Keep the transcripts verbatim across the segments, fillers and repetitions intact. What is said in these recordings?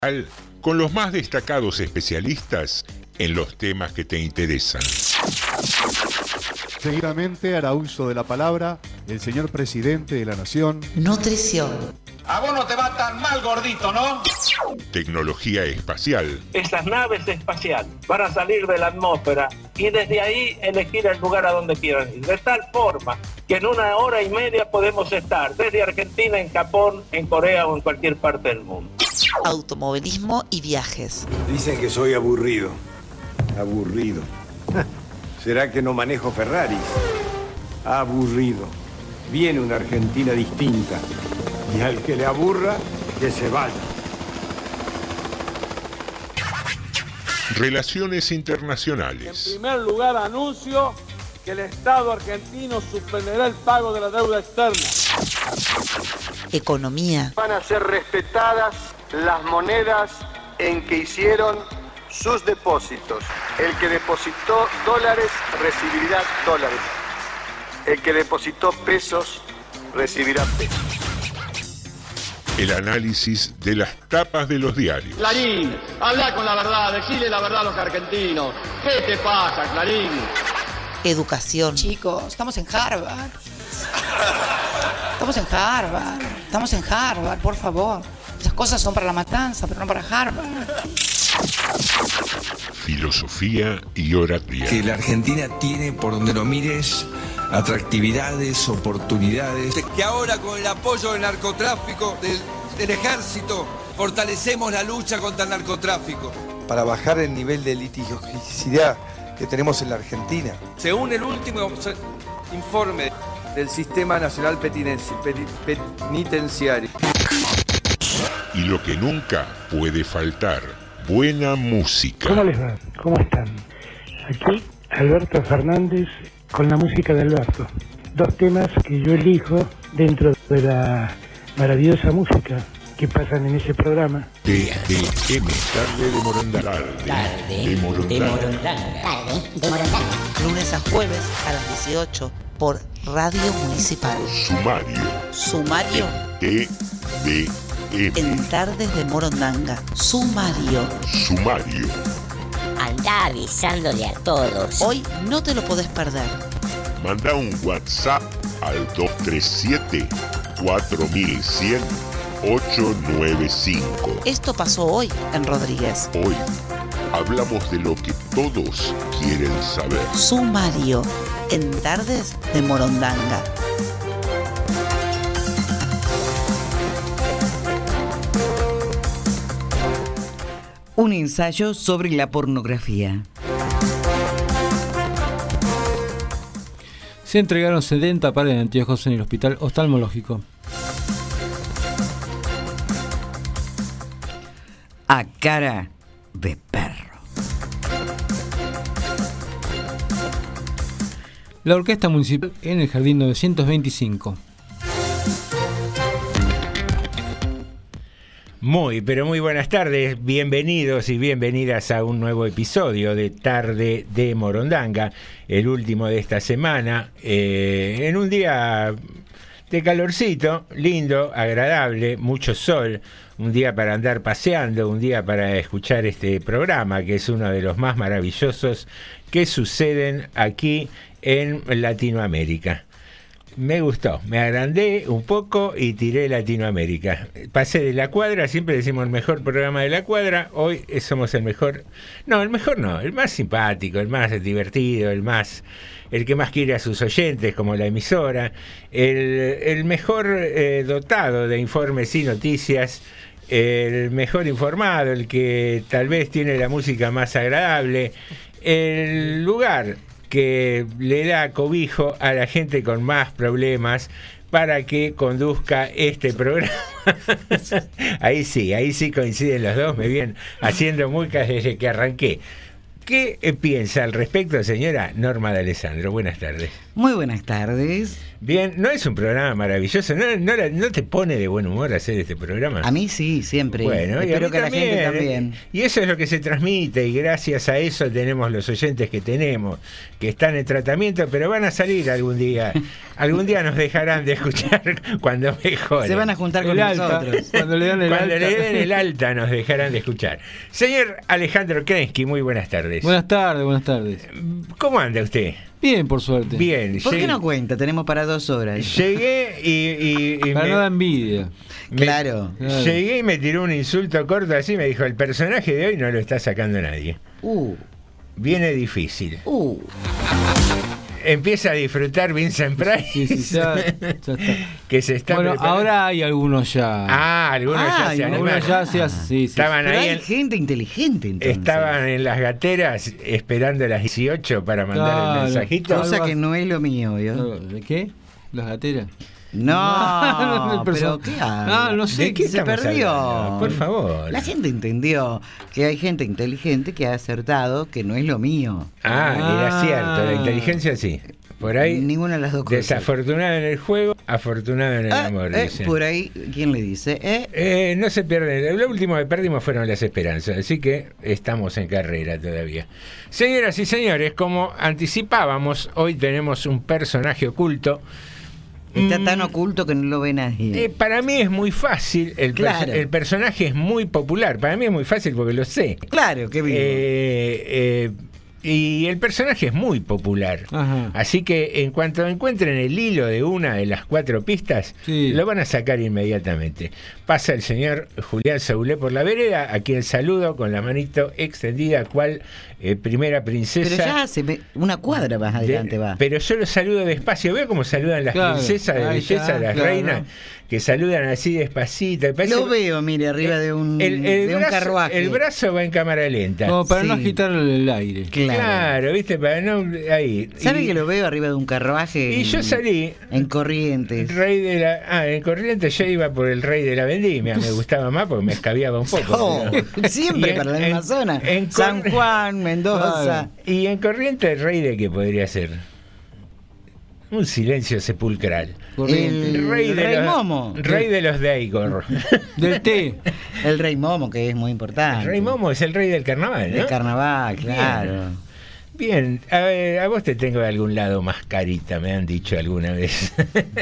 con los más destacados especialistas en los temas que te interesan. Seguidamente hará uso de la palabra el señor presidente de la Nación. Nutrición. A vos no te va tan mal, gordito, ¿no? Tecnología espacial. Estas naves espaciales van a salir de la atmósfera y desde ahí elegir el lugar a donde quieran ir. De tal forma que en una hora y media podemos estar desde Argentina, en Japón, en Corea o en cualquier parte del mundo. Automovilismo y viajes. Dicen que soy aburrido. Aburrido. ¿Será que no manejo Ferraris? Aburrido. Viene una Argentina distinta. Y al que le aburra, que se vaya. Relaciones internacionales. En primer lugar, anuncio que el Estado argentino suspenderá el pago de la deuda externa. Economía. Van a ser respetadas las monedas en que hicieron sus depósitos. El que depositó dólares recibirá dólares. El que depositó pesos recibirá pesos. El análisis de las tapas de los diarios. Clarín, habla con la verdad, decile la verdad a los argentinos. ¿Qué te pasa, Clarín? Educación. Chicos, estamos en Harvard. Estamos en Harvard. Estamos en Harvard, por favor. Esas cosas son para la matanza, pero no para Harvard. Filosofía y oratoria. Que la Argentina tiene, por donde lo mires, atractividades, oportunidades. Que ahora con el apoyo del narcotráfico, del, del ejército, fortalecemos la lucha contra el narcotráfico. Para bajar el nivel de litigiosidad que tenemos en la Argentina. Según el último informe del Sistema Nacional Penitenciario. Y lo que nunca puede faltar, buena música. ¿Cómo les va? ¿Cómo están? Aquí Alberto Fernández con la música de Alberto. Dos temas que yo elijo dentro de la maravillosa música que pasan en ese programa. T D M, tarde de Morondanga. Tarde de Morondanga. Tarde de Morondanga. Lunes a jueves a las dieciocho por Radio Municipal. Sumario. Sumario. T D M. En Tardes de Morondanga. Sumario. Sumario. Andá avisándole a todos. Hoy no te lo podés perder. Manda un WhatsApp al dos tres siete, cuatro mil cien, ocho nueve cinco. Esto pasó hoy en Rodríguez. Hoy hablamos de lo que todos quieren saber. Sumario. En Tardes de Morondanga. Un ensayo sobre la pornografía. Se entregaron setenta pares de anteojos en el hospital oftalmológico. A cara de perro. La Orquesta Municipal en el Jardín novecientos veinticinco. Muy, pero muy buenas tardes, bienvenidos y bienvenidas a un nuevo episodio de Tarde de Morondanga, el último de esta semana, eh, en un día de calorcito, lindo, agradable, mucho sol, un día para andar paseando, un día para escuchar este programa, que es uno de los más maravillosos que suceden aquí en Latinoamérica. Me gustó, me agrandé un poco y tiré Latinoamérica. Pasé de la cuadra, siempre decimos el mejor programa de la cuadra, hoy somos el mejor, no, el mejor no, el más simpático, el más divertido, el más, el que más quiere a sus oyentes, como la emisora, el, el mejor eh, dotado de informes y noticias, el mejor informado, el que tal vez tiene la música más agradable, el lugar que le da cobijo a la gente con más problemas para que conduzca este programa. Ahí sí, ahí sí coinciden los dos, me vienen haciendo muecas desde que arranqué. ¿Qué piensa al respecto, señora Norma de Alessandro? Buenas tardes. Muy buenas tardes. Bien, no es un programa maravilloso, no, no, no te pone de buen humor hacer este programa. A mí sí, siempre. Bueno, espero y que a la gente también. Y eso es lo que se transmite, y gracias a eso tenemos los oyentes que tenemos, que están en tratamiento, pero van a salir algún día. Algún día nos dejarán de escuchar cuando mejoren. Se van a juntar con el nosotros. Alta, cuando le dan el cuando alta. le den el alta nos dejarán de escuchar. Señor Alejandro Krensky, muy buenas tardes. Buenas tardes, buenas tardes. ¿Cómo anda usted? Bien, por suerte. Bien. ¿Por llegué, qué no cuenta? Tenemos para dos horas. Llegué y... y, y para me, no da envidia. Me, claro. claro. Llegué y me tiró un insulto corto así, me dijo, el personaje de hoy no lo está sacando nadie. Uh. Viene difícil. Uh. Empieza a disfrutar Vincent Price. Sí, sí, ya, ya está. Que se está bueno, preparando. Ahora hay algunos ya. Ah, algunos ah, ya se algunos ya se hace, sí, sí. Estaban Pero ahí hay en, gente inteligente entonces. Estaban en las gateras esperando a las dieciocho para mandar claro, el mensajito. Cosa que no es lo mío, ¿yo? ¿De qué? ¿Las gateras? No, no pero ¿qué habla? No, no sé. ¿De qué se perdió? Hablando? Por favor. La gente entendió que hay gente inteligente que ha acertado que no es lo mío. Ah, ah. Era cierto, la inteligencia sí. Por ahí, ninguna de las dos cosas. Desafortunado en el juego, afortunado en el ah, amor, eh, dicen. Por ahí, ¿quién le dice? ¿Eh? Eh, no se pierde. Lo último que perdimos fueron las esperanzas, así que estamos en carrera todavía. Señoras y señores, como anticipábamos, hoy tenemos un personaje oculto. Está mm, tan oculto que no lo ve nadie. Eh, para mí es muy fácil, el, claro. perso- el personaje es muy popular, para mí es muy fácil porque lo sé. Claro, qué bien. Eh, eh, Y el personaje es muy popular. Ajá. Así que en cuanto encuentren el hilo de una de las cuatro pistas, sí. lo van a sacar inmediatamente. Pasa el señor Julián Saulé por la vereda, a quien saludo con la manito extendida, cual eh, primera princesa. Pero ya hace una cuadra más adelante de, va. Pero yo lo saludo despacio. Veo cómo saludan las claro. princesas de Ahí belleza, está, las claro. reinas, que saludan así despacito. Parece, lo veo, mire, arriba de un, el, el de un brazo, carruaje. El brazo va en cámara lenta. No, para sí. no agitar el aire. Claro, claro ¿viste? Para no, ahí. ¿Sabe y, que lo veo arriba de un carruaje? Y en, yo salí. En Corrientes. Rey de la, ah, en Corrientes yo iba por el Rey de la Vendimia. Me gustaba más porque me escabiaba un poco. Oh, pero, siempre para la misma en, zona. En San Juan, Mendoza. Claro. Y en Corrientes, ¿el rey de qué podría ser? Un silencio sepulcral. El rey, el de rey los, Momo. Rey de los Daigor. Del té. El rey Momo, que es muy importante. El rey Momo es el rey del carnaval, ¿no? Del carnaval, claro. Bien, Bien. A, ver, a vos te tengo de algún lado más carita, me han dicho alguna vez.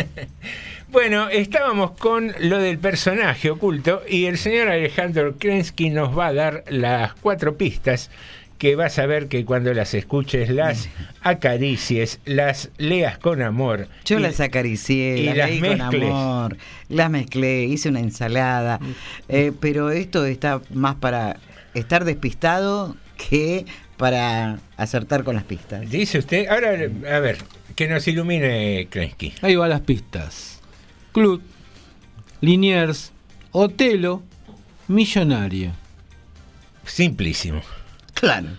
Bueno, estábamos con lo del personaje oculto y el señor Alejandro Krensky nos va a dar las cuatro pistas que vas a ver que cuando las escuches, las acaricies, las leas con amor. Yo y, las acaricié, y las, las leí mezcles. con amor, las mezclé, hice una ensalada, eh, pero esto está más para estar despistado que para acertar con las pistas. Dice usted, ahora, a ver, que nos ilumine Krensky. Ahí van las pistas. Club, Liniers, Otelo, Millonario. Simplísimo. Claro.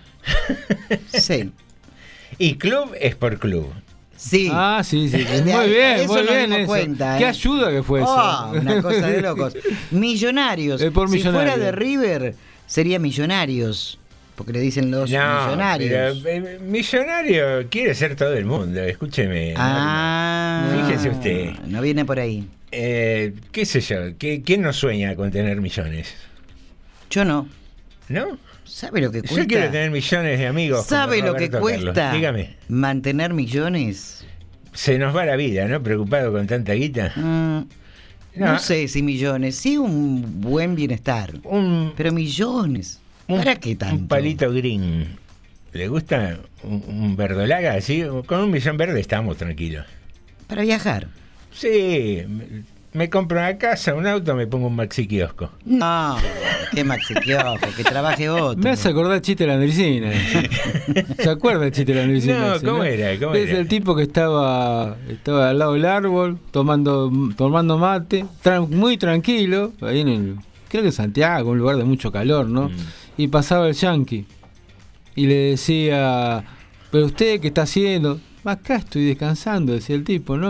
Sí. Y club es por club. Sí. Ah, sí, sí. De Muy ahí, bien, eso muy nos bien dimos eso. cuenta, ¿eh? Qué ayuda que fue oh, eso. Una cosa de locos. Millonarios. Eh, por si millonario. fuera de River, sería Millonarios. Porque le dicen los no, millonarios. Pero, eh, millonario quiere ser todo el mundo, escúcheme. Ah, no, fíjese usted. No viene por ahí. Eh, ¿Qué sé yo? ¿Qué, ¿Quién no sueña con tener millones? Yo no. ¿No? ¿Sabe lo que cuesta? Yo quiero tener millones de amigos. ¿Sabe lo que cuesta? Carlos. Dígame. Mantener millones. Se nos va la vida, ¿no? Preocupado con tanta guita. Mm, no. no sé si millones, sí un buen bienestar. Un, pero millones. Un, ¿Para qué tanto? Un palito green. ¿Le gusta un, un verdolaga así? Con un millón verde estamos tranquilos. Para viajar. Sí, me, me compro una casa, un auto, me pongo un maxi kiosco. No, qué maxi kiosco, que trabaje otro. Me hace acordar el chiste de la Andricina. ¿Se acuerda el chiste de la Andricina? No, ese, ¿cómo ¿no? era? ¿Cómo es era? el tipo que estaba estaba al lado del árbol tomando tomando mate, tra- muy tranquilo, ahí en el, creo que en Santiago, un lugar de mucho calor, ¿no? Mm. Y pasaba el yanqui y le decía, pero usted qué está haciendo, acá estoy descansando, decía el tipo, ¿no?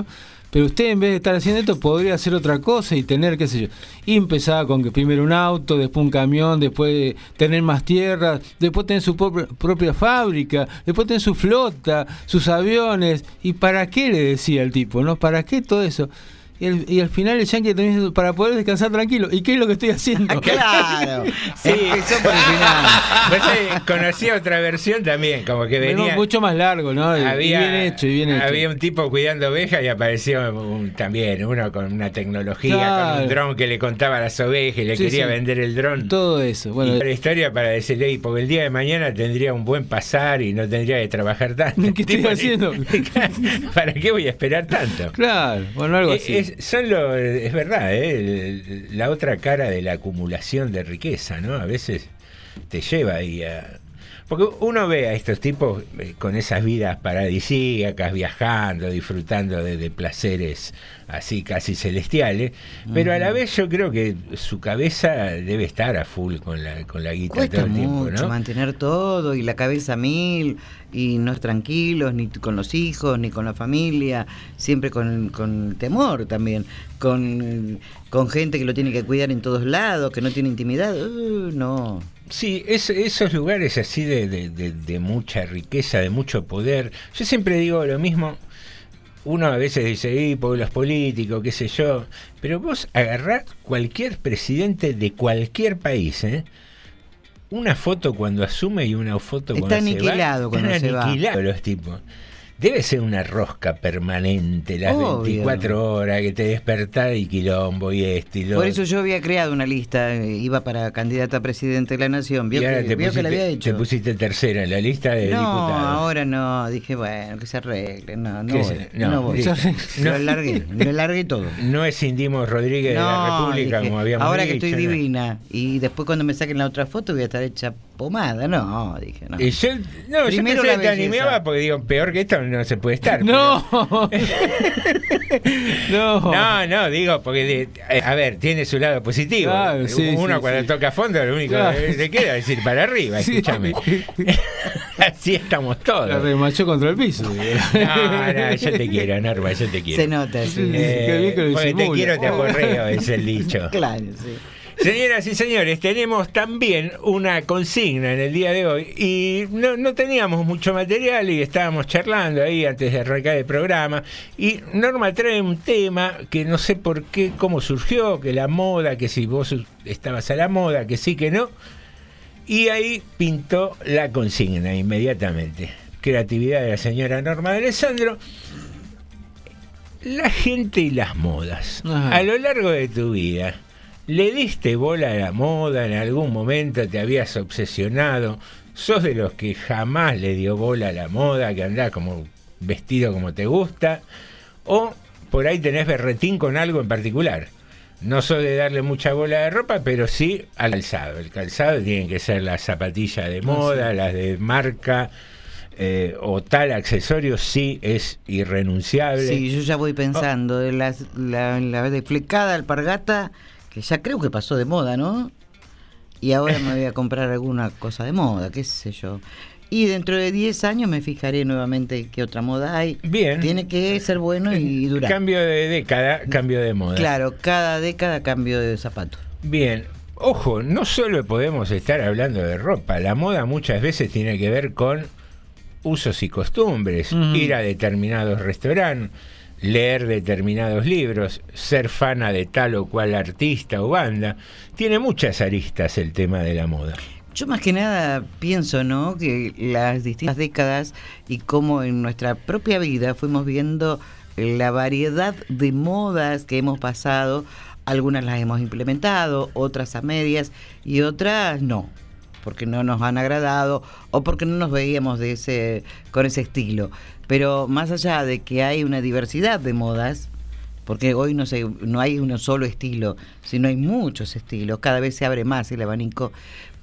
pero usted en vez de estar haciendo esto podría hacer otra cosa y tener, qué sé yo. Y empezaba con que primero un auto, después un camión, después tener más tierras, después tener su propia, propia fábrica, después tener su flota, sus aviones. ¿Y para qué le decía el tipo, no? ¿Para qué todo eso? Y, el, y al final el yankee también dice, para poder descansar tranquilo. ¿Y qué es lo que estoy haciendo? Claro. Sí, empezó por el final. Pues, eh, conocí otra versión también, como que venía... Venía mucho más largo, ¿no? Y, había, y bien hecho, y bien hecho. Había un tipo cuidando ovejas y apareció un, también uno con una tecnología, claro, con un dron que le contaba las ovejas y le sí, quería sí. vender el dron. Todo eso. Bueno, y la historia para decirle, porque el día de mañana tendría un buen pasar y no tendría que trabajar tanto. ¿Qué estoy haciendo? ¿Para qué voy a esperar tanto? Claro, bueno, algo así. Es, son lo, es verdad, ¿eh? La otra cara de la acumulación de riqueza, ¿no? A veces te lleva ahí a... Porque uno ve a estos tipos eh, con esas vidas paradisíacas, viajando, disfrutando de, de placeres así casi celestiales, uh-huh. pero a la vez yo creo que su cabeza debe estar a full con la, con la guita Cuesta todo el tiempo, mucho ¿no? mantener todo y la cabeza a mil y no es tranquilos ni con los hijos ni con la familia, siempre con, con temor también, con, con gente que lo tiene que cuidar en todos lados, que no tiene intimidad, uh, no. Sí, es, esos lugares así de, de, de, de mucha riqueza, de mucho poder. Yo siempre digo lo mismo. Uno a veces dice, y por los políticos, qué sé yo. Pero vos agarrás cualquier presidente de cualquier país, ¿eh? Una foto cuando asume y una foto cuando Está se va. aniquilado cuando Están se va. aniquilados los tipos. Debe ser una rosca permanente las Obvio. veinticuatro horas que te despertás y quilombo y esto y lo Por eso yo había creado una lista, eh, iba para candidata a presidente de la nación, vio, y ahora que, te vio pusiste, que la había hecho. Te pusiste tercera en la lista de no, diputados. ahora no, dije bueno, que se arregle, no, no voy, Se, no, no voy. No, lo largué, lo largué todo. No es Indimos Rodríguez no, de la República, dije, como habíamos ahora dicho. que estoy ¿no? divina, y después cuando me saquen la otra foto voy a estar hecha pomada, no, dije, no. Y yo, no, Primero yo pensé la que te belleza. animaba porque digo, peor que esto no se puede estar. No, no, no, no, digo, porque, de, a ver, tiene su lado positivo. Claro, sí, Uno sí, cuando sí. toca a fondo, lo único Claro. que le queda es decir para arriba, Sí. escúchame. Así estamos todos. La remachó contra el piso. No, no, yo te quiero, Norma, yo te quiero. Se nota, sí. Eh, Qué bien que lo porque te disimula. quiero, te aporreo, es el dicho. Claro, sí. Señoras y señores, tenemos también una consigna en el día de hoy y no, no teníamos mucho material y estábamos charlando ahí antes de arrancar el programa y Norma trae un tema que no sé por qué, cómo surgió, que la moda, que si vos estabas a la moda, que sí, que no, y ahí pintó la consigna inmediatamente. Creatividad de la señora Norma de Alessandro. La gente y las modas. Ajá. A lo largo de tu vida, ¿le diste bola a la moda? ¿En algún momento te habías obsesionado? ¿Sos de los que jamás le dio bola a la moda, que andás como vestido como te gusta? ¿O por ahí tenés berretín con algo en particular? No sos de darle mucha bola de ropa, pero sí al calzado. El calzado tiene que ser las zapatillas de moda, Ah, sí. las de marca, eh, o tal accesorio sí es irrenunciable. Sí, yo ya voy pensando, de las, la, la desflecada alpargata, que ya creo que pasó de moda, ¿no? Y ahora me voy a comprar alguna cosa de moda, qué sé yo. Y dentro de diez años me fijaré nuevamente qué otra moda hay. Bien. Tiene que ser bueno y durar. Cambio de década, cambio de moda. Claro, cada década cambio de zapato. Bien. Ojo, no solo podemos estar hablando de ropa, la moda muchas veces tiene que ver con usos y costumbres, Uh-huh. ir a determinados restaurantes, leer determinados libros, ser fana de tal o cual artista o banda. Tiene muchas aristas el tema de la moda. Yo más que nada pienso, ¿no?, que las distintas décadas y cómo en nuestra propia vida fuimos viendo la variedad de modas que hemos pasado. Algunas las hemos implementado, otras a medias y otras no, porque no nos han agradado o porque no nos veíamos de ese con ese estilo. Pero más allá de que hay una diversidad de modas, porque hoy no se, no hay uno solo estilo, sino hay muchos estilos, cada vez se abre más el abanico,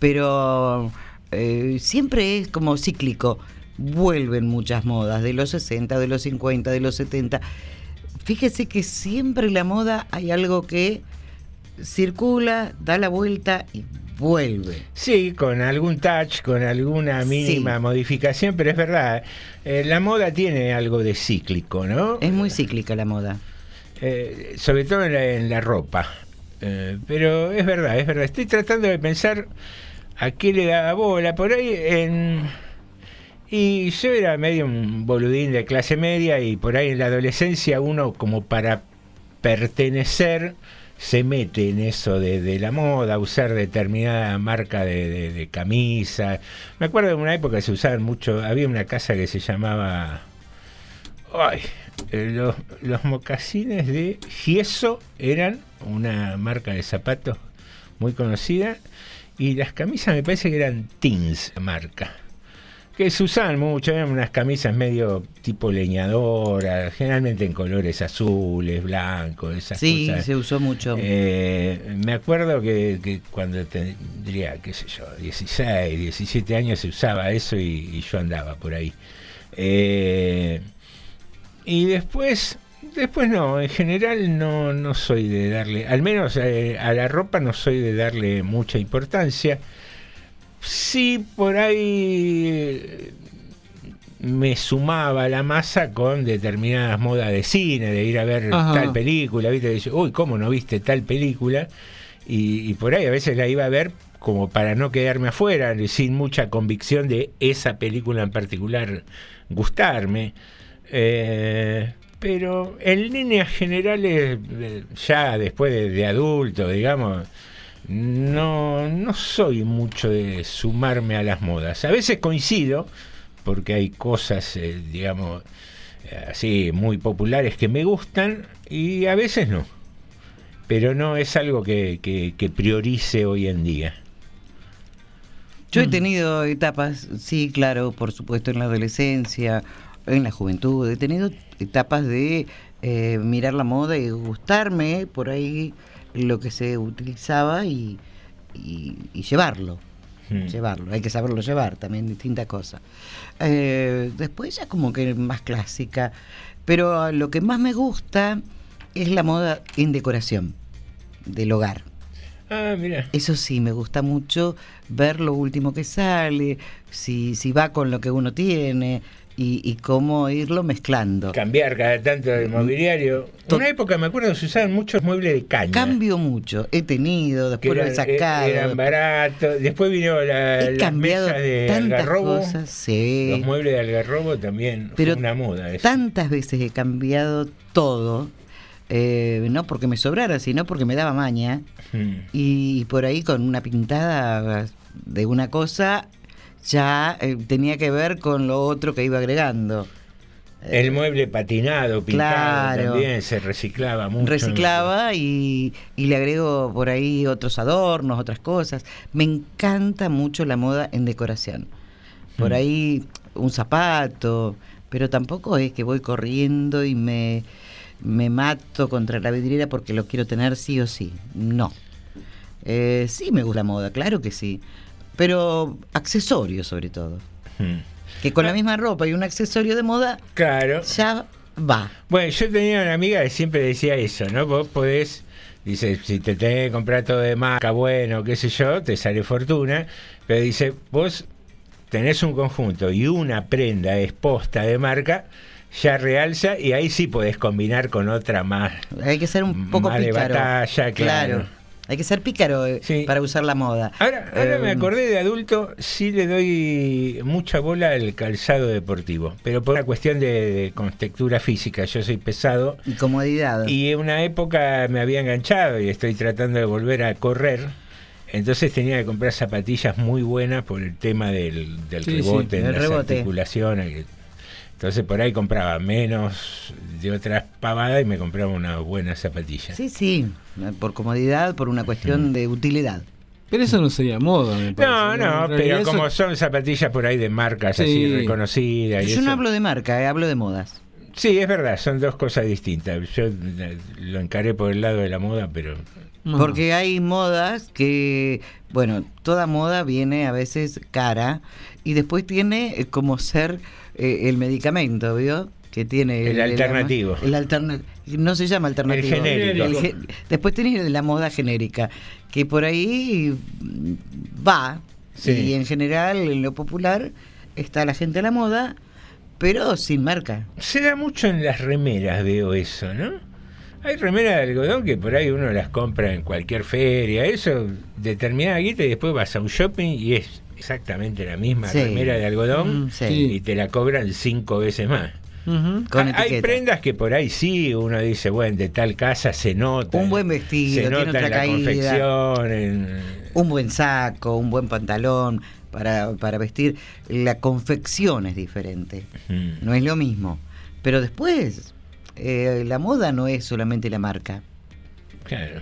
pero eh, siempre es como cíclico, vuelven muchas modas, de los sesenta, de los cincuenta, de los setenta. Fíjese que siempre en la moda hay algo que circula, da la vuelta y vuelve. Sí, con algún touch, con alguna mínima Sí. modificación, pero es verdad, eh, la moda tiene algo de cíclico, ¿no? Es muy cíclica la moda. eh, sobre todo en la, en la ropa. Eh, pero es verdad, es verdad. Estoy tratando de pensar a qué le daba bola por ahí. En... Y yo era medio un boludín de clase media y por ahí en la adolescencia uno como para pertenecer se mete en eso de, de la moda, usar determinada marca de, de, de camisa. Me acuerdo de una época que se usaban mucho, había una casa que se llamaba... Ay, eh, los, los mocasines de Gieso eran una marca de zapatos muy conocida y las camisas me parece que eran Teens marca, que se usaban mucho, eran unas camisas medio tipo leñadora, generalmente en colores azules, blancos, esas sí, cosas. Sí, se usó mucho. Eh, me acuerdo que, que cuando tendría, qué sé yo, dieciséis, diecisiete años se usaba eso y, y yo andaba por ahí. Eh, y después, después no, en general no, no soy de darle, al menos eh, a la ropa no soy de darle mucha importancia. Sí, por ahí me sumaba a la masa con determinadas modas de cine, de ir a ver Ajá. tal película, ¿viste? Dice, uy, ¿cómo no viste tal película? Y, y por ahí a veces la iba a ver como para no quedarme afuera, sin mucha convicción de esa película en particular gustarme. Eh, pero en líneas generales, ya después de, de adulto, digamos... No, no soy mucho de sumarme a las modas. A veces coincido, porque hay cosas, eh, digamos, así muy populares que me gustan, y a veces no. Pero no es algo que, que, que priorice hoy en día. Yo he tenido etapas, sí, claro, por supuesto, en la adolescencia, en la juventud. He tenido etapas de eh, mirar la moda y gustarme por ahí lo que se utilizaba y, y, y llevarlo hmm. llevarlo, hay que saberlo llevar también, distintas cosas. Eh, después ya como que más clásica, pero lo que más me gusta es la moda en decoración del hogar. Ah, mira. Eso sí, me gusta mucho ver lo último que sale, si, si va con lo que uno tiene y, y cómo irlo mezclando. Cambiar cada tanto el mobiliario. En una época me acuerdo que se usaban muchos muebles de caña. Cambio mucho, he tenido, después eran, lo he sacado. Eran baratos, después vino la, las mesas de algarrobo. Cosas, sí. Los muebles de algarrobo también, pero fue una moda eso. Tantas veces he cambiado todo. Eh, no porque me sobrara, sino porque me daba maña. Hmm. Y por ahí con una pintada de una cosa ya eh, tenía que ver con lo otro que iba agregando. El mueble patinado, pintado, claro, también se reciclaba mucho. Reciclaba y, y le agrego por ahí otros adornos, otras cosas. Me encanta mucho la moda en decoración. Por hmm. ahí un zapato, pero tampoco es que voy corriendo y me... me mato contra la vidriera porque lo quiero tener sí o sí. No. Eh, sí me gusta la moda, claro que sí. Pero accesorios sobre todo. Hmm. Que con ah. la misma ropa y un accesorio de moda, claro, ya va. Bueno, yo tenía una amiga que siempre decía eso, ¿no? Vos podés, dice, si te tenés que comprar todo de marca, bueno, qué sé yo, te sale fortuna. Pero dice, vos tenés un conjunto y una prenda es posta de marca, ya realza y ahí sí podés combinar con otra más. Hay que ser un poco más pícaro. De batalla, claro. claro. Hay que ser pícaro sí. para usar la moda. Ahora, ahora eh, me acordé de adulto, sí le doy mucha bola al calzado deportivo, pero por una cuestión de, de contextura física. Yo soy pesado. Y comodidad. Y en una época me había enganchado y estoy tratando de volver a correr. Entonces tenía que comprar zapatillas muy buenas por el tema del, del sí, rebote sí, en las rebote. articulaciones. Entonces por ahí compraba menos de otras pavadas y me compraba una buena zapatilla. Sí, sí, por comodidad, por una cuestión mm. de utilidad. Pero eso no sería moda, me parece. No, no, pero eso... como son zapatillas por ahí de marcas sí. así reconocidas. Yo y no eso... hablo de marca, eh, hablo de modas. Sí, es verdad, son dos cosas distintas. Yo lo encaré por el lado de la moda, pero... Porque hay modas que, bueno, toda moda viene a veces cara y después tiene como ser eh, el medicamento, ¿vio? Que tiene el, el alternativo. El, el alterna, no se llama alternativo. El genérico. El, el, después tenés la moda genérica, que por ahí va, sí. Y en general, en lo popular, está la gente a la moda, pero sin marca. Se da mucho en las remeras, veo eso, ¿no? Hay remeras de algodón que por ahí uno las compra en cualquier feria, eso, determinada guita, y después vas a un shopping y es exactamente la misma sí. remera de algodón mm, sí. y te la cobran cinco veces más. Uh-huh. Con hay etiqueta. Prendas que por ahí sí uno dice, bueno, de tal casa se nota. Un buen vestido, se tiene nota otra en la caída, confección. En... Un buen saco, un buen pantalón para, para vestir. La confección es diferente, uh-huh. no es lo mismo. Pero después, eh, la moda no es solamente la marca. Claro.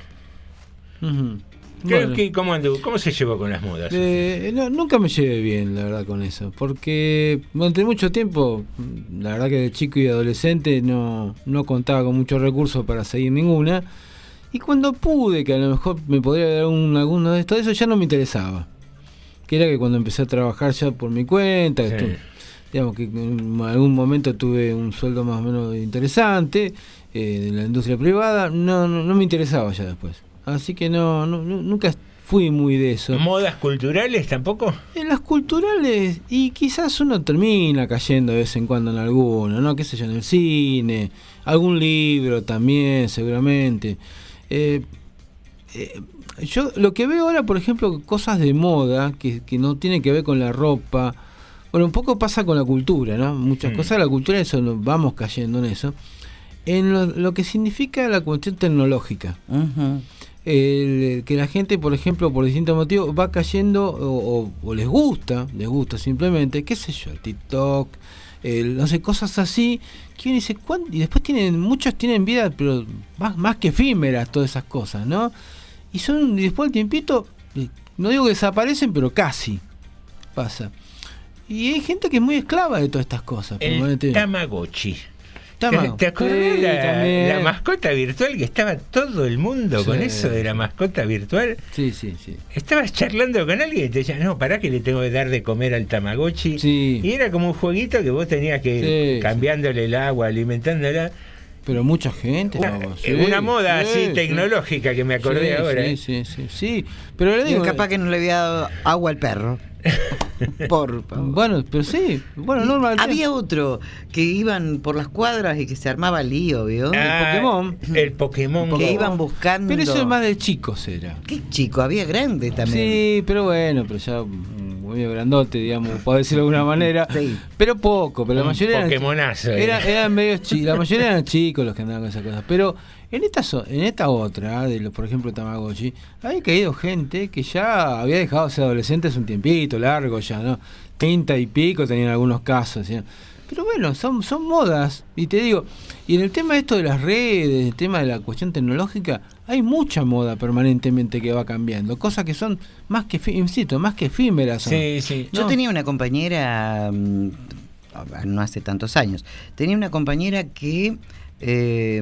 Uh-huh. Bueno. Que, ¿cómo, anduvo? ¿Cómo se llevó con las modas? Eh, no, nunca me llevé bien, la verdad, con eso. Porque durante mucho tiempo, la verdad que de chico y adolescente no, no contaba con muchos recursos para seguir ninguna. Y cuando pude, que a lo mejor me podría dar un, alguno de estos, eso ya no me interesaba. Que era que cuando empecé a trabajar ya por mi cuenta, sí. esto, digamos que en algún momento tuve un sueldo más o menos interesante eh, de la industria privada, no, no, no me interesaba ya después. Así que no, no, nunca fui muy de eso. ¿Modas culturales tampoco? En las culturales, y quizás uno termina cayendo de vez en cuando en alguno, ¿no? Qué sé yo, en el cine, algún libro también, seguramente. Eh, eh, yo lo que veo ahora, por ejemplo, cosas de moda que, que no tienen que ver con la ropa. Bueno, un poco pasa con la cultura, ¿no? Muchas mm. cosas de la cultura, eso nos vamos cayendo en eso. En lo, lo que significa la cuestión tecnológica. Uh-huh. El, que la gente, por ejemplo, por distintos motivos va cayendo o, o, o les gusta, les gusta simplemente, qué sé yo, el TikTok, el, no sé, cosas así, que uno dice, ¿cuándo? Y después tienen, muchos tienen vida, pero más, más que efímeras todas esas cosas, ¿no? Y son, y después del tiempito, no digo que desaparecen, pero casi pasa. Y hay gente que es muy esclava de todas estas cosas. El Tamagotchi. Tama. ¿Te acuerdas sí, la, la mascota virtual que estaba todo el mundo sí. con eso de la mascota virtual? Sí, sí, sí. Estabas charlando con alguien y te decían, no, pará que le tengo que dar de comer al Tamagotchi. Sí. Y era como un jueguito que vos tenías que ir sí, cambiándole sí. el agua, alimentándola. Pero mucha gente. Una, no, sí, una moda sí, así sí. tecnológica que me acordé sí, ahora. Sí, sí, sí, sí. Pero le digo, Yo capaz que no le había dado agua al perro. Por favor. Bueno, pero sí, bueno, normal. Había otro que iban por las cuadras y que se armaba lío, ¿vio? Ah, el Pokémon. El Pokémon. Que iban buscando. Pero eso es más de chicos era. ¿Qué chico? Había grande también. Sí, pero bueno, pero ya muy grandote, digamos, por decirlo de alguna manera. Sí. Pero poco, pero la Un mayoría Pokémonazo, eran, eran, eran medio chicos, la mayoría eran chicos los que andaban con esas cosas. Pero en esta en esta otra, de los, por ejemplo, Tamagotchi, había caído gente que ya había dejado de ser adolescente hace un tiempito largo ya, ¿no? treinta y pico tenían algunos casos, ¿sí? Pero bueno, son, son modas, y te digo, y en el tema de esto de las redes, el tema de la cuestión tecnológica, hay mucha moda permanentemente que va cambiando, cosas que son más que, insisto, más que efímeras. Son. Sí, sí. ¿No? Yo tenía una compañera, no hace tantos años, tenía una compañera que eh,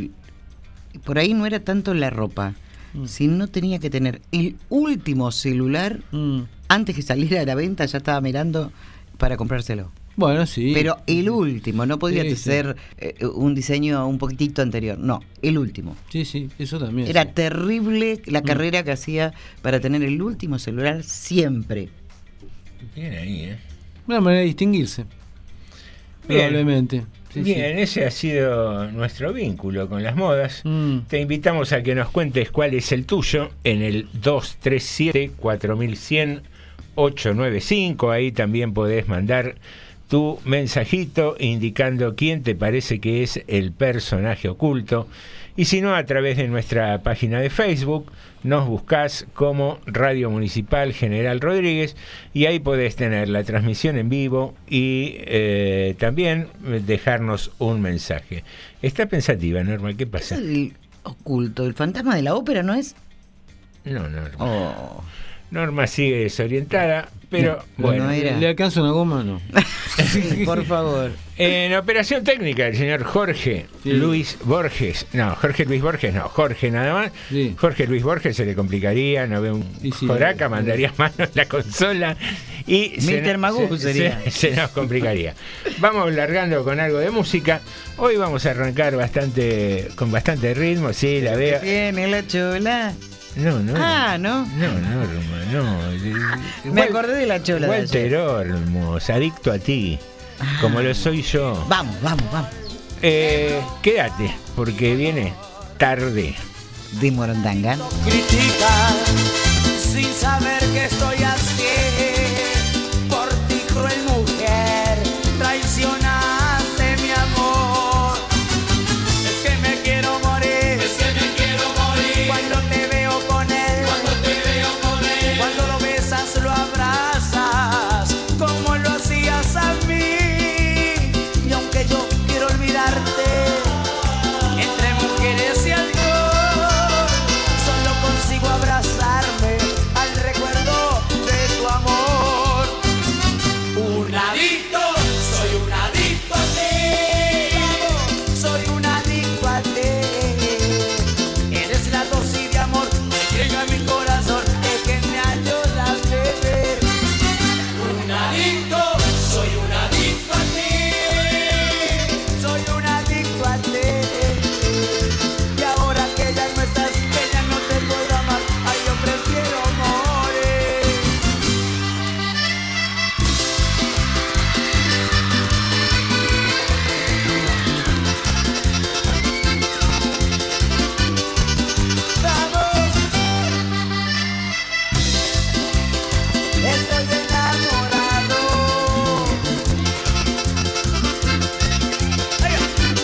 por ahí no era tanto la ropa, mm. sino tenía que tener el último celular, mm. antes que saliera a la venta ya estaba mirando para comprárselo. Bueno, sí. Pero el último, no podía sí, ser sí. Eh, un diseño un poquitito anterior, no, el último. Sí, sí, eso también. Era sí. terrible la mm. carrera que hacía para tener el último celular siempre. Bien ahí, ¿eh? Una manera de distinguirse. Bien. Probablemente. Sí, Bien, sí. ese ha sido nuestro vínculo con las modas. Mm. Te invitamos a que nos cuentes cuál es el tuyo en el dos tres siete, cuatro mil cien, ocho nueve cinco. Ahí también podés mandar tu mensajito indicando quién te parece que es el personaje oculto. Y si no, a través de nuestra página de Facebook, nos buscás como Radio Municipal General Rodríguez y ahí podés tener la transmisión en vivo y eh, también dejarnos un mensaje. Está pensativa, Norma, ¿qué pasa? ¿Es el oculto? ¿El fantasma de la ópera no es? No, Norma. Oh. Norma sigue desorientada, pero no, bueno. No era. ¿Le alcanza una goma? No. Por favor. En operación técnica, el señor Jorge sí. Luis Borges. No, Jorge Luis Borges, no, Jorge nada más. Sí. Jorge Luis Borges se le complicaría, no ve un sí, joraca, sí. mandaría mano en la consola y mister Magoo sería. Se, se nos complicaría. Vamos largando con algo de música. Hoy vamos a arrancar bastante con bastante ritmo, sí, la veo. Tiene la chola. No, no. Ah, ¿no? No, no, no. Me acordé de la chola. Walter Olmos, adicto a ti, ah. como lo soy yo. Vamos, vamos, vamos. Eh, quédate, porque viene tarde de Morondanga. Critica sin saber que estoy así. Por ti, cruel mujer, traicionaste mi amor. Es que me quiero morir, es que me quiero morir. Cuando te veo con él, cuando te veo con él. Cuando lo besas, lo abrazas, como lo hacías a mí. Y aunque yo quiero olvidarte, entre mujeres y alcohol, solo consigo abrazarme al recuerdo de tu amor. Un adicto, soy un adicto a ti. Soy un adicto a ti. Eres la dosis de amor que llega a mi corazón, es que me ayuda a beber. Un adicto, soy un adicto a ti. Soy un adicto a ti. Y ahora que ya no estás, que ya no te puedo amar, ay, yo prefiero morir. Vamos, estoy enamorado. Ay,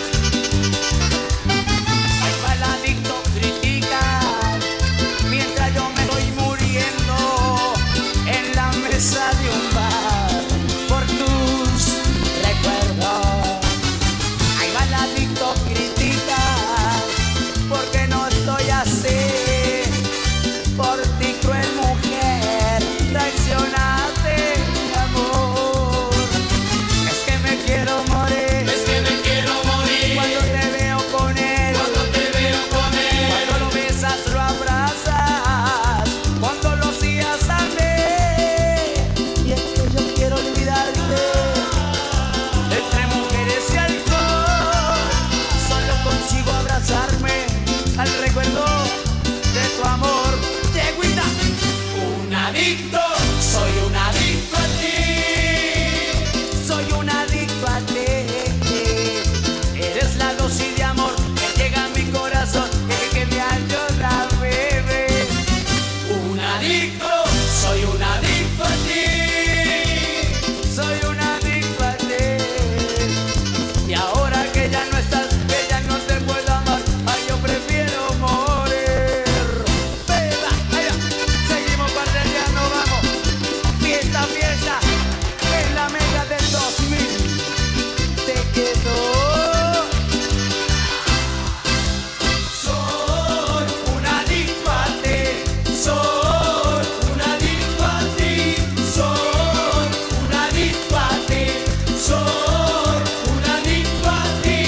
Ay, va el adicto critica mientras yo me voy muriendo en la mesa de un bar por tus recuerdos. Ahí va el adicto critica porque no estoy así. Por ti, cruel mujer, traicionaste mi amor. Es que me quiero morir, es que me quiero morir. Cuando te veo con él, cuando te veo con él. Cuando lo besas, lo abrazas, cuando lo hacías a mí. Y es que yo quiero olvidarte, entre mujeres y alcohol, solo consigo abrazarme al recuerdo de tu amor. Yeguita, un adicto, soy un adicto a ti. Soy un adicto a ti. Eres la dosis de amor que llega a mi corazón, que, que me ayuda a beber. Un adicto, soy un adicto a ti. Soy un adicto a ti. Y ahora que ya no estás, que ya no te puedo amar, ay, yo prefiero morir. Beba, allá, seguimos parrillando, vamos. Fiesta, fiesta, en la mega del dos mil. Te quedó. Soy un adicto a ti. Soy un adicto a ti. Soy un adicto a ti. Soy un adicto a ti.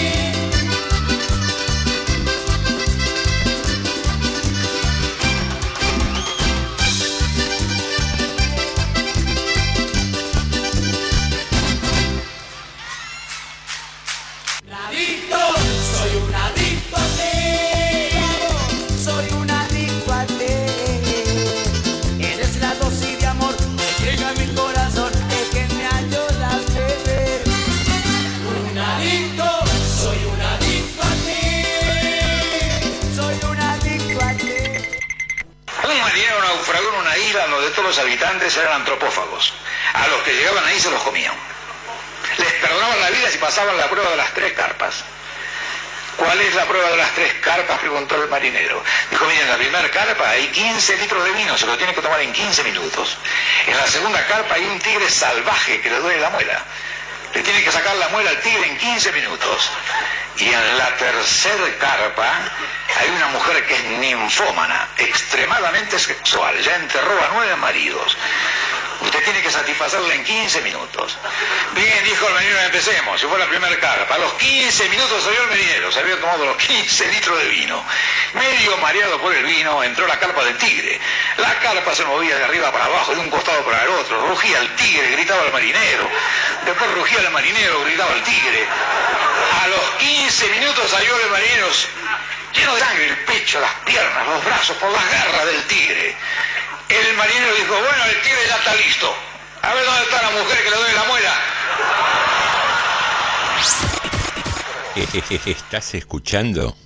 Adicto, soy un adicto a ti. Soy un adicto a ti. Eres la dosis de amor que llega a mi corazón, es que me ayuda a beber. Un adicto, soy un adicto a ti. Soy un adicto a ti. Un marinero naufragó en una isla donde todos los habitantes eran antropófagos. A los que llegaban ahí se los comían. Les perdonaban la vida si pasaban la prueba de las tres carpas. ¿Cuál es la prueba de las tres carpas?, preguntó el marinero. Dijo, miren, en la primera carpa hay quince litros de vino, se lo tiene que tomar en quince minutos. En la segunda carpa hay un tigre salvaje que le duele la muela. Le tiene que sacar la muela al tigre en quince minutos. Y en la tercera carpa hay una mujer que es ninfómana, extremadamente sexual, ya enterró a nueve maridos. Usted tiene que satisfacerla en quince minutos. Bien, dijo el marinero, empecemos. Si fue la primera carpa. A los quince minutos salió el marinero. Se había tomado los quince litros de vino. Medio mareado por el vino, entró la carpa del tigre. La carpa se movía de arriba para abajo, de un costado para el otro. Rugía el tigre, gritaba el marinero. Después rugía el marinero, gritaba el tigre. A los quince minutos salió el marinero, lleno de sangre, el pecho, las piernas, los brazos, por las garras del tigre. El marinero dijo, bueno, el tigre ya está listo. A ver dónde está la mujer que le duele la muela. ¿Estás escuchando?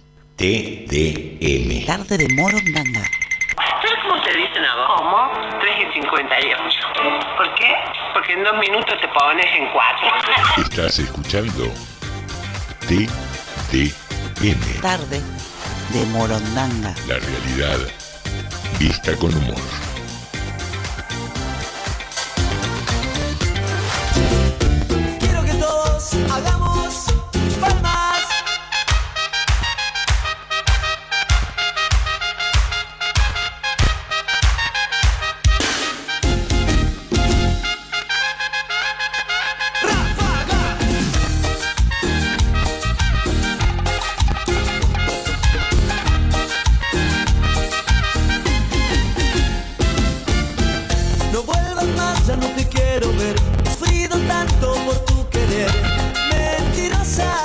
T D M. Tarde de Morondanga. ¿Sabes cómo te dicen a vos? ¿Cómo? tres y cincuenta y ocho. ¿Por qué? Porque en dos minutos te pones en cuatro. Estás escuchando T D M. Tarde de Morondanga. La realidad vista con humor. Quiero que todos hagamos palmas. Ya no te quiero ver, he sufrido tanto por tu querer, mentirosa,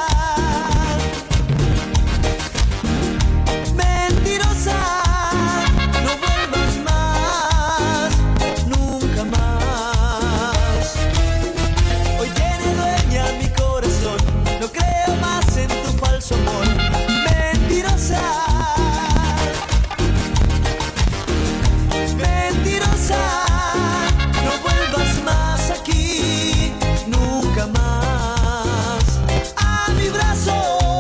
mentirosa, no vuelvas más, nunca más. Hoy tiene dueña mi corazón, no creo más en tu falso amor, mentirosa, mentirosa. No vuelvas más aquí, nunca más a mis brazos.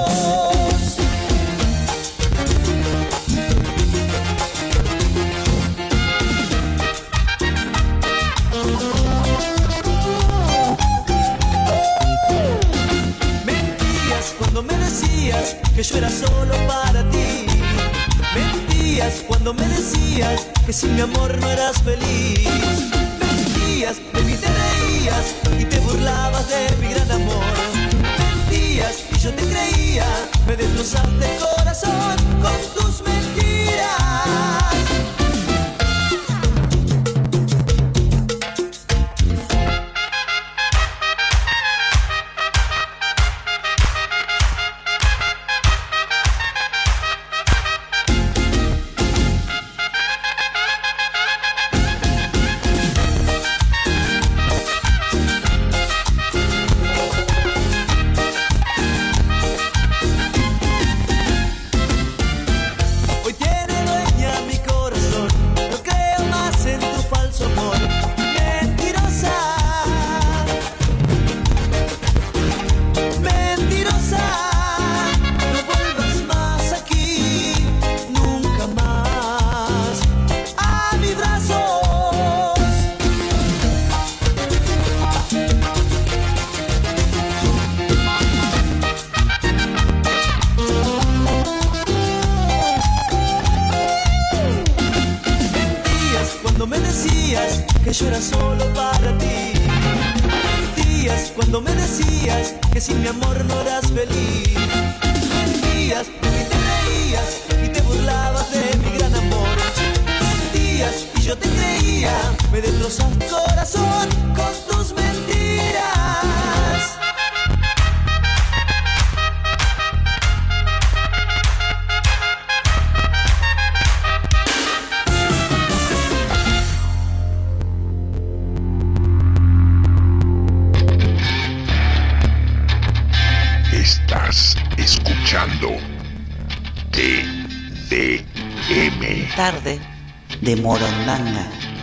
Mentías cuando me decías que yo era solo para ti. Mentías cuando me decías que sin mi amor no eras feliz. De mí te reías y te burlabas de mi gran amor. Mentías y yo te creía, me destrozaste el corazón con tus mentiras. Que yo era solo para ti. Mentías cuando me decías que sin mi amor no eras feliz. Mentías y te reías y te burlabas de mi gran amor. Mentías y yo te creía, me destrozaste el corazón con tus mentiras. Estás escuchando T D M. Tarde de Morondanga.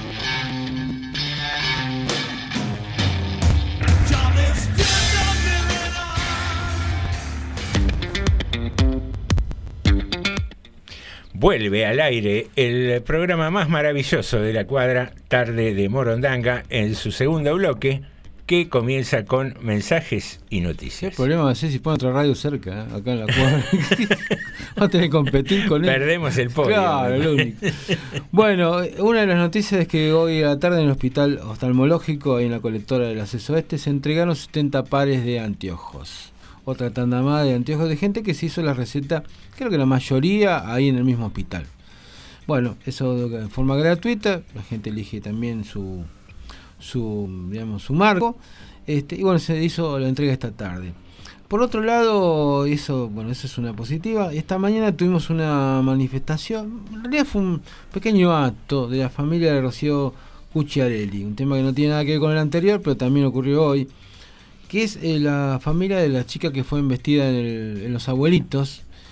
Vuelve al aire el programa más maravilloso de la cuadra, Tarde de Morondanga, en su segundo bloque, que comienza con mensajes y noticias. El problema va a ser si pone otra radio cerca, ¿eh? Acá en la cuadra. Vamos a tener que competir con él. Perdemos el podio. Claro, lo único. Bueno, una de las noticias es que hoy a la tarde en el hospital oftalmológico, ahí en la colectora del Acceso Oeste, se entregaron setenta pares de anteojos. Otra tanda más de anteojos de gente que se hizo la receta, creo que la mayoría ahí en el mismo hospital. Bueno, eso de forma gratuita, la gente elige también su su digamos su marco, este, y bueno, se hizo la entrega esta tarde. Por otro lado, eso, bueno, eso es una positiva. Esta mañana tuvimos una manifestación, en realidad fue un pequeño acto de la familia de Rocío Cucciarelli, un tema que no tiene nada que ver con el anterior, pero también ocurrió hoy, que es eh, la familia de la chica que fue embestida en, el, en Los Abuelitos,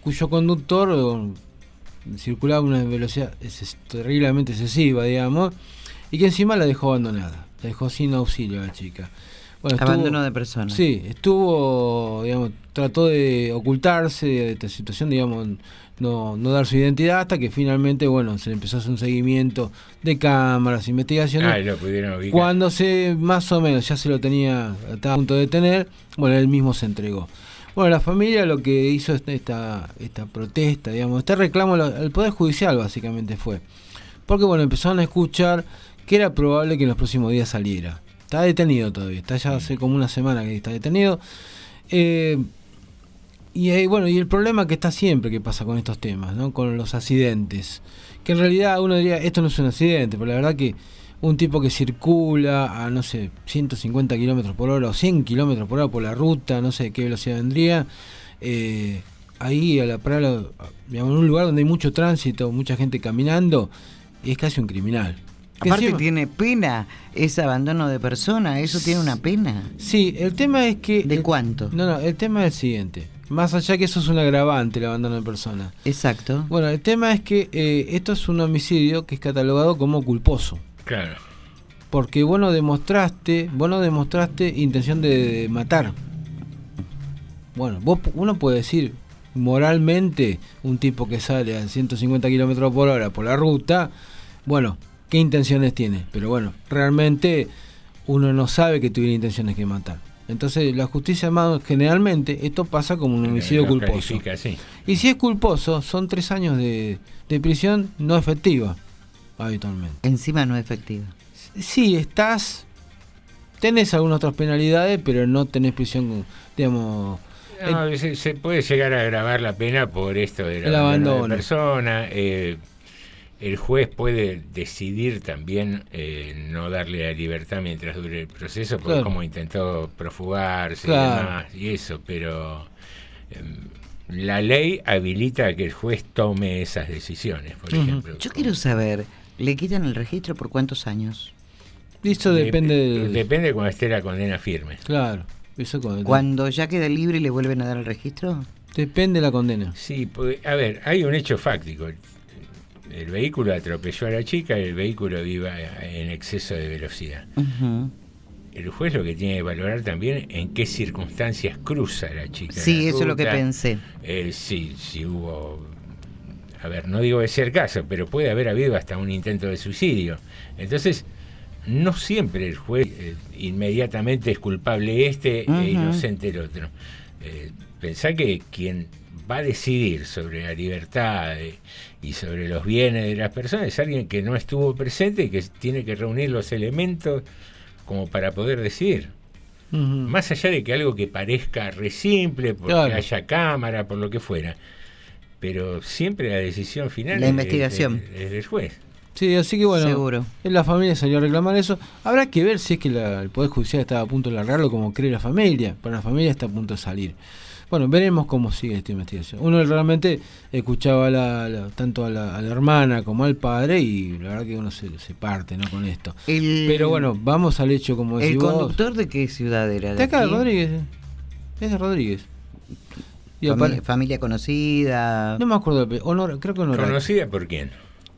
cuyo conductor eh, circulaba a una velocidad es, terriblemente excesiva, digamos, y que encima la dejó abandonada, la dejó sin auxilio a la chica. Bueno, estuvo, abandono de personas. Sí, estuvo, digamos, trató de ocultarse de esta situación, digamos, no, no dar su identidad, hasta que finalmente, bueno, se le empezó a hacer un seguimiento de cámaras, investigaciones. Ah, lo pudieron ubicar. Cuando se, más o menos, ya se lo tenía, estaba a punto de tener, bueno, él mismo se entregó. Bueno, la familia lo que hizo esta, esta protesta, digamos, este reclamo al Poder Judicial básicamente fue, porque bueno, empezaron a escuchar que era probable que en los próximos días saliera. Está detenido todavía, está ya hace como una semana que está detenido. Eh, y eh, bueno, y el problema que está siempre que pasa con estos temas, ¿no? Con los accidentes, que en realidad uno diría, esto no es un accidente, pero la verdad que un tipo que circula a, no sé, ciento cincuenta kilómetros por hora o cien kilómetros por hora por la ruta, no sé qué velocidad vendría, eh, ahí a la parada, digamos, en un lugar donde hay mucho tránsito, mucha gente caminando, es casi un criminal. Aparte encima, tiene pena ese abandono de persona, eso tiene una pena. Sí, el tema es que... ¿De el, cuánto? No, no, el tema es el siguiente. Más allá que eso es un agravante, el abandono de persona. Exacto. Bueno, el tema es que eh, esto es un homicidio que es catalogado como culposo. Claro. Porque vos no demostraste, vos no demostraste intención de, de matar. Bueno, vos, uno puede decir, moralmente, un tipo que sale a ciento cincuenta kilómetros por hora por la ruta, bueno, ¿qué intenciones tiene? Pero bueno, realmente uno no sabe que tuviera intenciones de matar. Entonces la justicia más generalmente, esto pasa como un homicidio lo culposo. Sí. Y si es culposo, son tres años de, de prisión no efectiva, habitualmente. Encima no efectiva. Sí, estás... Tenés algunas otras penalidades, pero no tenés prisión, digamos... No, eh, se, se puede llegar a agravar la pena por esto de la el abandono de persona. Eh, el juez puede decidir también eh, no darle la libertad mientras dure el proceso, porque claro. como intentó profugarse claro. y demás, y eso, pero eh, la ley habilita a que el juez tome esas decisiones, por uh-huh. ejemplo. Yo quiero saber, ¿le quitan el registro por cuántos años? Eso depende de, del... Depende cuando esté la condena firme. Claro. Eso cuando, cuando ya queda libre, ¿le vuelven a dar el registro? Depende de la condena. Sí, pues, a ver, hay un hecho fáctico. El vehículo atropelló a la chica y el vehículo iba en exceso de velocidad. Uh-huh. El juez lo que tiene que valorar también en qué circunstancias cruza la chica. Sí, la eso es lo que pensé. Eh, sí, si hubo... A ver, no digo que sea el caso, pero puede haber habido hasta un intento de suicidio. Entonces... No siempre el juez eh, inmediatamente es culpable este uh-huh. e inocente el otro. Eh, pensá que quien va a decidir sobre la libertad de, y sobre los bienes de las personas es alguien que no estuvo presente y que tiene que reunir los elementos como para poder decidir. Uh-huh. Más allá de que algo que parezca re simple, porque claro. haya cámara, por lo que fuera, pero siempre la decisión final la es, investigación es, es del juez. Sí, así que bueno, seguro. La familia salió a reclamar eso. Habrá que ver si es que la, el Poder Judicial estaba a punto de largarlo como cree la familia. Pero la familia está a punto de salir. Bueno, veremos cómo sigue esta investigación. Uno realmente escuchaba la, la, tanto a la, a la hermana como al padre y la verdad que uno se, se parte, ¿no? Con esto. El, pero bueno, vamos al hecho como decís ¿El vos. conductor de qué ciudad era? De acá, Rodríguez. Es de Rodríguez. Familia, familia conocida. No me acuerdo, o no, creo que no era. ¿Conocida por quién?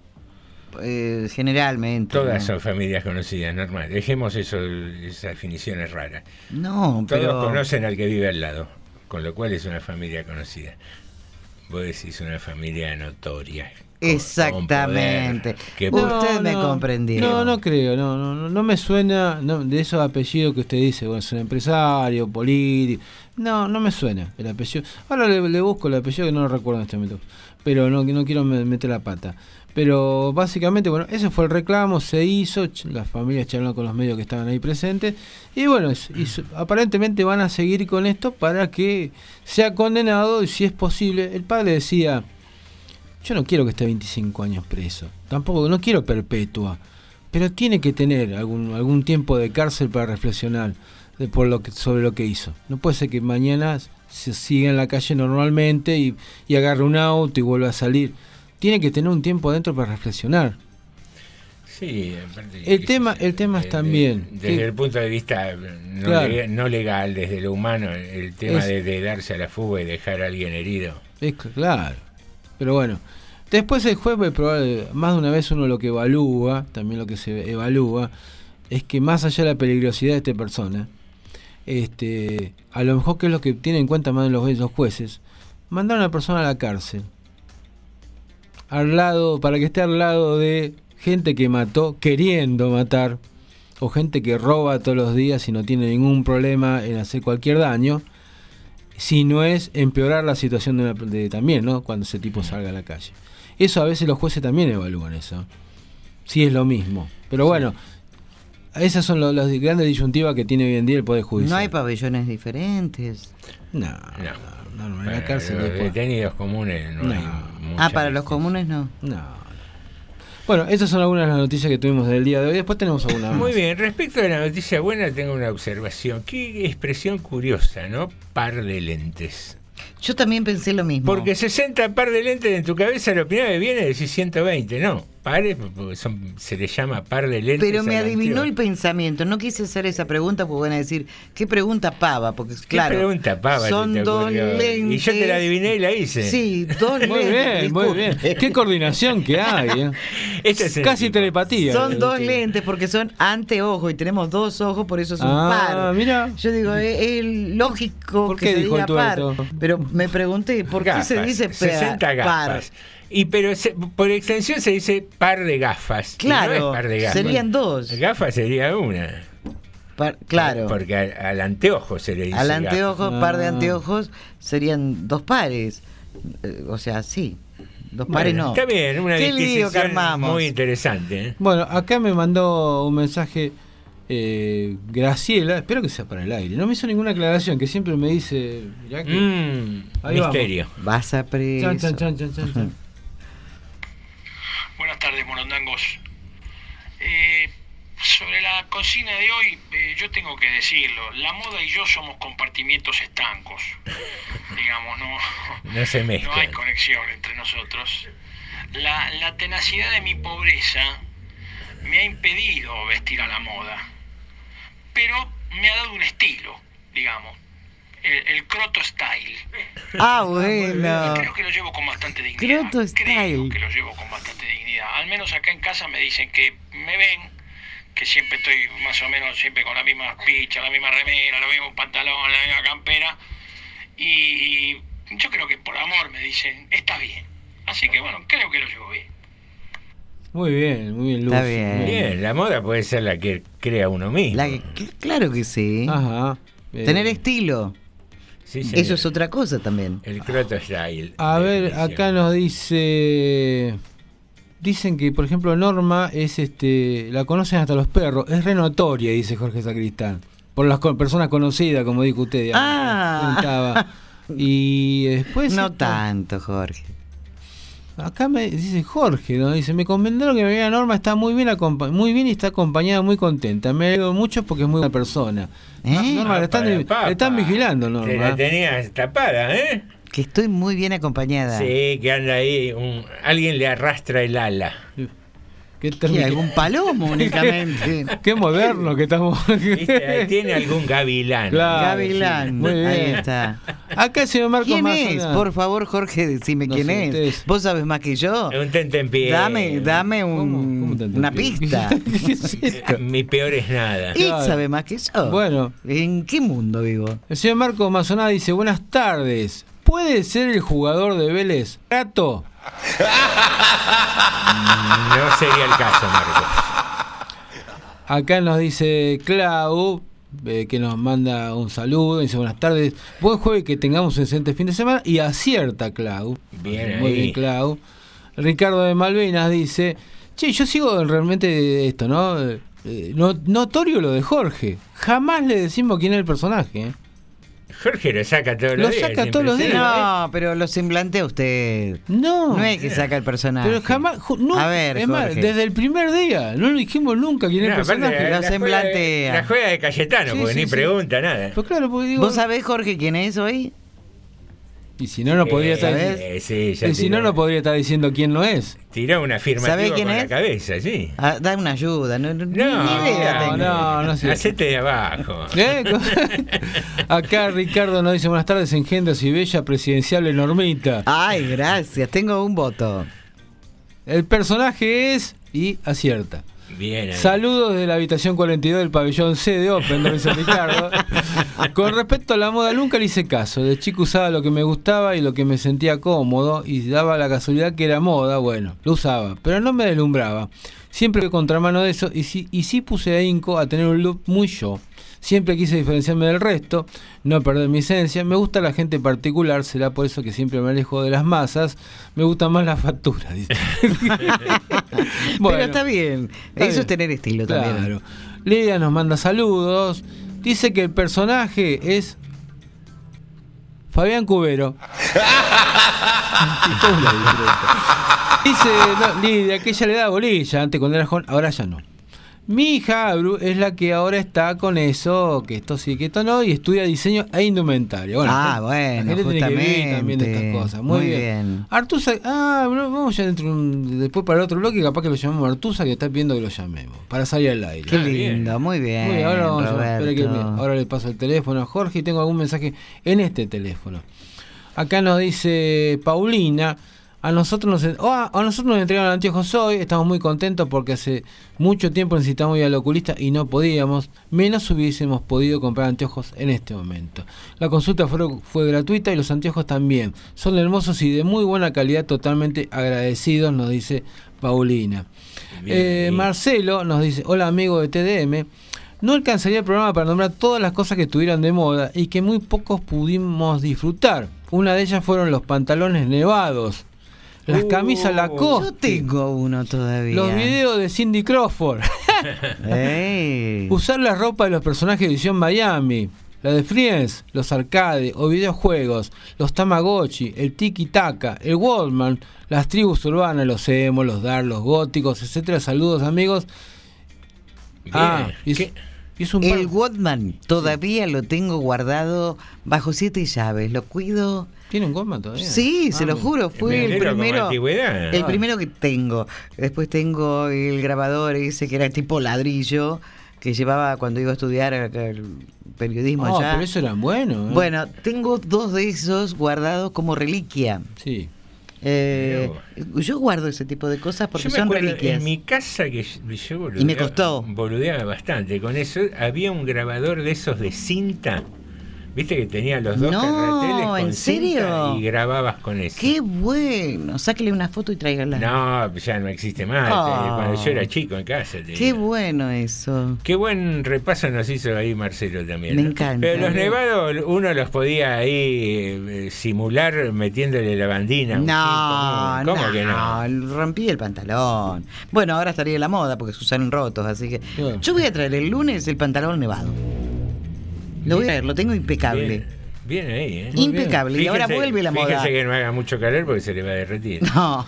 Eh, generalmente todas ¿no? son familias conocidas, normal. Dejemos eso, esas definiciones raras. No, todos pero... conocen al que vive al lado, con lo cual es una familia conocida. Vos decís una familia notoria. Con, exactamente. Con poder, que no, usted no, me comprendió. No, no creo, no, no, no, no me suena no, de esos apellidos que usted dice, bueno, es un empresario, político. No, no me suena el apellido. Ahora le, le busco el apellido que no lo recuerdo en este momento, pero no, no quiero meter la pata. Pero básicamente, bueno, ese fue el reclamo, se hizo, las familias charlaron con los medios que estaban ahí presentes, y bueno, y su, aparentemente van a seguir con esto para que sea condenado, y si es posible, el padre decía, yo no quiero que esté veinticinco años preso, tampoco, no quiero perpetua, pero tiene que tener algún, algún tiempo de cárcel para reflexionar de, por lo que, sobre lo que hizo. No puede ser que mañana se siga en la calle normalmente y, y agarre un auto y vuelva a salir. Tiene que tener un tiempo adentro para reflexionar. Sí, aparte, el tema, el tema es también de, desde que, el punto de vista no, claro. legal, no legal, desde lo humano, el tema sí. de, de darse a la fuga y dejar a alguien herido. Es claro. Pero bueno, después el juez, probable, más de una vez uno lo que evalúa, también lo que se evalúa, es que más allá de la peligrosidad de esta persona, este, a lo mejor que es lo que tienen en cuenta más de los, los jueces, mandar a una persona a la cárcel, al lado, para que esté al lado de gente que mató, queriendo matar, o gente que roba todos los días y no tiene ningún problema en hacer cualquier daño, si no es empeorar la situación de, una, de también, ¿no? Cuando ese tipo salga a la calle. Eso a veces los jueces también evalúan eso. Sí es lo mismo. Pero bueno, esas son lo, las grandes disyuntivas que tiene hoy en día el Poder Judicial. No hay pabellones diferentes. No, no, no, no en la cárcel. Los detenidos comunes no, no. hay. Ah, para los comunes no. No. Bueno, esas son algunas de las noticias que tuvimos del día de hoy. Después tenemos alguna más. Muy bien, respecto a la noticia buena tengo una observación. Qué expresión curiosa, ¿no? Par de lentes. Yo también pensé lo mismo. Porque sesenta par de lentes en tu cabeza, lo primero que viene es decir ciento veinte, ¿no? Pares, porque son, se le llama par de lentes. Pero me adivinó el pensamiento. No quise hacer esa pregunta porque van a decir, ¿qué pregunta pava? Porque claro, ¿qué pregunta pava? Son dos lentes. Y yo te la adiviné y la hice. Sí, dos lentes. Muy bien, muy bien. Qué coordinación que hay. ¿eh? Esto es casi telepatía. Son ¿eh? dos lentes porque son anteojos y tenemos dos ojos, por eso es un ah, par. Mira. Yo digo, es, es lógico ¿Por que qué se dijo diga el tuerto? par. Pero me pregunté, ¿por gafas, qué se dice sesenta gafas. Par? Y pero se, por extensión se dice par de gafas. Claro, no es par de gafas. Serían dos. Gafas sería una. Par, claro. Porque al, al anteojo se le dice. Al anteojo, gafas. par de anteojos serían dos pares. Eh, o sea, sí. Dos pares bueno, no. Está bien, una Qué lío que disquisición armamos. muy interesante. ¿eh? Bueno, acá me mandó un mensaje eh, Graciela, espero que sea para el aire. No me hizo ninguna aclaración, que siempre me dice, mirá que mm, ahí misterio. Vamos. Vas a preso. Chan, chan, chan, chan, chan, chan. Buenas tardes, morondangos. Eh, sobre la cocina de hoy, eh, yo tengo que decirlo, la moda y yo somos compartimientos estancos, digamos, no, no se mezclan. No hay conexión entre nosotros. La, la tenacidad de mi pobreza me ha impedido vestir a la moda, pero me ha dado un estilo, digamos, el, el croto style. Ah, bueno. Y creo que lo llevo con bastante dignidad. Croto style. Creo que lo llevo con bastante dignidad. Al menos acá en casa me dicen que me ven, que siempre estoy más o menos siempre con la misma picha, la misma remera, los mismos pantalones, la misma campera. Y, y yo creo que por amor me dicen, está bien. Así que bueno, creo que lo llevo bien. Muy bien, muy bien, Luz. Está bien. Bien, la moda puede ser la que crea uno mismo. La que, claro que sí. Ajá. Eh. Tener estilo. Sí, señor. Eso es otra cosa también. El croto style. A ver, acá nos dice... Dicen que, por ejemplo, Norma es, este, la conocen hasta los perros. Es re notoria, dice Jorge Sacristán. Por las co- personas conocidas, como dijo usted. Digamos, ah. Y después... No esto, tanto, Jorge. Acá me dice Jorge, ¿no? Dice, me comentaron que mi amiga Norma está muy bien acompa- muy bien y está acompañada, muy contenta. Me alegro mucho porque es muy buena persona. ¿Eh? Norma, le están, le están vigilando, Norma. Te la tenías tapada, ¿eh? Que estoy muy bien acompañada. Sí, que anda ahí, un, alguien le arrastra el ala. ¿Qué ¿Qué, algún palomo únicamente? Qué moderno que estamos. ¿Viste? Tiene algún gavilán. Claro, gavilán. Sí. Muy bien. Ahí está. Acá el señor Marcos ¿Quién Mazzona. es? Por favor, Jorge, decime no quién sé, es. Ustedes. Vos sabés más que yo. Un tentempié. Dame, dame un, ¿Cómo? ¿Cómo una pista. ¿Qué es esto? Mi peor es nada. Él claro. sabe más que yo. Bueno. ¿En qué mundo vivo? El señor Marcos Mazzona dice, buenas tardes. ¿Puede ser el jugador de Vélez Prato? No sería el caso, Marcos. Acá nos dice Clau, eh, que nos manda un saludo, dice buenas tardes, buen jueves, que tengamos un excelente fin de semana, y acierta Clau. Bien, muy ahí. bien, Clau. Ricardo de Malvinas dice, che, yo sigo realmente esto, ¿no? Eh, no notorio lo de Jorge, jamás le decimos quién es el personaje, ¿eh? Jorge lo saca todos los lo días. Lo saca todos los días. No, pero lo simplantea usted. No. No es que saca el personaje. Pero jamás. No, a ver, es más, desde el primer día. No lo dijimos nunca quién es el personaje. Lo semblantea. La juega de Cayetano, sí, porque sí, ni sí. pregunta nada. Pues claro, porque digo, ¿vos sabés, Jorge, quién es hoy? Y si no, no podría Eh, estar. eh, sí, ya y si tiró. no, no podría estar diciendo quién no es. Tiró una afirmativa ¿Sabe quién con es? la cabeza, sí. Ah, da una ayuda, no, no, ni No, idea no, tengo. No, no sé. Hacete de abajo. ¿Eh? Acá Ricardo nos dice: buenas tardes, engendros y bella presidenciable Normita. Ay, gracias, tengo un voto. El personaje es. Y acierta. Bien. Ahí. Saludos desde la habitación cuarenta y dos del pabellón C de Open, donde dice Ricardo. Con respecto a la moda, nunca le hice caso. De chico usaba lo que me gustaba y lo que me sentía cómodo, y daba la casualidad que era moda, bueno, lo usaba, pero no me deslumbraba. Siempre fui contramano de eso, y sí, y sí puse ahínco a tener un look muy yo. Siempre quise diferenciarme del resto, no perder mi esencia. Me gusta la gente particular, será por eso que siempre me alejo de las masas. Me gusta más la factura, dice. Bueno, pero está bien, está eso bien. es tener estilo Claro. también. Lidia nos manda saludos. Dice que el personaje es Fabián Cubero. Dice no, Lidia que ella le da bolilla antes cuando era joven, ahora ya no. Mi hija Abru es la que ahora está con eso, que esto sí, que esto no, y estudia diseño e indumentaria. Bueno, Ah, la bueno, gente tiene que vivir justamente. también de estas cosas. Muy, Muy bien. bien. Artusa, ah, bueno, vamos ya dentro de un- después para el otro bloque, capaz que lo llamamos Artusa, que está pidiendo que lo llamemos, para salir al aire. Qué lindo, muy bien. Muy bien, ahora, vamos a- Roberto. espera que me- ahora le paso el teléfono a Jorge y tengo algún mensaje en este teléfono. Acá nos dice Paulina, a nosotros nos, oh, a nosotros nos entregaron anteojos hoy, estamos muy contentos porque hace mucho tiempo necesitábamos ir al oculista y no podíamos, menos hubiésemos podido comprar anteojos en este momento. La consulta fue, fue gratuita y los anteojos también. Son hermosos y de muy buena calidad, totalmente agradecidos, nos dice Paulina. Bien, Eh, bien. Marcelo nos dice, hola amigo de T D M. No alcanzaría el programa para nombrar todas las cosas que estuvieron de moda y que muy pocos pudimos disfrutar. Una de ellas fueron los pantalones nevados, las Uh, camisas Lacoste. Yo tengo uno todavía. Los videos de Cindy Crawford. Ey. Usar la ropa de los personajes de Edición Miami, la de Friends, los arcades o videojuegos, los Tamagotchi, el Tiki Taka, el Walkman, las tribus urbanas, los emo, los dark, los góticos, etcétera. Saludos amigos. Bien. Ah, y es, ¿Qué? y es un El par- Walkman todavía lo tengo guardado bajo siete llaves. Lo cuido. ¿Tiene un Walkman todavía? Sí, se Ah, lo bien. juro. Fue el Vendelo como primero. antigüedad. El Ah. primero que tengo. Después tengo el grabador ese que era tipo ladrillo que llevaba cuando iba a estudiar el periodismo Ah, allá. pero eso eran buenos. ¿eh? Bueno, tengo dos de esos guardados como reliquia. Sí. Eh, yo guardo ese tipo de cosas porque Yo me son acuerdo, reliquias. en mi casa, que yo yo boludeaba, Y me costó. boludeaba bastante con eso, había un grabador de esos de cinta, viste que tenía los dos No, carreteles con ¿en serio? cinta y grababas con eso. Qué bueno. Sáquele una foto y tráigala. No, ya no existe más, Oh. cuando yo era chico en casa. te Qué digo. bueno eso. Qué buen repaso nos hizo ahí Marcelo también. Me ¿no? encanta. Pero los nevados uno los podía ahí eh, simular metiéndole la bandina. No, ¿Cómo no, que no? rompí el pantalón. Bueno, ahora estaría de la moda porque se usan rotos, así que Bueno. yo voy a traer el lunes el pantalón nevado. Lo voy a traer, lo tengo impecable. Bien, bien ahí, ¿eh? Impecable. Y ahora Fíjese- vuelve la moda. Fíjese que no haga mucho calor porque se le va a derretir. No.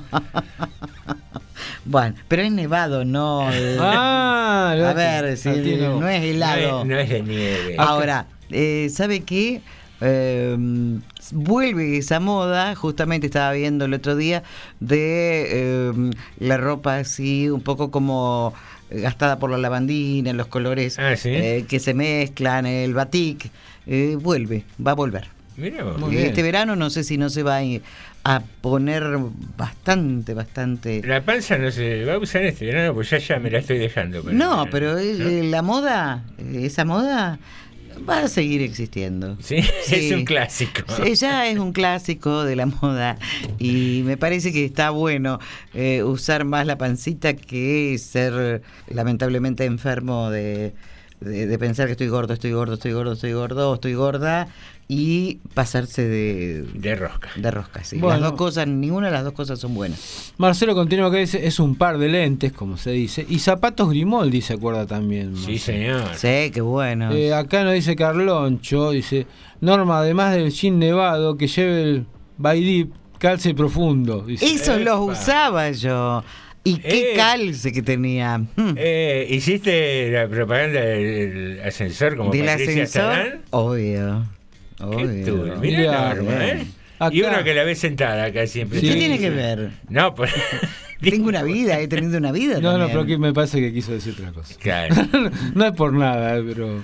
Bueno, pero es nevado, no. eh, Ah, a ver, si a ti no. no es helado. No es, no es de nieve. Ahora, eh, ¿sabe qué? Eh, vuelve esa moda, justamente estaba viendo el otro día, de eh, la ropa así, un poco como gastada por la lavandina, los colores Ah, ¿sí? eh, que se mezclan, el batik, eh, vuelve, va a volver. Mirá vos. Muy bien. Este verano no sé si no se va a, ir a poner bastante, bastante... La panza no se va a usar este verano, pues ya ya me la estoy dejando. para el No, verano, pero es- ¿no? eh, la moda, eh, esa moda va a seguir existiendo. Sí, es un clásico. Sí, ya es un clásico de la moda y me parece que está bueno eh, usar más la pancita que ser lamentablemente enfermo de, de, de pensar que estoy gordo, estoy gordo, estoy gordo, estoy gordo, o estoy gorda y pasarse de, De rosca. de rosca. Sí. Bueno. Las dos cosas, ninguna de las dos cosas son buenas. Marcelo continúa que dice, es un par de lentes, como se dice, y zapatos Grimoldi se acuerda también. Sí, Marcelo. señor. Sí, qué bueno. Eh, acá nos dice Carloncho, dice, Norma, además del jean nevado, que lleve el by deep, calce profundo. Dice. Esos los Epa. usaba yo. Y qué Eh. calce que tenía. Mm. Eh, ¿Hiciste la propaganda del ascensor como ¿Del Patricia ascensor? Sarán? Obvio. Qué Obvio. turbio. Mirá, Mirá, Norma, bien. ¿eh? Acá. Y uno que la ve sentada acá siempre. ¿Qué tiene que ver? No, pues... Tengo una vida, he tenido una vida. No, también. no, pero aquí me parece que quiso decir otra cosa. Claro. No es por nada, pero...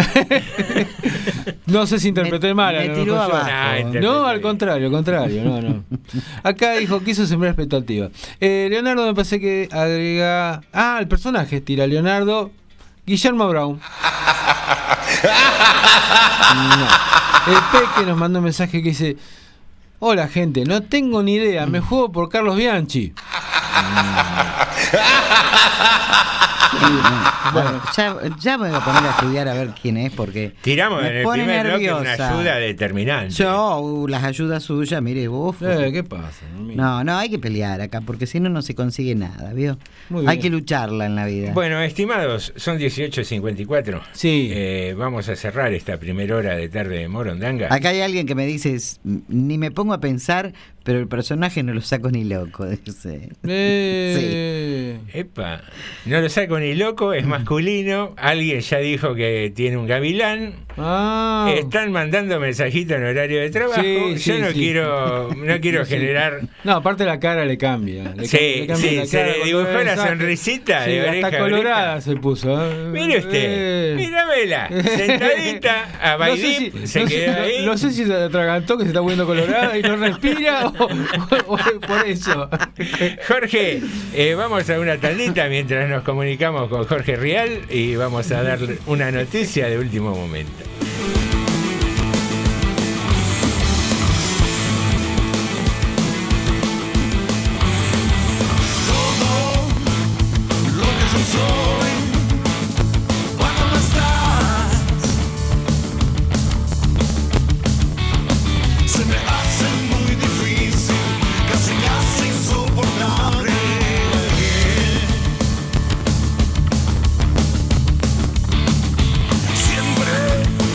No sé si interpreté mal. me no, tiró no, abajo. no, no, al contrario, al contrario, no, no. Acá dijo, quiso sembrar expectativa. Eh, Leonardo me parece que agrega... Ah, el personaje tira Leonardo. Guillermo Brown. No. El Peque nos mandó un mensaje que dice... Hola gente, no tengo ni idea, me juego por Carlos Bianchi. Bueno, ya, ya me voy a poner a estudiar a ver quién es porque tiramos me en el pone primer bloque nerviosa. una ayuda determinante. Yo, uh, las ayudas suyas, mire, uf. Eh, ¿Qué pasa? No, no, hay que pelear acá porque si no, no se consigue nada, ¿vio? Muy Hay bien. que lucharla en la vida. Bueno, estimados, son dieciocho cincuenta y cuatro. Sí. Eh, vamos a cerrar esta primera hora de tarde de Morondanga. Acá hay alguien que me dice, "S- ni me pongo a pensar, pero el personaje no lo saco ni loco", dice. Eh... Epa, no lo saco ni loco, es masculino. Alguien ya dijo que tiene un gavilán. Ah. Están mandando mensajitos en horario de trabajo. Sí, Yo sí, no sí. quiero, no quiero Sí. generar. No, aparte la cara le cambia. Le Sí, cambia- le cambia sí, la se cara le cuando dibujó ve la mensaje. sonrisita Sí, de oreja hasta a colorada oreja. se puso. ¿eh? Mire usted, Eh. míramela, sentadita, a No Baidip, sé, si, se no, queda sé, ahí. no, no sé si se atragantó, que se está poniendo colorada y no respira o, o- o por eso. Jorge, eh, vamos a una tandita mientras nos comunicamos con Jorge Rial y vamos a darle una noticia de último momento. Lo que yo soy cuando no estás se me hace muy difícil, casi casi insoportable. Siempre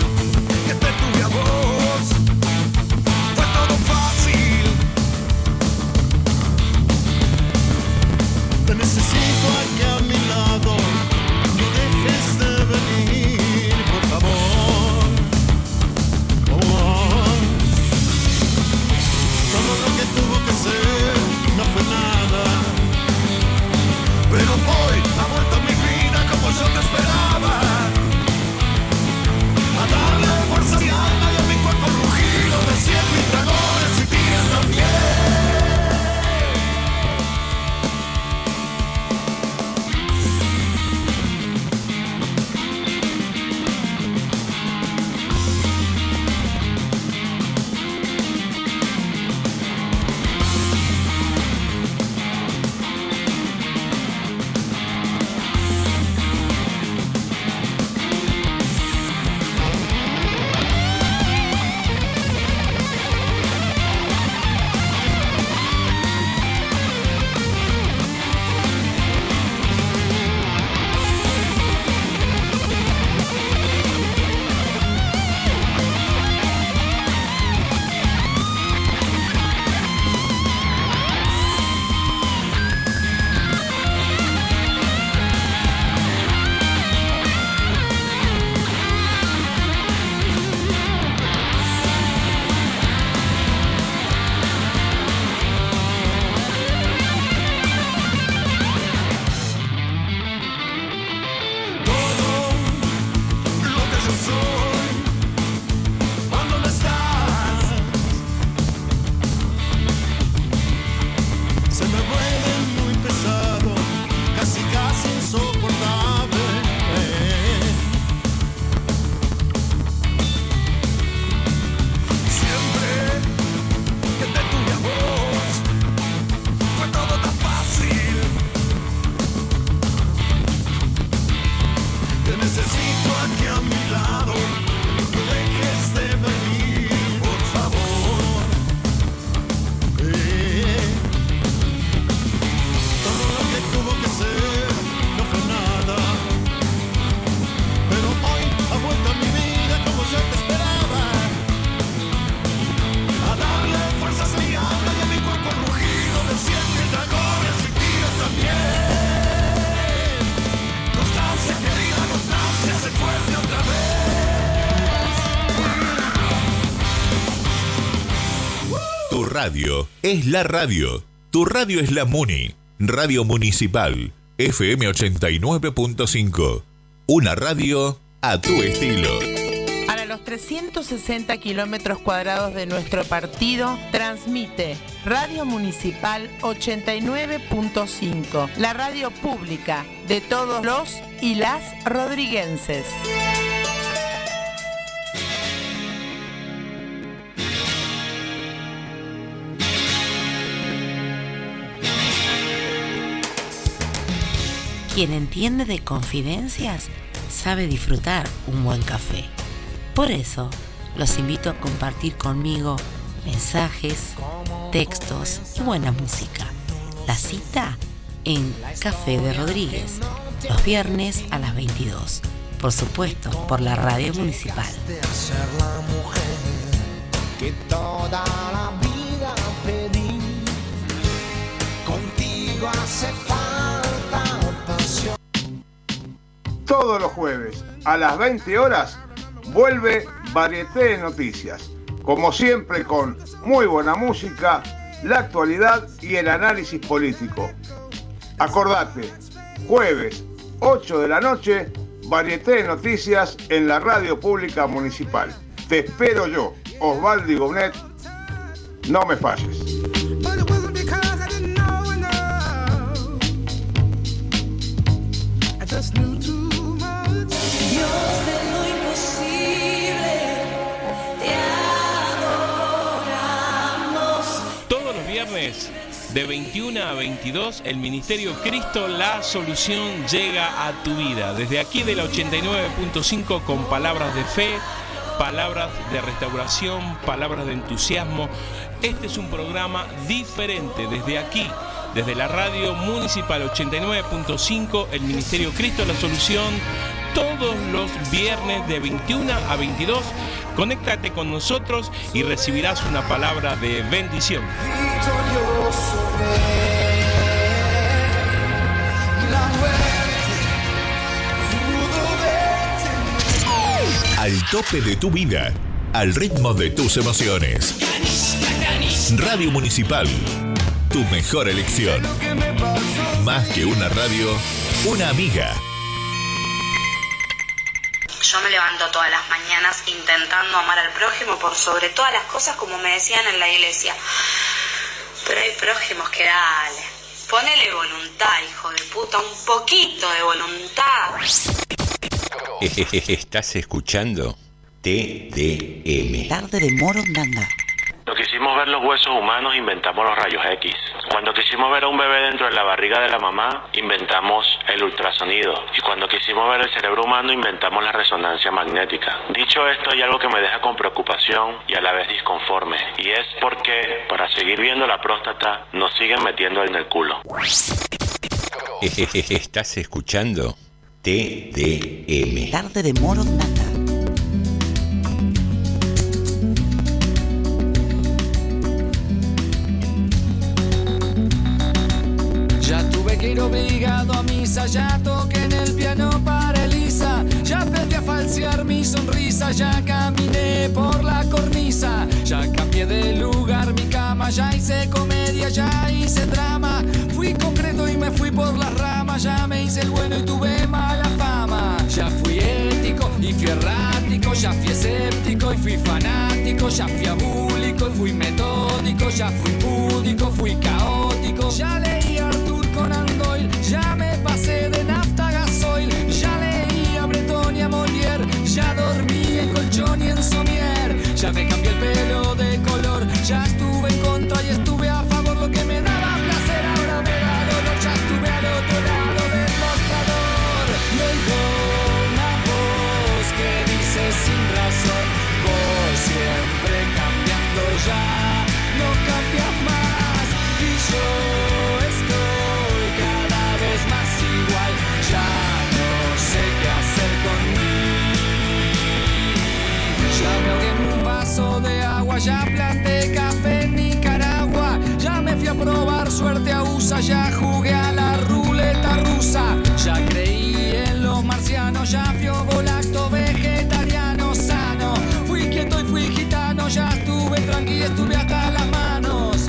radio es la radio. Tu radio es la Muni. Radio Municipal. F M ochenta y nueve punto cinco. Una radio a tu estilo. Para los trescientos sesenta kilómetros cuadrados de nuestro partido, transmite Radio Municipal ochenta y nueve punto cinco, la radio pública de todos los y las rodriguenses. Quien entiende de confidencias sabe disfrutar un buen café. Por eso, los invito a compartir conmigo mensajes, textos y buena música. La cita en Café de Rodríguez, los viernes a las veintidós. Por supuesto, por la radio municipal. Que toda la vida pedí, contigo hace falta pasión. Todos los jueves a las veinte horas vuelve Varieté de Noticias, como siempre con muy buena música, la actualidad y el análisis político. Acordate, jueves ocho de la noche, Varieté de Noticias en la radio pública municipal. Te espero yo, Osvaldo Gounet, no me falles. Todos los viernes de veintiuna a veintidós, el Ministerio Cristo La Solución llega a tu vida. Desde aquí de la ochenta y nueve punto cinco con palabras de fe, palabras de restauración, palabras de entusiasmo. Este es un programa diferente desde aquí, desde la radio municipal ochenta y nueve punto cinco, el Ministerio Cristo La Solución, todos los viernes de veintiuna a veintidós. Conéctate con nosotros y recibirás una palabra de bendición. Al tope de tu vida, al ritmo de tus emociones. Radio Municipal, tu mejor elección. Más que una radio, una amiga. Yo me levanto todas las mañanas intentando amar al prójimo por sobre todas las cosas, como me decían en la iglesia. Pero hay prójimos que dale. Ponele voluntad, hijo de puta, un poquito de voluntad. Estás escuchando T D M. Tarde de Morondanga. Cuando quisimos ver los huesos humanos, inventamos los rayos X. Cuando quisimos ver a un bebé dentro de la barriga de la mamá, inventamos el ultrasonido. Y cuando quisimos ver el cerebro humano, inventamos la resonancia magnética. Dicho esto, hay algo que me deja con preocupación y a la vez disconforme. Y es porque, para seguir viendo la próstata, nos siguen metiendo en el culo. Estás escuchando T D M. Tarde de Morondanga. Ya tuve que ir obligado a misa, ya toqué en el piano para Elisa, ya aprendí a falsear mi sonrisa, ya caminé por la cornisa, ya cambié de lugar mi cama, ya hice comedia, ya hice drama, fui concreto y me fui por las ramas, ya me hice el bueno y tuve mala fama, ya fui ético y fui errático, ya fui escéptico y fui fanático, ya fui abúlico y fui metódico, ya fui púdico, fui caótico, ya leí a Arthur Conan Doyle, ya me pasé de nafta a gasoil, ya leí a Breton y a Molière, ya dormí en colchón y en somier, ya me cambié el pelo de color, ya estuve en contra y estuve a favor, lo que me daba placer ahora me da dolor, ya estuve al otro lado del mostrador, y oigo una voz que dice sin razón, vos siempre cambiando ya, no cambias más, y yo estoy cada vez más igual, ya no sé qué hacer con mí, ya me ahogué en un vaso de agua, ya planté café en Nicaragua, ya me fui a probar suerte a U S A, ya jugué a la ruleta rusa, ya creí en los marcianos, ya fui ovolacto vegetariano sano, fui quieto y fui gitano, ya estuve tranquilo, estuve hasta las manos,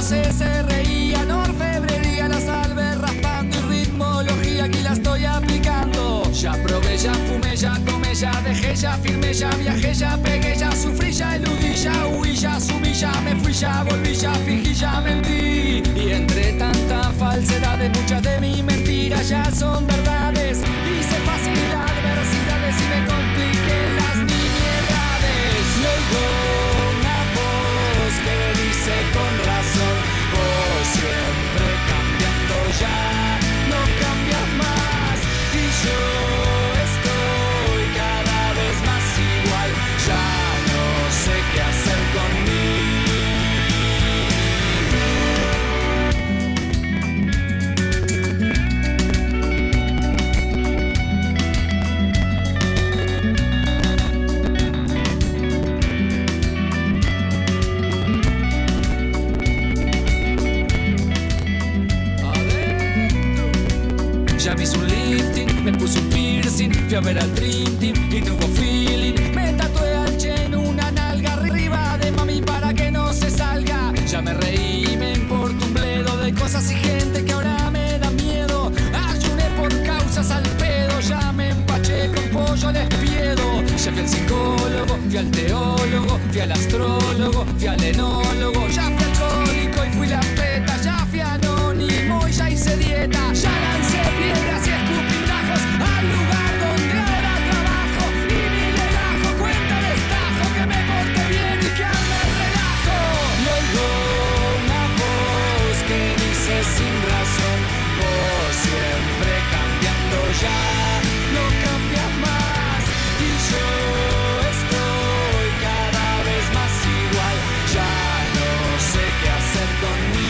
voces se reían, orfebrería, la salve raspando y ritmología, aquí la estoy aplicando. Ya probé, ya fumé, ya tomé, ya dejé, ya firmé, ya viajé, ya pegué, ya sufrí, ya eludí, ya huí, ya subí, ya me fui, ya volví, ya fingí, ya mentí. Y entre tanta falsedad, muchas de mis mentiras ya son verdades. Hice fácil adversidades y me compliqué las nimiedades. Y oigo una voz que dice con razón, vos siempre cambiando, ya no cambias más. Y yo estoy cada vez más igual, ya no sé qué hacer conmigo. Ya me hice un lifting, me puse un piercing, fui a ver al Dream Team y no hubo feeling. Me tatué al Chen una nalga arriba de mami para que no se salga. Ya me reí, me importa un bledo de cosas y gente que ahora me da miedo. Ayuné por causas al pedo, ya me empaché con pollo al espiedo. Ya fui al psicólogo, fui al teólogo, fui al astrólogo, fui al enólogo. Ya fui alcohólico y fui la peta, ya fui anónimo y ya hice dieta. Ya lancé piedras y escupitajos al lugar donde ahora trabajo. Y mi relajo cuenta de estajo que me porte bien y que ande relajo. Y oigo una voz que dice sin razón, vos siempre cambiando, ya no cambias más. Y yo estoy cada vez más igual, ya no sé qué hacer conmigo.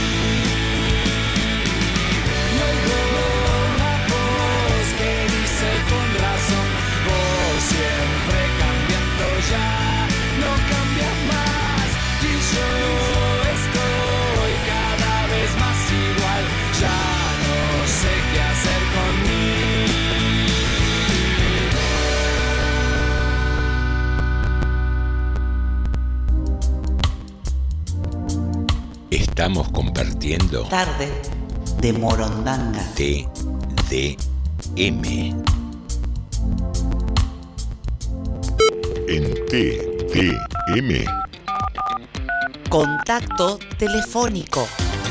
Y oigo una voz que dice con razón, vos siempre cambiando, ya no cambias más. Y yo estoy cada vez más igual, ya no sé qué hacer conmigo. Estamos compartiendo Tarde de Morondanga. T D M. En T D M. Contacto telefónico.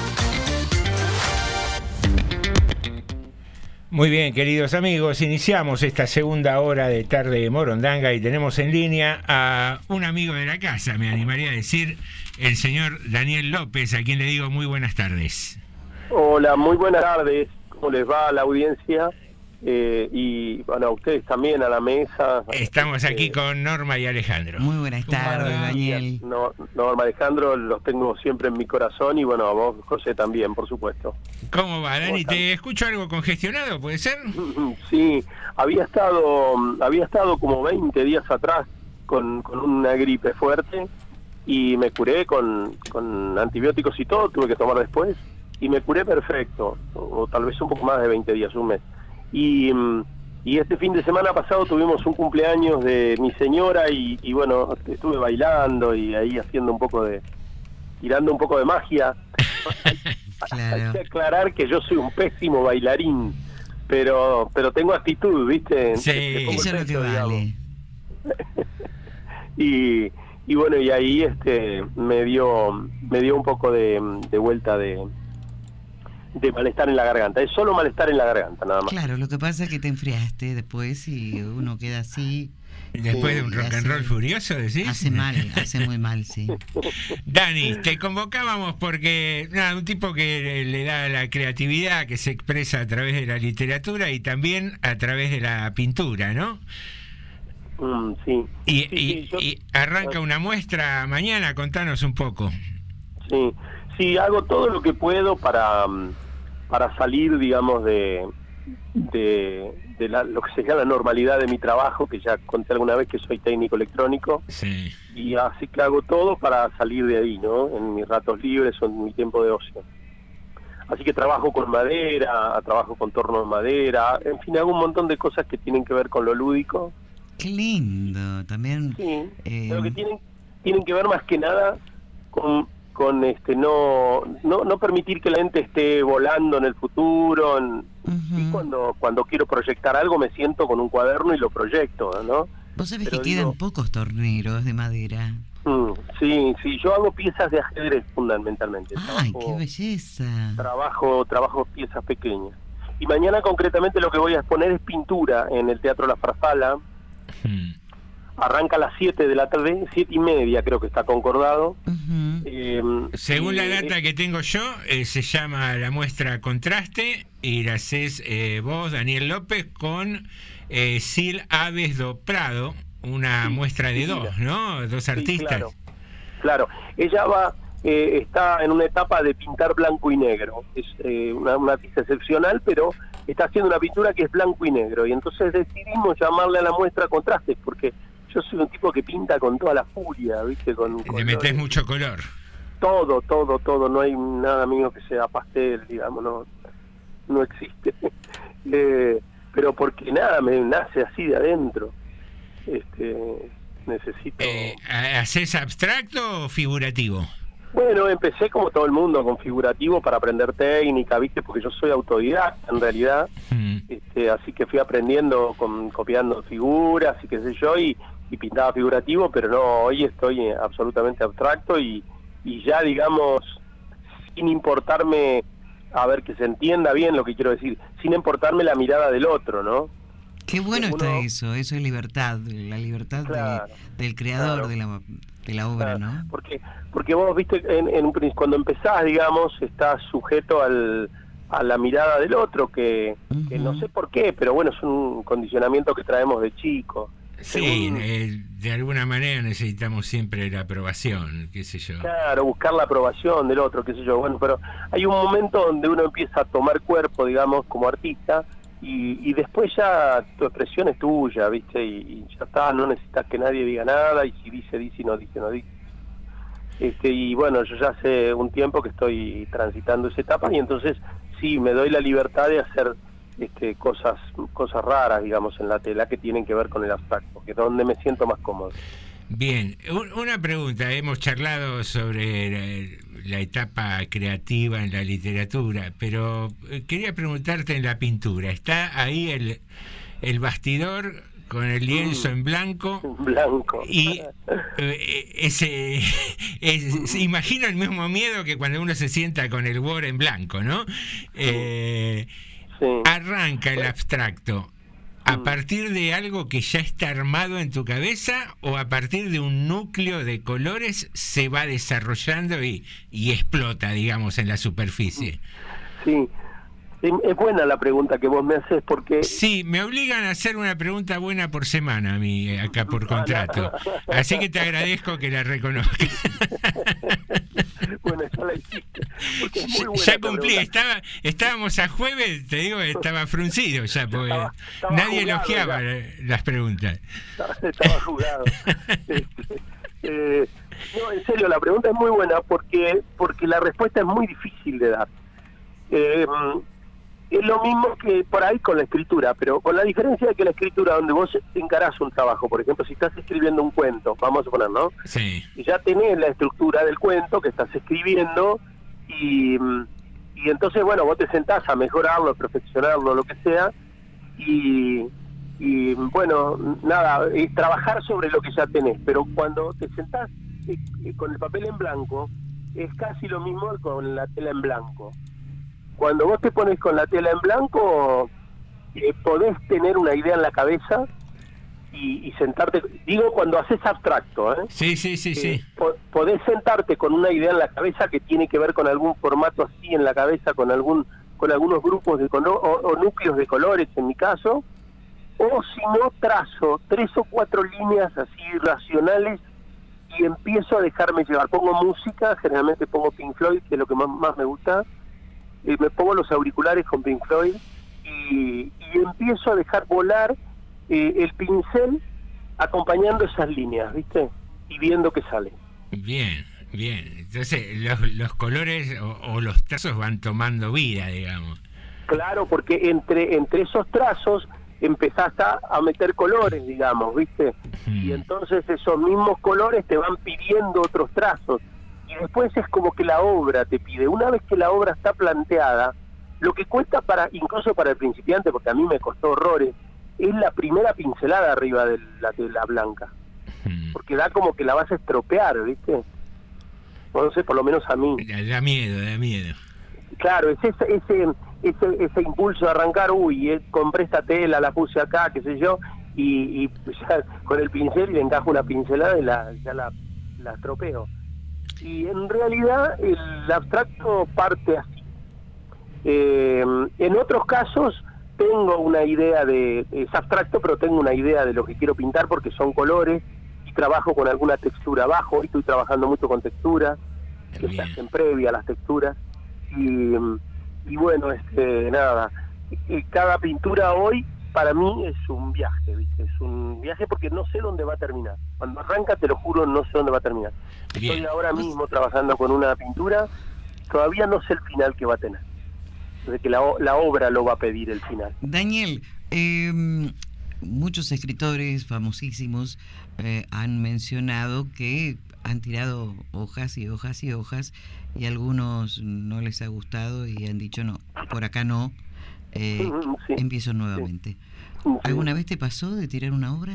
Muy bien, queridos amigos, iniciamos esta segunda hora de Tarde de Morondanga y tenemos en línea a un amigo de la casa, me animaría a decir, el señor Daniel López, a quien le digo muy buenas tardes. Hola, muy buenas tardes. ¿Cómo les va a la audiencia? Eh, y bueno, a ustedes también, a la mesa. Estamos aquí eh, con Norma y Alejandro. Muy buenas tardes, Daniel. No, Norma, Alejandro, los tengo siempre en mi corazón y bueno, a vos, José, también, por supuesto. ¿Cómo va, Dani? ¿Te escucho algo congestionado, puede ser? Sí, había estado, había estado como veinte días atrás con, con una gripe fuerte y me curé con, con antibióticos y todo, tuve que tomar después y me curé perfecto, o, o tal vez un poco más de veinte días, un mes. Y, y este fin de semana pasado tuvimos un cumpleaños de mi señora y, y bueno, estuve bailando y ahí haciendo un poco de, tirando un poco de magia. Claro. Hay que aclarar que yo soy un pésimo bailarín, pero pero tengo actitud, ¿viste? Sí, eso es lo que vale. y, y bueno, y ahí este me dio me dio un poco de, de vuelta de de malestar en la garganta. Es solo malestar en la garganta, nada más. Claro, lo que pasa es que te enfriaste después y uno queda así. Después de un rock and roll furioso, ¿decís? Hace mal, hace muy mal, sí. Dani, te convocábamos porque nada, un tipo que le da la creatividad, que se expresa a través de la literatura y también a través de la pintura, ¿no? Mm, sí. Y, sí, y, sí yo, y arranca una muestra mañana, contanos un poco. Sí, sí, hago todo lo que puedo para, para salir, digamos, de... de, de la, lo que sería la normalidad de mi trabajo, que ya conté alguna vez que soy técnico electrónico, sí. Y así que hago todo para salir de ahí, ¿no? En mis ratos libres o en mi tiempo de ocio. Así que trabajo con madera, trabajo con torno de madera, en fin, hago un montón de cosas que tienen que ver con lo lúdico. Qué lindo, también. Sí, eh... pero que tienen, tienen que ver más que nada con, con este no, no no permitir que la gente esté volando en el futuro. En, Uh-huh. y cuando cuando quiero proyectar algo me siento con un cuaderno y lo proyecto, ¿no? Vos sabés Pero que digo, quedan pocos torneros de madera. Mm, sí, sí, yo hago piezas de ajedrez fundamentalmente. ¡Ay, trabajo, qué belleza! Trabajo, trabajo piezas pequeñas. Y mañana concretamente lo que voy a exponer es pintura en el Teatro La Farfala. Hmm. Arranca a las siete de la tarde, siete y media creo que está concordado. Uh-huh. Eh, Según la eh, data que tengo yo, eh, se llama la muestra Contraste y la haces eh, vos, Daniel López, con eh, Sil Aves do Prado, una Sí, muestra de sí, dos, mira. ¿no? Dos Sí, artistas. claro, claro. Ella va, eh, está en una etapa de pintar blanco y negro. Es eh, una, una artista excepcional, pero está haciendo una pintura que es blanco y negro. Y entonces decidimos llamarle a la muestra Contrastes, porque yo soy un tipo que pinta con toda la furia, ¿viste? Con, con Le metés mucho color. todo, todo, todo. No hay nada mío que sea pastel, digamos, no, no existe. eh, pero porque nada, me nace así de adentro. Este, necesito... Eh, ¿Haces abstracto o figurativo? Bueno, empecé como todo el mundo con figurativo para aprender técnica, ¿viste? Porque yo soy autodidacta en realidad. Mm. Este, así que fui aprendiendo, con, copiando figuras y qué sé yo, y, y pintaba figurativo, pero no, hoy estoy absolutamente abstracto y, y ya, digamos, sin importarme, a ver, que se entienda bien lo que quiero decir, sin importarme la mirada del otro, ¿no? Qué bueno Uno- está eso, eso es libertad, la libertad de- Claro, del creador claro. de la, de la obra, ¿no? Porque porque vos, viste, en, en un prin- cuando empezás, digamos, estás sujeto al, a la mirada del otro, que, que no sé por qué, pero bueno, es un condicionamiento que traemos de chico. Sí, Según- eh, de alguna manera necesitamos siempre la aprobación, qué sé yo. Claro, buscar la aprobación del otro, qué sé yo. Bueno, pero hay un momento donde uno empieza a tomar cuerpo, digamos, como artista, y, y después ya tu expresión es tuya, ¿viste? Y, y ya está, no necesitas que nadie diga nada, y si dice, dice, y no dice, no dice. Este, y bueno, yo ya hace un tiempo que estoy transitando esa etapa, y entonces sí, me doy la libertad de hacer este, cosas cosas raras, digamos, en la tela que tienen que ver con el abstracto, que es donde me siento más cómodo. Bien, un- una pregunta, hemos charlado sobre la, la etapa creativa en la literatura, pero eh, quería preguntarte en la pintura, ¿está ahí el, el bastidor con el lienzo en blanco? Blanco. Y eh, ese, es- imagino el mismo miedo que cuando uno se sienta con el Word en blanco, ¿no? Eh, Arranca el abstracto a partir de algo que ya está armado en tu cabeza o a partir de un núcleo de colores se va desarrollando y, y explota, digamos, en la superficie. Sí, es es buena la pregunta que vos me haces porque... Sí, me obligan a hacer una pregunta buena por semana a mí, eh, acá por contrato. Así que te agradezco que la reconozcas. Bueno, ya la hiciste. Porque es muy buena Ya esta cumplí, pregunta. estaba, estábamos a jueves, te digo, estaba fruncido ya, porque Estaba- estaba nadie jugado elogiaba ya. la- las preguntas. Estaba, estaba jugado. Este, eh, no, en serio, la pregunta es muy buena porque porque la respuesta es muy difícil de dar. Eh, es lo mismo que por ahí con la escritura, pero con la diferencia de que la escritura, donde vos encarás un trabajo, por ejemplo, si estás escribiendo un cuento, vamos a suponer, ¿no? Sí. Y ya tenés la estructura del cuento que estás escribiendo y, y entonces, bueno, vos te sentás a mejorarlo, a perfeccionarlo, lo que sea, y, y bueno, nada, es trabajar sobre lo que ya tenés, pero cuando te sentás eh, eh, con el papel en blanco, es casi lo mismo con la tela en blanco. Cuando vos te pones con la tela en blanco, eh, podés tener una idea en la cabeza y, y sentarte, digo cuando haces abstracto, ¿eh? Sí, sí, sí, sí. Po- podés sentarte con una idea en la cabeza que tiene que ver con algún formato así en la cabeza, con algún con algunos grupos de color o, o núcleos de colores en mi caso, o si no trazo tres o cuatro líneas así racionales y empiezo a dejarme llevar. Pongo música, generalmente pongo Pink Floyd, que es lo que más, más me gusta, eh, me pongo los auriculares con Pink Floyd y, y empiezo a dejar volar eh, el pincel acompañando esas líneas, ¿viste? Y viendo qué sale. Bien, bien. Entonces los, los colores o, o los trazos van tomando vida, digamos. Claro, porque entre entre esos trazos empezás a, a meter colores, digamos, ¿viste? Y entonces esos mismos colores te van pidiendo otros trazos. Y después es como que la obra te pide. Una vez que la obra está planteada, lo que cuesta para, incluso para el principiante, porque a mí me costó horrores, es la primera pincelada arriba de la tela blanca. Porque da como que la vas a estropear, ¿viste? No sé, por lo menos a mí. Da, da miedo, da miedo. Claro, es ese, ese, ese, ese impulso de arrancar, uy, eh, compré esta tela, la puse acá, qué sé yo, y, y ya con el pincel le encajo una pincelada y la, ya la, la estropeo. Y en realidad el abstracto parte así. Eh, en otros casos tengo una idea de, es abstracto, pero tengo una idea de lo que quiero pintar porque son colores y trabajo con alguna textura abajo. Hoy estoy trabajando mucho con texturas que se hacen previa a las texturas y, y bueno, este nada, y cada pintura hoy para mí es un viaje, ¿viste? Es un viaje porque no sé dónde va a terminar. Cuando arranca, te lo juro, no sé dónde va a terminar. Bien. Estoy ahora mismo trabajando con una pintura, todavía no sé el final que va a tener. De que la, la obra lo va a pedir el final. Daniel, eh, muchos escritores famosísimos eh, han mencionado que han tirado hojas y hojas y hojas y a algunos no les ha gustado y han dicho no, por acá no, eh, sí. empiezo nuevamente. Sí. ¿Alguna vez te pasó de tirar una obra?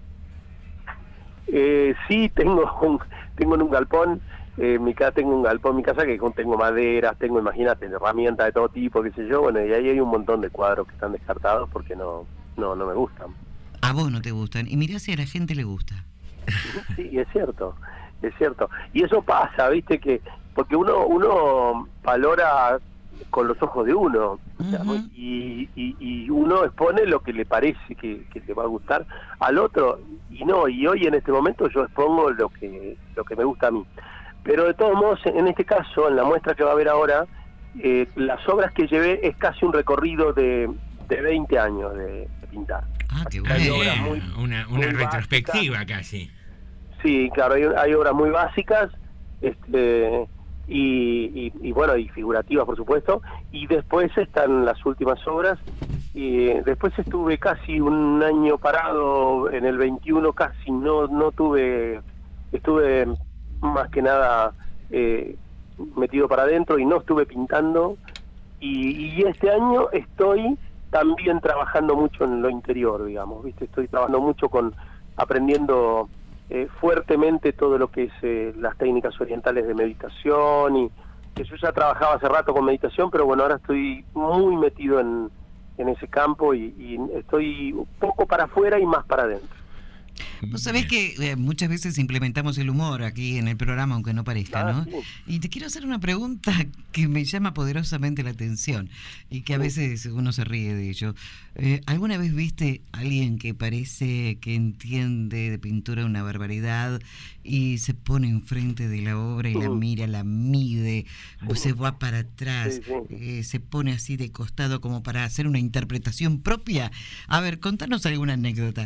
Eh, sí, tengo un, tengo en un galpón. Eh, mi casa tengo un galpón en mi casa que tengo maderas, tengo, imagínate, herramientas de todo tipo, qué sé yo, bueno, y ahí hay un montón de cuadros que están descartados porque no no no me gustan. A vos no te gustan, y mirá si a la gente le gusta. Sí, es cierto, es cierto. Y eso pasa, viste, que porque uno uno valora con los ojos de uno, uh-huh. y, y, y uno expone lo que le parece que, que le va a gustar al otro, y no, y hoy en este momento yo expongo lo que lo que me gusta a mí. Pero de todos modos, en este caso, en la muestra que va a haber ahora, eh, las obras que llevé es casi un recorrido de, de veinte años de, de pintar. Ah, qué bueno. Hay obras muy, una una muy retrospectiva básicas. Casi. Sí, claro, hay, hay obras muy básicas, este y, y, y bueno, y figurativas, por supuesto, y después están las últimas obras. Y después estuve casi un año parado, en el veintiuno casi no no tuve, estuve... más que nada eh, metido para adentro y no estuve pintando y, y este año estoy también trabajando mucho en lo interior, digamos, viste, estoy trabajando mucho con aprendiendo eh, fuertemente todo lo que es eh, las técnicas orientales de meditación, y que yo ya trabajaba hace rato con meditación, pero bueno, ahora estoy muy metido en, en ese campo y, y estoy un poco para afuera y más para adentro. Vos sabés que eh, muchas veces implementamos el humor aquí en el programa, aunque no parezca, ¿no? Sí. Y te quiero hacer una pregunta que me llama poderosamente la atención y que a veces uno se ríe de ello. Eh, ¿Alguna vez viste a alguien que parece que entiende de pintura una barbaridad y se pone enfrente de la obra y la mira, la mide, sí. se va para atrás, sí, sí. Eh, se pone así de costado como para hacer una interpretación propia? A ver, contanos alguna anécdota.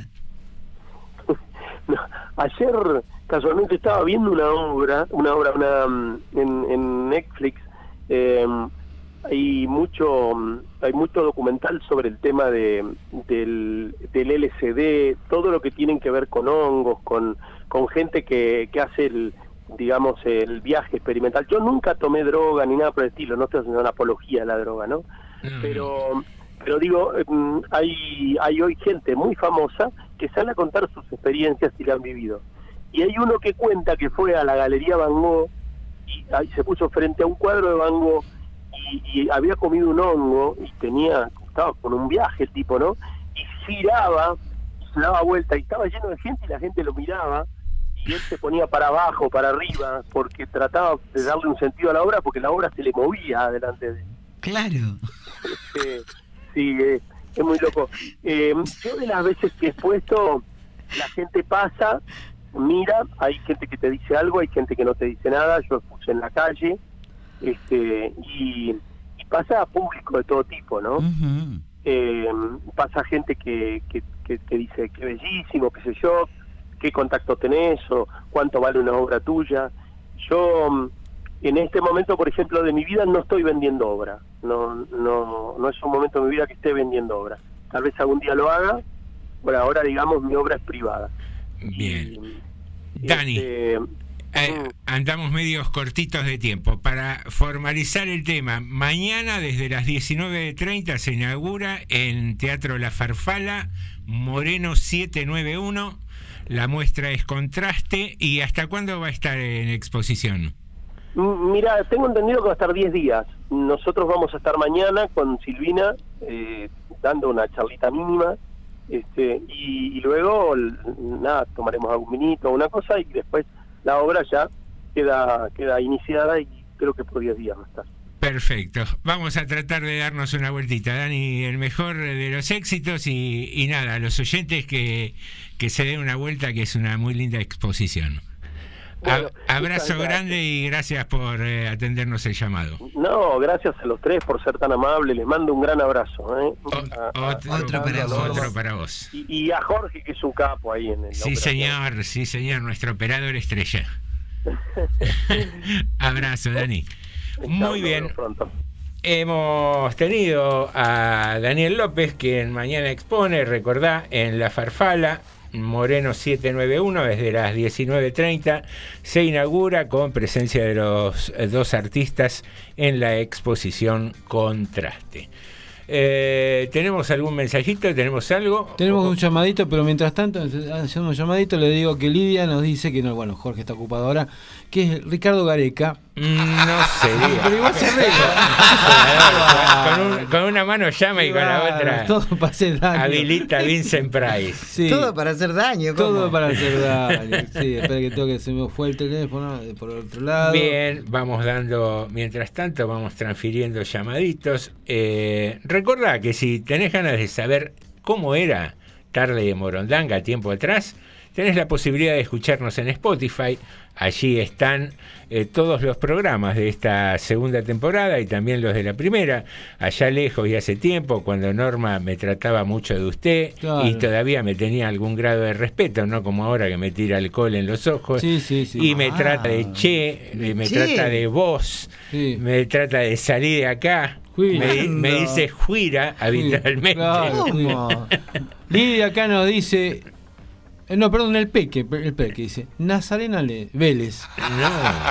No, ayer casualmente estaba viendo una obra, una obra una, en, en Netflix, eh, hay mucho hay mucho documental sobre el tema de del, del L S D, todo lo que tienen que ver con hongos, con con gente que, que hace el digamos el viaje experimental. Yo nunca tomé droga ni nada por el estilo, no estoy haciendo una apología de la droga, ¿no? Mm. Pero pero digo, hay hay hoy gente muy famosa que sale a contar sus experiencias y la han vivido. Y hay uno que cuenta que fue a la Galería Van Gogh y ahí se puso frente a un cuadro de Van Gogh y, y había comido un hongo y tenía, estaba con un viaje el tipo, ¿no? Y giraba, se daba vuelta y estaba lleno de gente y la gente lo miraba y él se ponía para abajo, para arriba, porque trataba de darle un sentido a la obra, porque la obra se le movía delante de él. Claro. Eh, sí, eh, es muy loco. Eh, yo de las veces que he expuesto, la gente pasa, mira, hay gente que te dice algo, hay gente que no te dice nada. Yo expuse en la calle, este y, y pasa público de todo tipo, ¿no? Uh-huh. Eh, pasa gente que, que, que, que dice qué bellísimo, qué sé yo, qué contacto tenés o cuánto vale una obra tuya. Yo en este momento, por ejemplo, de mi vida no estoy vendiendo obra, no no no es un momento de mi vida que esté vendiendo obra. Tal vez algún día lo haga, por ahora digamos mi obra es privada. Bien. Y, Dani, este, Eh, andamos medios cortitos de tiempo. Para formalizar el tema, mañana desde las diecinueve treinta se inaugura en Teatro La Farfala, Moreno setecientos noventa y uno. La muestra es Contraste. ¿Y hasta cuándo va a estar en exposición? Mira, tengo entendido que va a estar diez días. Nosotros vamos a estar mañana con Silvina eh, dando una charlita mínima, este, y, y luego nada, tomaremos algún vinito, una cosa, y después la obra ya queda queda iniciada y creo que por diez días va a estar. Perfecto. Vamos a tratar de darnos una vueltita, Dani, el mejor de los éxitos y, y nada, a los oyentes que, que se den una vuelta, que es una muy linda exposición. Bueno, abrazo grande y gracias por eh, atendernos el llamado. No, gracias a los tres por ser tan amables. Les mando un gran abrazo. ¿eh? O, a, otro, a, otro, para vos. otro para vos. Y, y a Jorge, que es un capo ahí en el. Sí, señor, sí, señor, nuestro operador estrella. Abrazo, Dani. Muy bien. Hemos tenido a Daniel López, quien mañana expone, recordá, en La Farfala, Moreno setecientos noventa y uno, desde las diecinueve treinta se inaugura con presencia de los dos artistas en la exposición Contraste. Eh, ¿Tenemos algún mensajito? ¿Tenemos algo? Tenemos un llamadito, pero mientras tanto, haciendo un llamadito, le digo que Lidia nos dice que no, bueno, Jorge está ocupado ahora, que es Ricardo Gareca. No sé. Pero igual se arregla. con, un, con una mano llama y con la otra todo para hacer daño. Habilita a Vincent Price. Sí. Todo para hacer daño. ¿Cómo? Todo para hacer daño. Sí, espera que tengo que se me fue el teléfono por el otro lado. Bien, vamos dando, mientras tanto, vamos transfiriendo llamaditos. Eh, recordá que si tenés ganas de saber cómo era Tarde de Morondanga tiempo atrás, tenés la posibilidad de escucharnos en Spotify. Allí están eh, todos los programas de esta segunda temporada y también los de la primera. Allá lejos y hace tiempo, cuando Norma me trataba mucho de usted, claro, y todavía me tenía algún grado de respeto, no como ahora que me tira alcohol en los ojos, sí, sí, sí. y me ah, trata de che, me che. trata de vos, sí. me trata de salir de acá. Me, me dice Juira habitualmente. Claro, Lidia acá nos dice... No, perdón, el Peque, el Peque dice Nazarena Le, Vélez. No.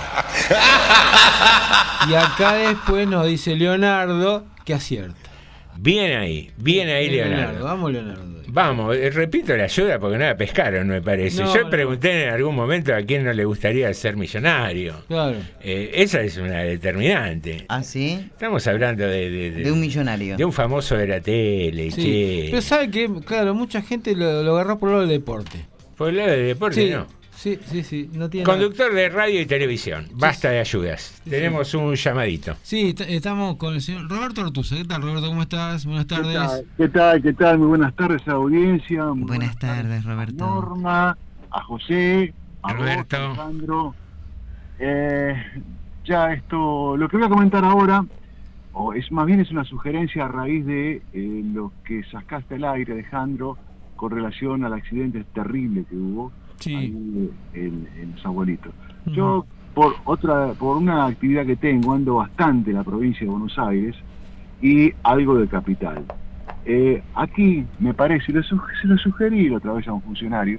Y acá después nos dice Leonardo que acierta. Bien ahí, bien ahí, Leonardo. Leonardo. Vamos, Leonardo. Vamos, eh, repito la ayuda porque no la pescaron, me parece. No, Yo no. pregunté en algún momento a quién no le gustaría ser millonario. Claro. Eh, esa es una determinante. ¿Ah, sí? Estamos hablando de... De, de, de un millonario. De un famoso de la tele, sí. che. Pero sabe que, claro, mucha gente lo, lo agarró por el lado del deporte. Por el lado del deporte, sí. no. Sí, sí, sí. No tiene Conductor nada. de radio y televisión. Basta sí, de ayudas. Sí, Tenemos sí. un llamadito. Sí, estamos con el señor Roberto Ortuza. ¿Qué tal, Roberto? ¿Cómo estás? Buenas tardes. ¿Qué tal? ¿Qué tal? ¿Qué tal? Muy buenas tardes, audiencia. Muy buenas, buenas tardes, Roberto. A Norma, a José, a Roberto. Vos, Alejandro. Eh, ya esto, lo que voy a comentar ahora, o es más bien es una sugerencia a raíz de eh, lo que sacaste al aire, Alejandro, con relación al accidente terrible que hubo. Sí. Ahí en, en los abuelitos. Uh-huh. Yo por otra, por una actividad que tengo, ando bastante en la provincia de Buenos Aires y algo de capital. Eh, aquí me parece, lo suge, se lo sugerí otra vez a un funcionario,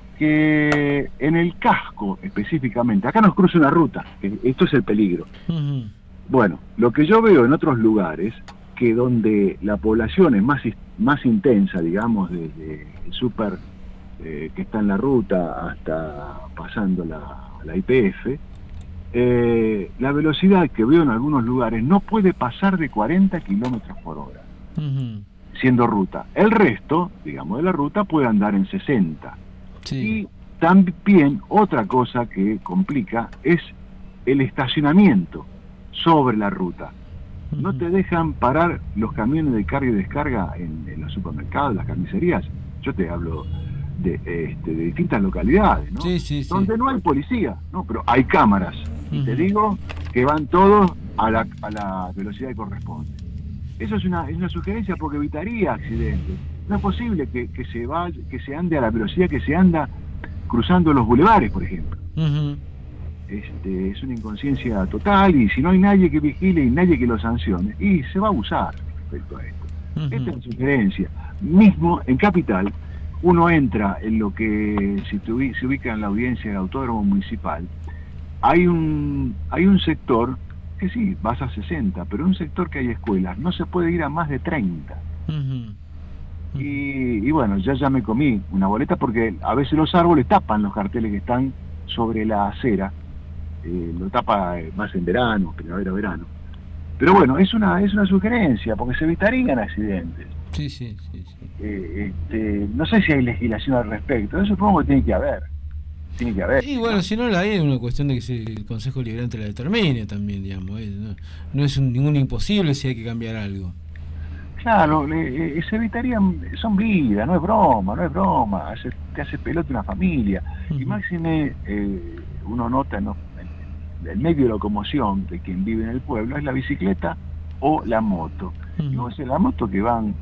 que en el casco específicamente, acá nos cruza una ruta, que esto es el peligro. Uh-huh. Bueno, lo que yo veo en otros lugares, que donde la población es más, más intensa, digamos, desde el súper Eh, que está en la ruta hasta pasando la, la I P F, eh, la velocidad que veo en algunos lugares no puede pasar de cuarenta kilómetros por hora, uh-huh, siendo ruta. El resto, digamos, de la ruta puede andar en sesenta. Sí. Y también otra cosa que complica es el estacionamiento sobre la ruta. Uh-huh. No te dejan parar los camiones de carga y descarga en, en los supermercados, las carnicerías. Yo te hablo De, este, de distintas localidades, ¿no? Sí, sí, sí. Donde no hay policía, ¿no? Pero hay cámaras. Uh-huh. Y te digo que van todos a la, a la velocidad que corresponde. Eso es una, es una sugerencia porque evitaría accidentes. No es posible que, que se vaya, que se ande a la velocidad que se anda cruzando los bulevares, por ejemplo. Uh-huh. Este, es una inconsciencia total, y si no hay nadie que vigile y nadie que lo sancione, y se va a abusar respecto a esto. Uh-huh. Esta es la sugerencia. Mismo en Capital, uno entra en lo que si se ubica en la audiencia del Autódromo Municipal, hay un hay un sector que sí, vas a sesenta, pero un sector que hay escuelas, no se puede ir a más de treinta. Ujú. Y, y bueno, ya ya me comí una boleta porque a veces los árboles tapan los carteles que están sobre la acera, eh, lo tapa eh, más en verano, primavera, verano. Pero bueno, es una es una sugerencia, porque se evitarían accidentes. Sí, sí, sí. sí. Eh, este, no sé si hay legislación al respecto, eso supongo que tiene que haber. Tiene que haber. Y bueno, si no la hay, es una cuestión de que si el Consejo Liberante la determine también, digamos. eh, No, no es un, ningún imposible si hay que cambiar algo. Claro, le, eh, se evitarían, son vidas, no es broma, no es broma, hace, te hace pelota una familia. Uh-huh. Y máxime, eh, uno nota, ¿no? el, el medio de locomoción de quien vive en el pueblo es la bicicleta o la moto. Uh-huh. Y vos, la moto que van,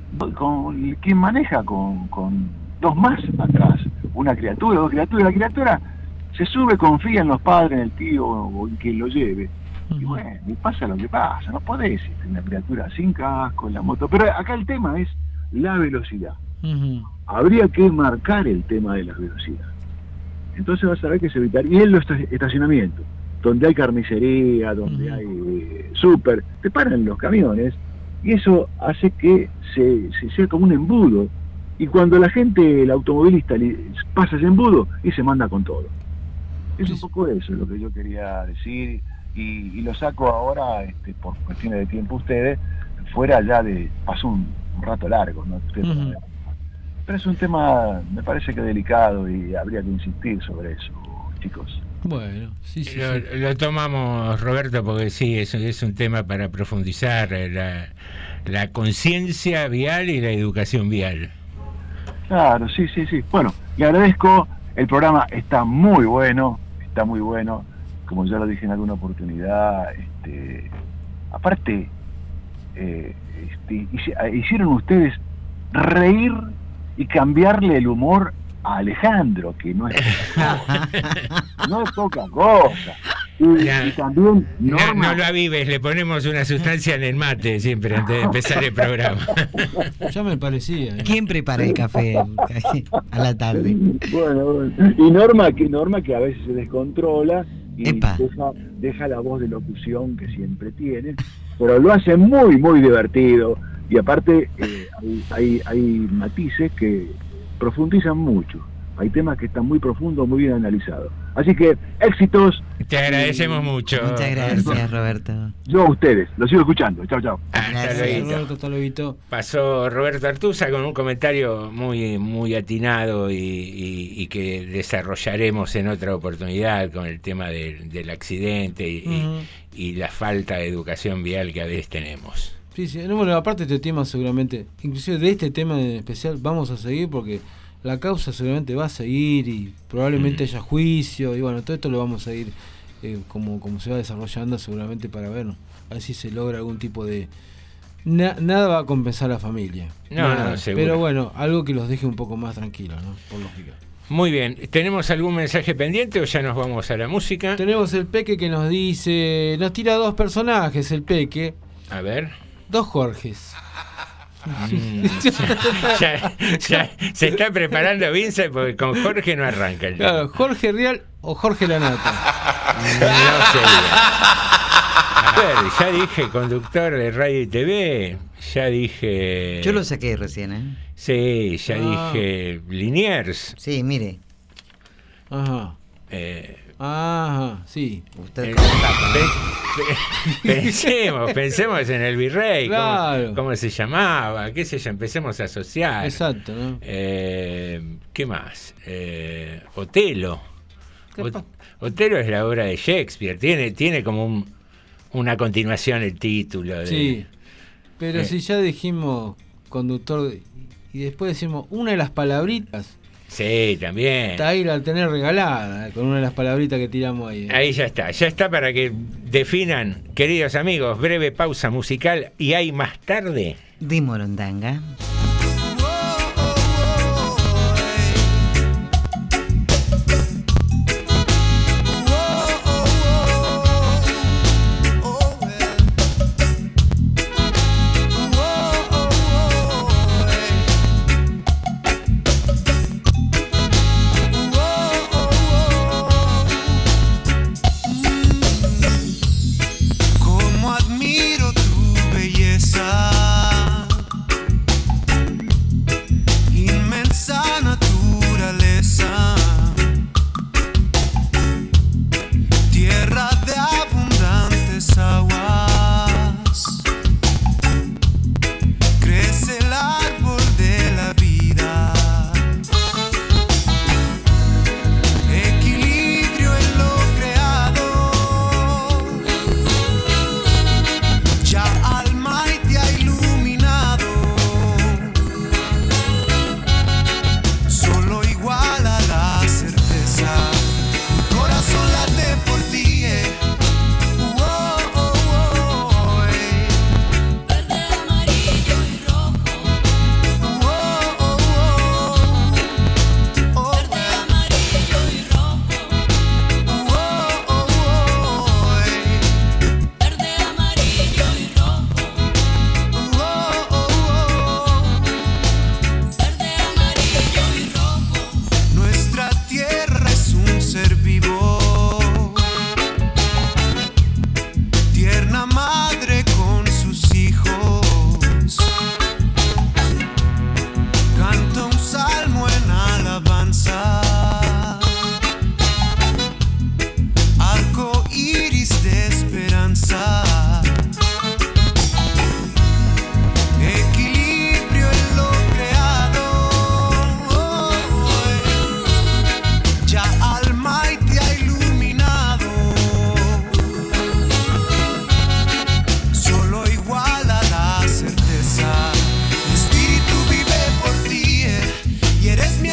con quien maneja con, con dos más atrás, una criatura, dos criaturas, la criatura se sube, confía en los padres, en el tío o en quien lo lleve. Y bueno, y pasa lo que pasa, no podés ir una criatura sin casco en la moto. Pero acá el tema es la velocidad. Uh-huh. Habría que marcar el tema de la velocidad. Entonces vas a ver que se evitaría. Y en los estacionamientos, donde hay carnicería, donde uh-huh. hay eh, súper, te paran los camiones y eso hace que se, se sea como un embudo. Y cuando la gente, el automovilista, pasa ese embudo y se manda con todo. Es un poco eso lo que yo quería decir. Y, y lo saco ahora, este, por cuestiones de tiempo ustedes, fuera ya de, pasó un, un rato largo, ¿no? Uh-huh. Pero es un tema, me parece que delicado y habría que insistir sobre eso, chicos. Bueno, sí, sí. Lo, sí. lo tomamos, Roberto, porque sí, es, es un tema para profundizar, la, la conciencia vial y la educación vial. Claro, sí, sí, sí. Bueno, le agradezco, el programa está muy bueno, está muy bueno. Como ya lo dije en alguna oportunidad, este, aparte, eh, este, hicieron ustedes reír y cambiarle el humor a Alejandro, que no es poca cosa. No es poca cosa. Y, ya, y también Norma... No, no lo avives, le ponemos una sustancia en el mate siempre antes de empezar el programa. Ya me parecía. ¿eh? ¿Quién prepara el café a la tarde? Bueno, bueno. Y Norma que, Norma que a veces se descontrola y deja, deja la voz de locución que siempre tiene, pero lo hace muy, muy divertido. Y aparte eh, hay, hay, hay matices que profundizan mucho. Hay temas que están muy profundos, muy bien analizados. Así que, éxitos. Te agradecemos y... mucho. Muchas gracias, Roberto. Yo a ustedes, los sigo escuchando. Chao, chao. Hasta luego. Hasta luego. Pasó Roberto Artuza con un comentario muy, muy atinado y, y, y que desarrollaremos en otra oportunidad con el tema del, del accidente y, uh-huh. y, y la falta de educación vial que a veces tenemos. Sí, sí. Bueno, aparte de este tema seguramente, inclusive de este tema en especial, vamos a seguir porque la causa seguramente va a seguir y probablemente mm. haya juicio y bueno, todo esto lo vamos a ir eh, como, como se va desarrollando seguramente para ver, ¿no? A ver si se logra algún tipo de... Na, nada va a compensar a la familia. No, nada, no, seguro. Pero bueno, algo que los deje un poco más tranquilos, ¿no? Por lógica. Muy bien, ¿tenemos algún mensaje pendiente o ya nos vamos a la música? Tenemos el Peque que nos dice, nos tira dos personajes el Peque. A ver. Dos Jorges. Mm, ya, ya, ya se está preparando Vincent porque con Jorge no arranca el claro, Jorge Rial o Jorge Lanata. No sería. A ver, ya dije conductor de radio y T V, ya dije... Yo lo saqué recién, ¿eh? Sí, ya ah. dije Liniers. Sí, mire. Ajá. Eh, Ajá, sí. Usted eh, pe, pe, pensemos, pensemos en el virrey, claro. cómo, cómo se llamaba, qué sé yo, empecemos a asociar. Exacto, ¿no? Eh, ¿Qué más? Eh, Otelo. Ot, Otelo es la obra de Shakespeare, tiene, tiene como un, una continuación el título. De, sí, pero eh. si ya dijimos conductor y después decimos una de las palabritas. Sí, también. Está ahí la tener regalada, con una de las palabritas que tiramos ahí. Ahí ya está, ya está para que definan, queridos amigos, breve pausa musical y hay más tarde. De Morondanga.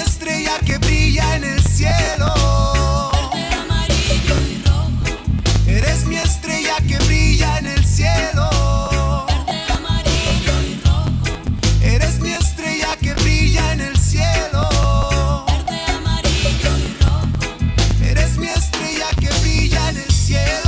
estrella que brilla en el cielo. Verde, amarillo y rojo. Eres mi estrella que brilla en el cielo. Verde, amarillo y rojo. Eres mi estrella que brilla en el cielo. Verde, amarillo y rojo. Eres mi estrella que brilla en el cielo.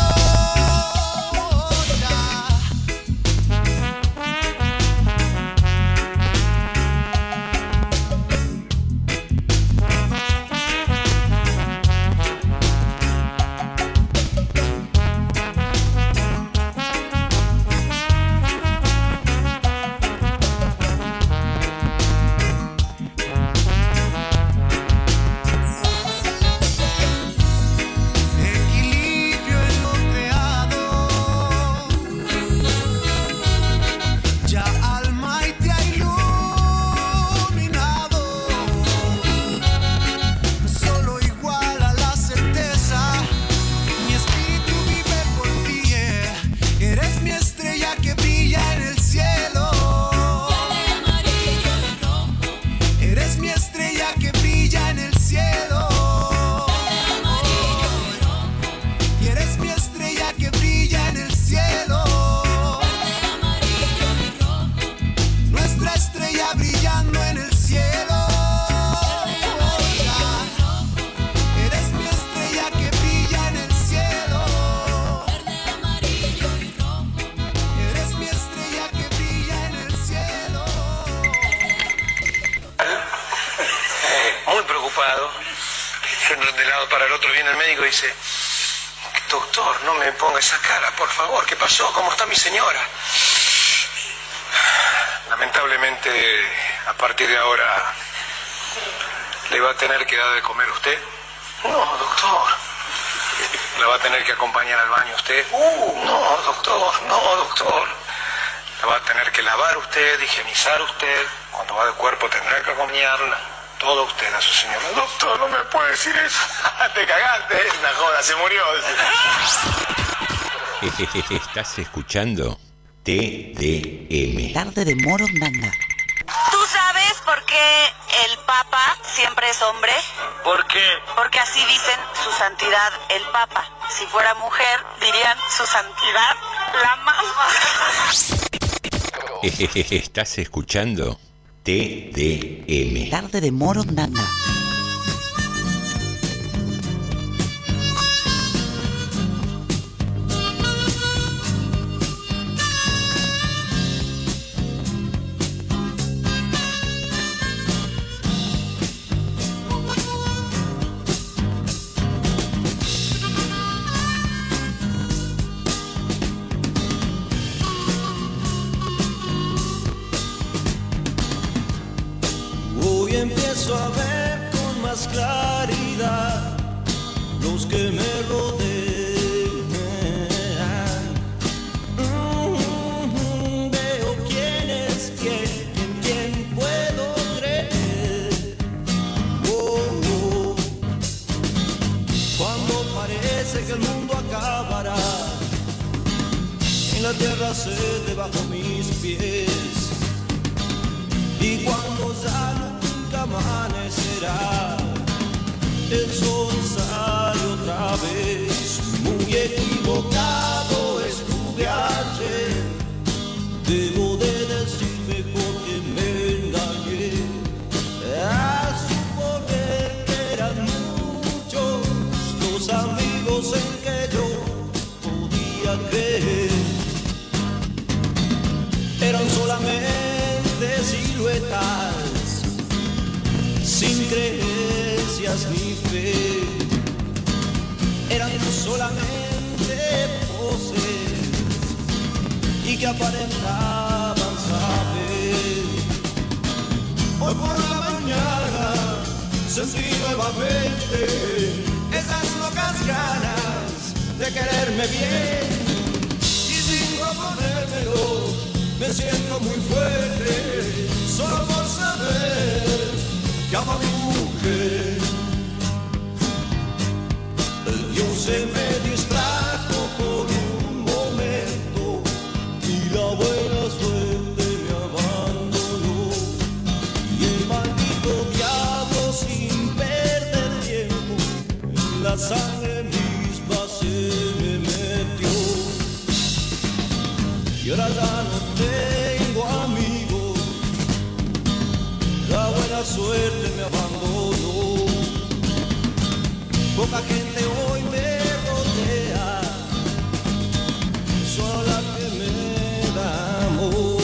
Equilibrio en lo creado. Ya alma y te ha iluminado. Solo igual a la certeza. Mi espíritu vive por ti. yeah. Eres mi estrella que brilla en el cielo. Verde, amarillo y rojo. Eres mi estrella que brilla en el cielo. Verde, amarillo y rojo. Y eres mi estrella que brilla en el cielo. Verde, amarillo y rojo. Nuestra estrella brillando en el cielo. Verde, amarillo y rojo. Eres mi estrella que brilla en el cielo. Verde, amarillo y rojo. Eres mi estrella que brilla en el cielo. Muy preocupado, yendo de lado para el otro, viene el médico y dice: doctor, no me ponga esa cara, por favor, ¿qué pasó? ¿Cómo está mi señora? Lamentablemente, a partir de ahora, ¿le va a tener que dar de comer usted? No, doctor. ¿La va a tener que acompañar al baño usted? Uh, no, doctor, no, doctor. La va a tener que lavar usted, higienizar usted. Cuando va de cuerpo tendrá que acompañarla. Todo usted a su señora. Doctor, no me puede decir eso. Te cagaste, es una joda, se murió. Estás escuchando T D M. Tarde de Morondanga. ¿Tú sabes por qué el Papa siempre es hombre? ¿Por qué? Porque así dicen su santidad el Papa. Si fuera mujer, dirían su santidad la más baja. Estás escuchando T D M. Tarde de Morondanga. Hoy empiezo a ver con más claridad los que me rodean. Mm, Veo quién es quién, en quién puedo creer. Oh, oh. Cuando parece que el mundo acabará, en la tierra cede bajo mis pies. Y cuando ya nunca amanecerá, el sol sale otra vez. Muy equivocado estuve ayer. Debo de decir mejor que me engañé. A suponer que eran muchos los amigos en que yo podía creer. Eran solamente siluetas, sin creencias ni fe. Eran solamente poses y que aparentaban saber. Hoy por la mañana sentí nuevamente esas locas ganas de quererme bien. Y sin proponérmelo me siento muy fuerte, solo por saber que amo a mi mujer. El Dios se me distrajo por un momento y la buena suerte me abandonó. Y el maldito diablo la sangre misma se me metió. Y ahora ya no tengo amigos, la buena suerte me abandonó. Poca gente hoy me rodea, solo la que me da amor.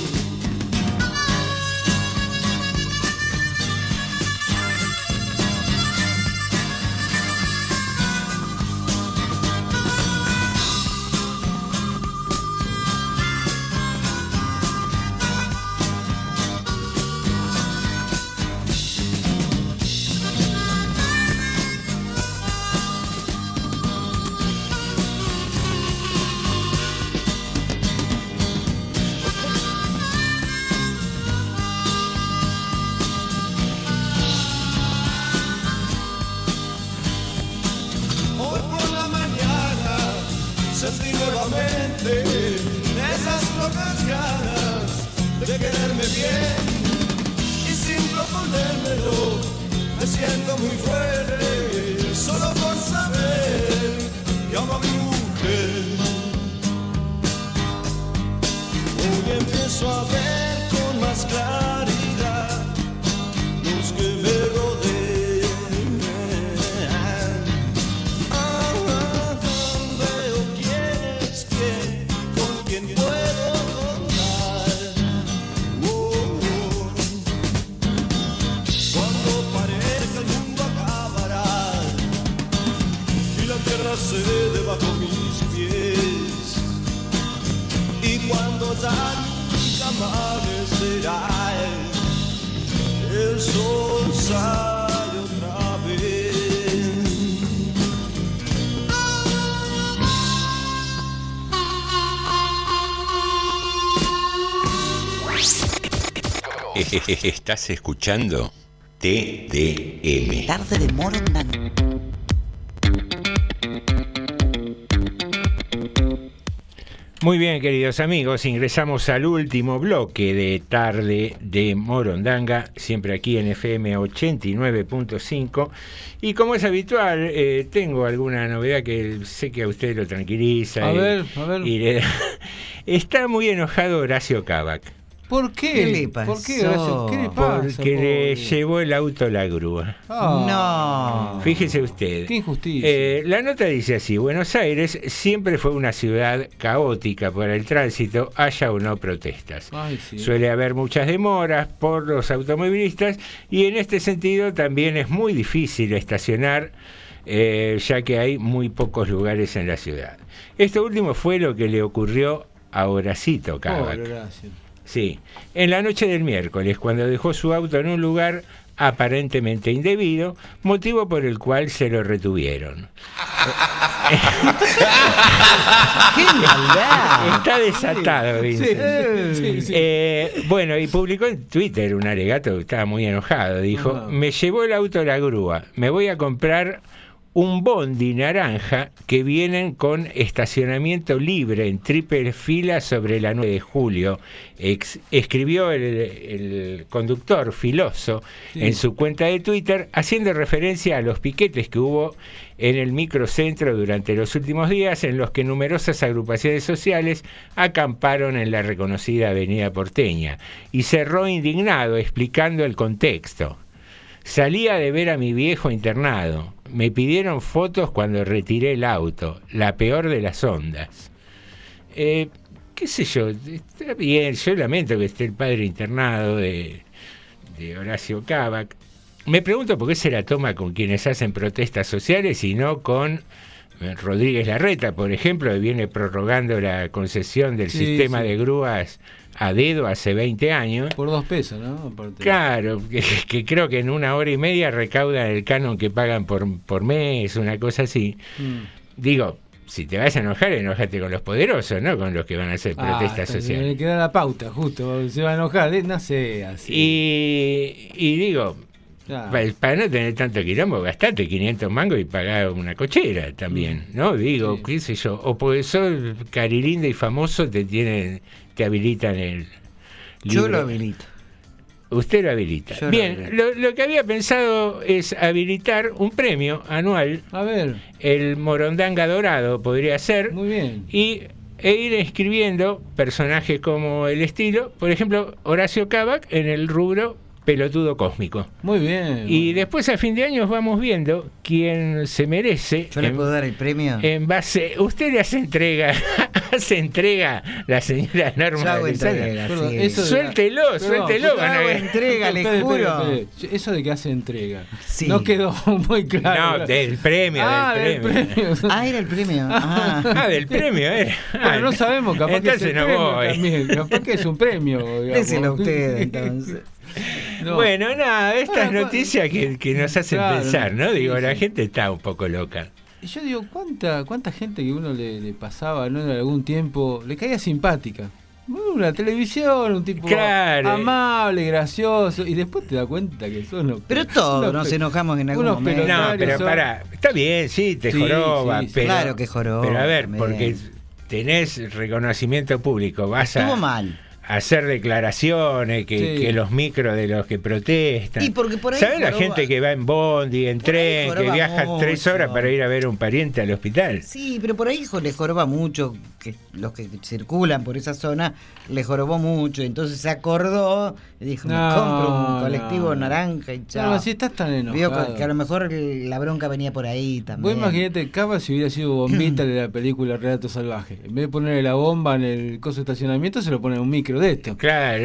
Hoy por la mañana sentí nuevamente esas locas ganas de quererme bien, y sin proponérmelo me siento muy fuerte solo por saber que amo a mi mujer. Hoy empiezo a ver con más claridad los que me rodean. Se debajo mis pies, y cuando ya nunca amanecerá, el sol sale otra vez. Estás escuchando T D M. Tarde de Morondanga. Muy bien, queridos amigos, ingresamos al último bloque de Tarde de Morondanga, siempre aquí en F M ochenta y nueve punto cinco. Y como es habitual, eh, tengo alguna novedad que sé que a usted lo tranquiliza. A y, ver, a ver. y le- Está muy enojado Horacio Cavac. ¿Por qué? ¿Qué le pasó? ¿Por qué, Horacio? ¿Qué le pasa? Porque le llevó el auto la grúa. Ah. No. Fíjese usted. Qué injusticia. Eh, la nota dice así: Buenos Aires siempre fue una ciudad caótica para el tránsito, haya o no protestas. Ay, sí. Suele haber muchas demoras por los automovilistas, y en este sentido también es muy difícil estacionar, eh, ya que hay muy pocos lugares en la ciudad. Esto último fue lo que le ocurrió a Horacito Cavac. Pobre Horacio. Sí, en la noche del miércoles, cuando dejó su auto en un lugar aparentemente indebido, motivo por el cual se lo retuvieron. ¡Qué maldad! Está desatado, Vincent. Sí, sí, sí. Eh, bueno, y publicó en Twitter un alegato, estaba muy enojado. Dijo: Ajá. me llevó el auto la grúa, me voy a comprar un bondi naranja que vienen con estacionamiento libre en triple fila sobre la nueve de julio. Ex- escribió el, el conductor Filoso Sí. en su cuenta de Twitter, haciendo referencia a los piquetes que hubo en el microcentro durante los últimos días, en los que numerosas agrupaciones sociales acamparon en la reconocida avenida porteña, y cerró indignado explicando el contexto. Salía de ver a mi viejo internado. Me pidieron fotos cuando retiré el auto. La peor de las ondas. Eh, qué sé yo, está bien, yo lamento que esté el padre internado de, de Horacio Cavac. Me pregunto por qué se la toma con quienes hacen protestas sociales y no con eh, Rodríguez Larreta, por ejemplo, que viene prorrogando la concesión del Sí, sistema sí. de grúas a dedo hace veinte años. Por dos pesos, ¿no? Aparte. Claro, que, que creo que en una hora y media recaudan el canon que pagan por, por mes, una cosa así. Mm. Digo, si te vas a enojar, enojate con los poderosos, no con los que van a hacer Ah, protestas también sociales. le queda la pauta, justo. Se va a enojar, ¿eh? No sé, así. Y, y digo, Claro. pa- para no tener tanto quilombo, gastate quinientos mangos y pagá una cochera también, ¿no? Digo, Sí. qué sé yo, o porque sos carilinda y famoso, te tienen, te habilitan el Yo libro. lo habilito. Usted lo habilita. Yo lo Bien, habilito. lo, lo que había pensado es habilitar un premio anual. A ver. El Morondanga Dorado podría ser. Muy bien. Y e ir escribiendo personajes como el estilo. Por ejemplo, Horacio Cabac en el rubro pelotudo cósmico. Muy bien. Y después a fin de año vamos viendo quién se merece. ¿Yo le en- puedo dar el premio? En base, usted le hace entrega, hace entrega la señora Norma Yo hago Alessandra. entrega, Perdón, sí. eso de- Suéltelo, Perdón, suéltelo. yo van a hago ver. entrega, le Espere, espere, juro. espere. Eso de que hace entrega. Sí. No quedó muy claro. No, del premio, Ah, del del premio. premio. Ah, era el premio. Ah. Ah, del premio, eh. Bueno, no sabemos, capaz que es Entonces el no premio voy. también. Capaz que es un premio. digamos. Déselo a usted, entonces. No. Bueno, nada, estas Ahora, noticias que, que nos hacen Claro, pensar, ¿no? sí, Digo, sí. la gente está un poco loca. Y yo digo, ¿cuánta cuánta gente que uno le, le pasaba, ¿no? En algún tiempo, le caía simpática? Bueno, la televisión, un tipo Claro. amable, gracioso, y después te das cuenta que son unos Pero todos unos nos pe- enojamos en algún unos momento. No, pelotarios pero son- para, está bien, sí, te Sí, joroba, sí, sí. pero... Claro que joroba, Pero a ver, también. porque tenés reconocimiento público, vas Estuvo a... mal. hacer declaraciones, que, Sí. que los micros de los que protestan. Y porque por ahí ¿Sabés la joroba- gente que va en bondi, en Por ahí tren, que joroba viaja mucho. tres horas para ir a ver a un pariente al hospital? Sí, pero por ahí jo- le joroba mucho, que los que circulan por esa zona, le jorobó mucho, entonces se acordó y dijo, me No, compro un colectivo no. naranja y chao. No, si estás tan Vio enojado. que, que a lo mejor el- la bronca venía por ahí también. Vos imaginate, Cava si hubiera sido bombita de la película Relato Salvaje. En vez de ponerle la bomba en el coso de estacionamiento, se lo pone en un micro de esto. Claro.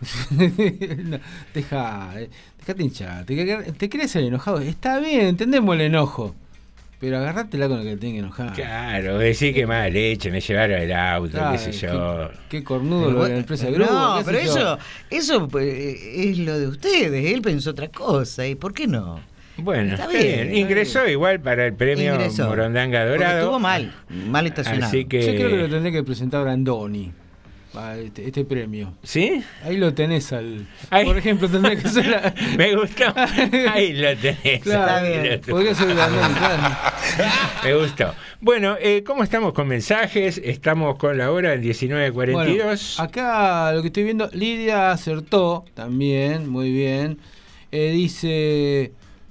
No, deja, eh, dejate hinchar. Te, te querés ser enojado. Está bien, entendemos el enojo. Pero agarrátela con lo que te tenga que enojar. Claro, decir que mala leche, me llevaron el auto, Claro, qué sé yo. Qué, qué cornudo Pero lo de vos- la empresa de no, grúa. qué sé pero yo. eso, eso pues, es lo de ustedes. Él pensó otra cosa. ¿Y por qué no? Bueno, Está está bien, bien. está Ingresó igual para el premio Ingresó. Morondanga Porque Dorado. estuvo mal, mal estacionado. Así que... Yo creo que lo tendré que presentar Brandoni. a Este, este premio. ¿Sí? Ahí lo tenés al. Ahí. Por ejemplo, tendré que ser la- Me gustó. Ahí lo tenés. Claro, Ahí lo bien. tenés. Podría ser Brandoni, claro. Me gustó. Bueno, eh, ¿cómo estamos con mensajes? Estamos con la hora en diecinueve cuarenta y dos. Bueno, acá lo que estoy viendo, Lidia acertó también, muy bien. Eh, dice.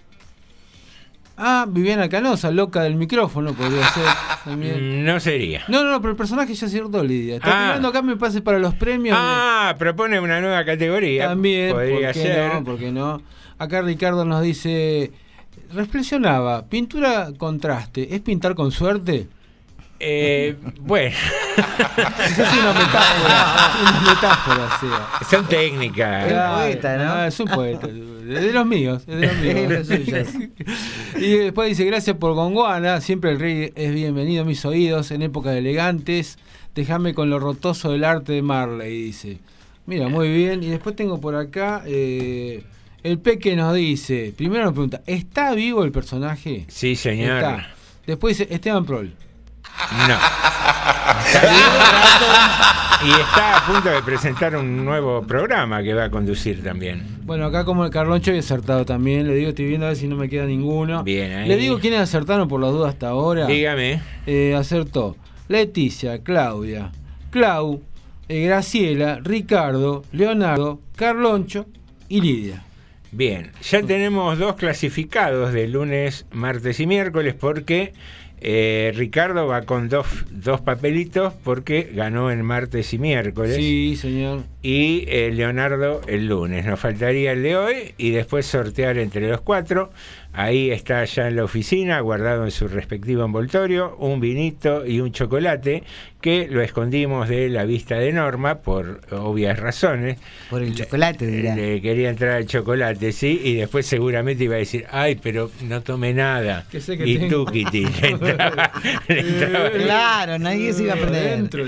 Ah, Viviana Canosa, loca del micrófono, podría ser también. Mm, No sería. No, no, no, pero el personaje ya acertó, Lidia. Está Ah. tirando acá, me pase para los premios. Ah, propone una nueva categoría. También, Podría ¿por qué ser. no? ¿Por qué no? Acá Ricardo nos dice, reflexionaba, pintura contraste, ¿es pintar con suerte? Eh, bueno. Quizás es una metáfora, una metáfora, sea. Son técnicas. El poeta, ¿no? Ah, es un poeta, de los míos, es de los míos. Es los suyos. Y después dice, gracias por Gonguana, siempre el rey es bienvenido a mis oídos en épocas elegantes, déjame con lo rotoso del arte de Marley, dice. Mira, muy bien. Y después tengo por acá, eh, el Peque nos dice, primero nos pregunta, ¿está vivo el personaje? Sí, señor. Está. Después dice, Esteban Prol. No. Está vivo, y está a punto de presentar un nuevo programa que va a conducir también. Bueno, acá como el Carloncho había acertado también, le digo, estoy viendo a ver si no me queda ninguno. Bien, ahí. Le digo quiénes acertaron por las dudas hasta ahora. Dígame. Eh, acertó Leticia, Claudia, Clau, eh, Graciela, Ricardo, Leonardo, Carloncho y Lidia. Bien, ya tenemos dos clasificados de lunes, martes y miércoles porque eh, Ricardo va con dos, dos papelitos porque ganó en martes y miércoles. Sí, señor. Y eh, Leonardo el lunes. Nos faltaría el de hoy y después sortear entre los cuatro. Ahí está ya en la oficina, guardado en su respectivo envoltorio, un vinito y un chocolate que lo escondimos de la vista de Norma por obvias razones. Por el chocolate, dirá. Le quería entrar el chocolate, sí, y después seguramente iba a decir, ay, pero no tomé nada. Que sé que y tengo. tú, Kitty, le entraba, le entraba- Claro, nadie se iba a perder. Adentro.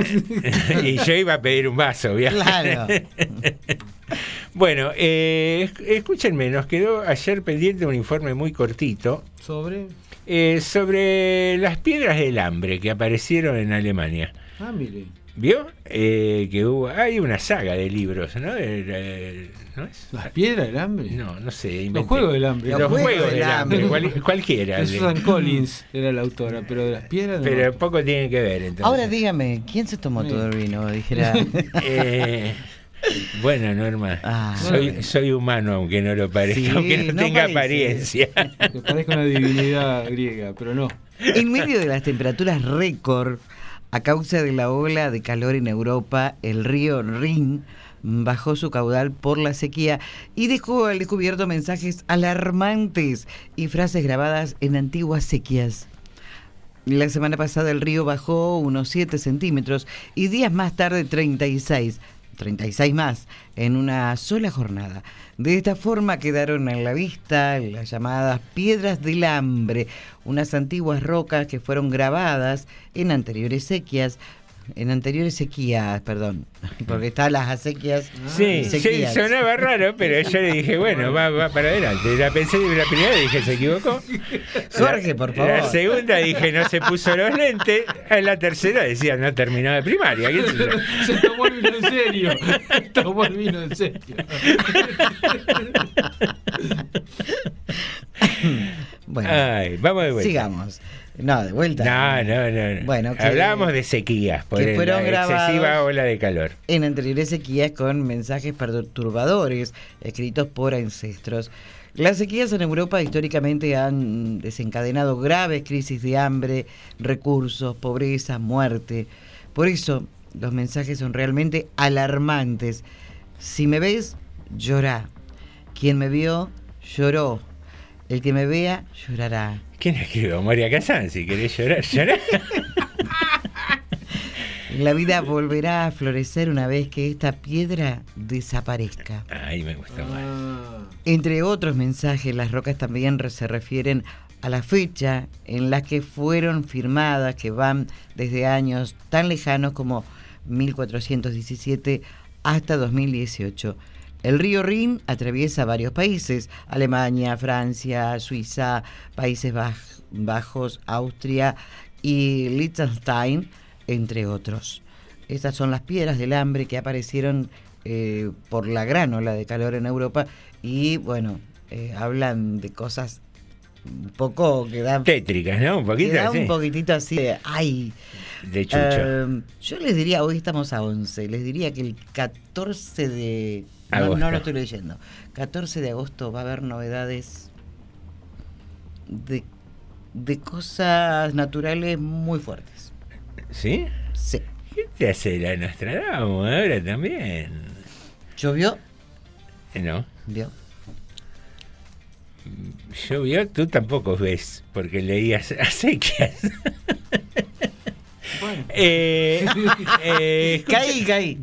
y yo iba a pedir un vaso, obviamente. Claro. Bueno, eh, esc- escúchenme, nos quedó ayer pendiente un informe muy cortito Sobre. eh, sobre las piedras del hambre que aparecieron en Alemania. Ah, mire. ¿Vio? Eh, que hubo, hay una saga de libros, ¿no? El, el- ¿no es? ¿Las piedras del hambre? No, no sé. Los inventé. juegos del hambre. Los, juegos, del hambre, cual- cualquiera. De Susan Collins era la autora, pero de las piedras no. Pero poco tiene que ver, entonces. Ahora dígame, ¿quién se tomó todo el vino? Dijera. Eh, Bueno, Norma, Ah. soy, soy humano, aunque no lo parezca, Sí, aunque no, no tenga parece. apariencia. Que parezca una divinidad griega, pero no. En medio de las temperaturas récord, a causa de la ola de calor en Europa, el río Rin bajó su caudal por la sequía y dejó al descubierto mensajes alarmantes y frases grabadas en antiguas sequías. La semana pasada el río bajó unos siete centímetros y días más tarde treinta y seis, treinta y seis más en una sola jornada. De esta forma quedaron a la vista las llamadas piedras del hambre, unas antiguas rocas que fueron grabadas en anteriores sequías, en anteriores sequías, perdón, porque están las acequias. Sí, sí, sequías. sonaba raro, pero yo le dije, bueno, va, va para adelante. La pensé de la primera, dije, se equivocó. Jorge, por favor. La segunda dije, no se puso los lentes. En la tercera decía, no terminó de primaria. ¿Qué sé yo? Se tomó el vino en serio. Tomó el vino en serio. Bueno, Ay, vamos de vuelta. sigamos. No, de vuelta. No, no, no. no. Bueno, que- Hablábamos de sequías por que el- fueron la grabados excesiva ola de calor. en anteriores sequías con mensajes perturbadores escritos por ancestros. Las sequías en Europa históricamente han desencadenado graves crisis de hambre, recursos, pobreza, muerte. Por eso los mensajes son realmente alarmantes. Si me ves, llorá. Quien me vio, lloró. El que me vea, llorará. ¿Quién escribió? Moria Kazan, si querés llorar, llorar. La vida volverá a florecer una vez que esta piedra desaparezca. Ay, me gustó más. Entre otros mensajes, las rocas también re- se refieren a la fecha en la que fueron firmadas, que van desde años tan lejanos como mil cuatrocientos diecisiete hasta dos mil dieciocho. El río Rin atraviesa varios países: Alemania, Francia, Suiza, Países Baj- Bajos, Austria y Liechtenstein, entre otros. Estas son las piedras del hambre que aparecieron eh, por la gran ola de calor en Europa y, bueno, eh, hablan de cosas un poco que dan... Tétricas, ¿no? Un poquito que da así. un poquitito así de... ¡Ay! De chucho. Eh, yo les diría, hoy estamos a once, les diría que el catorce de... No, Agosto. no lo estoy leyendo. catorce de agosto va a haber novedades de, de cosas naturales muy fuertes. ¿Sí? Sí. ¿Qué te hace la Nostradamus ahora también? ¿Llovió? No. ¿Vio? Llovió, tú tampoco ves, porque leías acequias. Bueno. Eh, eh, caí, caí.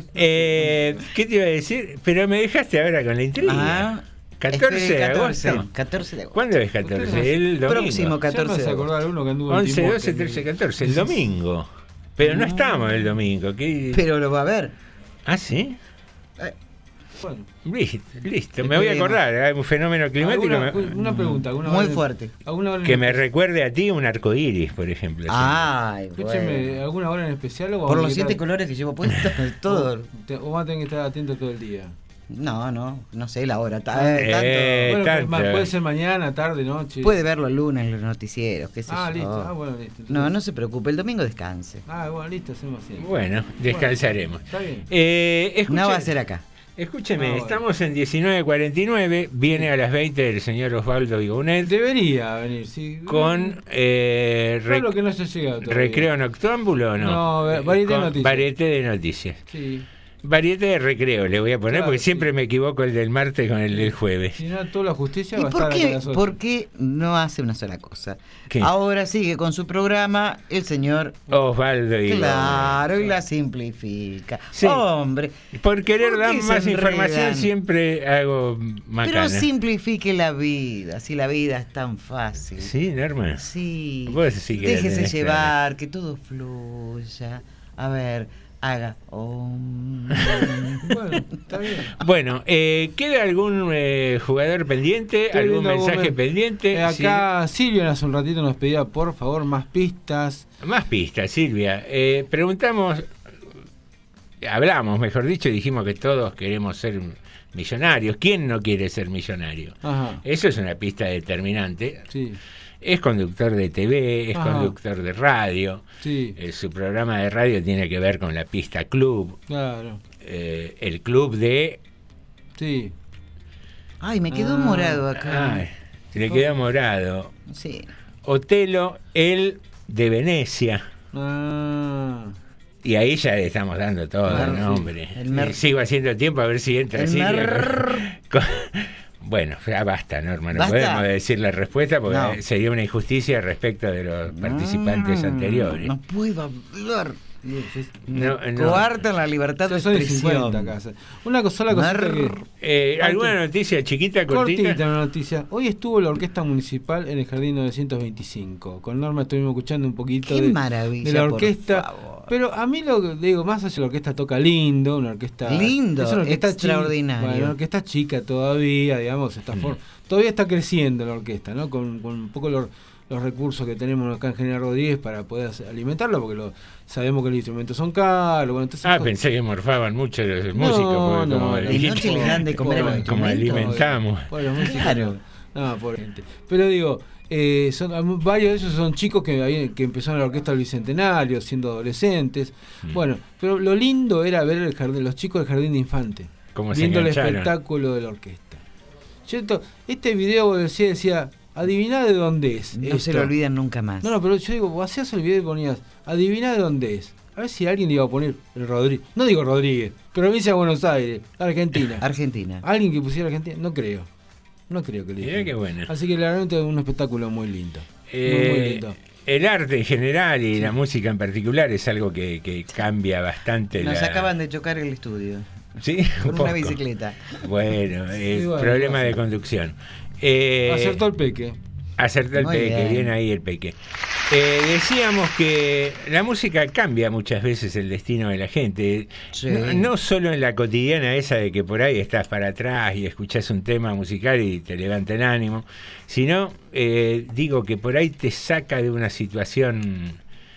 Eh, ¿Qué te iba a decir? Pero me dejaste ahora con la intriga. Ah, catorce de catorce, agosto. catorce de agosto. ¿Cuándo es catorce? El domingo. Próximo catorce de agosto. Uno que anduvo en once, Timor, doce, que- trece, catorce. El domingo. Pero no, No. estamos el domingo. ¿Qué? Pero lo va a ver. ¿Ah, sí? Eh. Bueno. Listo, listo. Me voy a acordar. Hay un fenómeno climático ¿Alguna- me- una pregunta. ¿alguna Muy vez- fuerte. ¿Alguna hora en que me especial? recuerde a ti un arco iris, por ejemplo. Ay, Escúcheme, bueno. ¿alguna hora en especial? O Por vamos los a siete estar- colores que llevo puestos, todo. O, te- o vas a tener que estar atento todo el día. No, no, no sé la hora. ta- eh, tanto. Eh, Bueno, tanto. ma- puede ser mañana, tarde, noche. Puede verlo el lunes en los noticieros, qué sé Ah, yo. listo. Ah, bueno, listo. Entonces- No, no se preocupe, el domingo descanse. Ah, bueno, listo, hacemos así. Bueno, descansaremos. Está bien. Eh, escuche- No va a ser acá. Escúcheme, Ah, bueno. estamos en diecinueve cuarenta y nueve, viene a las veinte el señor Osvaldo Igonet Debería venir, sí. con eh, Claro rec- que no se ha llegado todavía. recreo noctámbulo, ¿o no? No, va- Eh, varieté de con noticias. Varieté de noticias. Sí. Varieté de recreo le voy a poner Claro, porque sí. siempre me equivoco el del martes con el del jueves. Si no, toda la justicia ¿Y va a por estar acá a qué, las ocho. por qué no hace una sola cosa? ¿Qué? Ahora sigue con su programa el señor... Osvaldo Igonet. Claro, y la simplifica. Sí. Hombre, Por querer ¿por dar qué se más información enredan? siempre hago macana. pero simplifique la vida, si la vida es tan fácil. Sí, Norma. Sí. Vos sí que la Déjese tenés llevar, que todo fluya. A ver, haga. om. Bueno, está bien. Bueno, eh, ¿queda algún eh, jugador pendiente? Estoy ¿Algún viendo algún mensaje men- pendiente? Eh, acá Silvia hace un ratito nos pedía, por favor, más pistas. Sí. Más pistas, Silvia. Eh, preguntamos, hablamos, mejor dicho, dijimos que todos queremos ser millonarios. ¿Quién no quiere ser millonario? Ajá. Eso es una pista determinante. Sí, Es conductor de T V, es Ajá. conductor de radio. sí, Eh, su programa de radio tiene que ver con la pista club. claro. eh, el club de... Sí. Ay, me quedó Ah, morado acá. Ay, le queda morado. Sí. Otelo, el de Venecia. Ah. Y ahí ya le estamos dando todo Mer- el nombre. el mer- Eh, Sigo haciendo tiempo a ver si entra El Silvia mer- con- con- Bueno, ya basta, Norma. No ¿Basta? podemos decir la respuesta porque No. sería una injusticia respecto de los participantes anteriores. No puedo hablar. No, Me no. coartan la libertad de Son expresión. cincuenta acá. Una cosa, sola cosita Mar- que... Eh, ¿Alguna noticia chiquita, cortita? Cortita una noticia. Hoy estuvo la Orquesta Municipal en el Jardín novecientos veinticinco. Con Norma estuvimos escuchando un poquito Qué de, maravilla, de la por orquesta. favor. Pero a mí lo que digo, más allá de la orquesta toca lindo, una orquesta Lindo, es una orquesta extraordinario. Chica, bueno, una orquesta chica todavía, digamos, está Mm. for- todavía está creciendo la orquesta, ¿no? Con, con un poco los, los recursos que tenemos acá en General Rodríguez para poder hacer- alimentarla, porque lo, sabemos que los instrumentos son caros. Bueno, entonces, Ah, pensé que morfaban mucho los No, músicos. Porque no, como, no, el- de noche les dan de comer como- los como instrumentos. alimentamos. Por los músicos, Claro. No, por gente. Pero digo, eh, son, varios de ellos son chicos que, habían- que empezaron en la orquesta del Bicentenario, siendo adolescentes. Mm. Bueno, pero lo lindo era ver el jardín, los chicos del Jardín de Infante, Cómo se viendo el engancharon. espectáculo de la orquesta. Yo, este video decía, decía, adiviná de dónde es. No se esto. lo olvidan nunca más. No, no, pero yo digo, vos hacías el video y ponías, adiviná de dónde es. A ver si alguien iba a poner el Rodríguez. No digo Rodríguez, provincia de Buenos Aires, Argentina. Argentina. ¿Alguien que pusiera Argentina? No creo. No creo que le Mirá dijeran. qué bueno. Así que realmente es un espectáculo muy lindo. Eh, muy, muy lindo. El arte en general y la música en particular es algo que, que cambia bastante. Nos la... acaban de chocar el estudio. ¿Sí? Con Un una poco. bicicleta. Bueno, el Sí, bueno, problema pasa. de conducción. Eh, Acertó el peque. Acertó el Muy peque, bien. bien ahí el peque. Eh, decíamos que la música cambia muchas veces el destino de la gente. Sí. No, no solo en la cotidiana esa de que por ahí estás para atrás y escuchás un tema musical y te levanta el ánimo, sino, eh, digo, que por ahí te saca de una situación,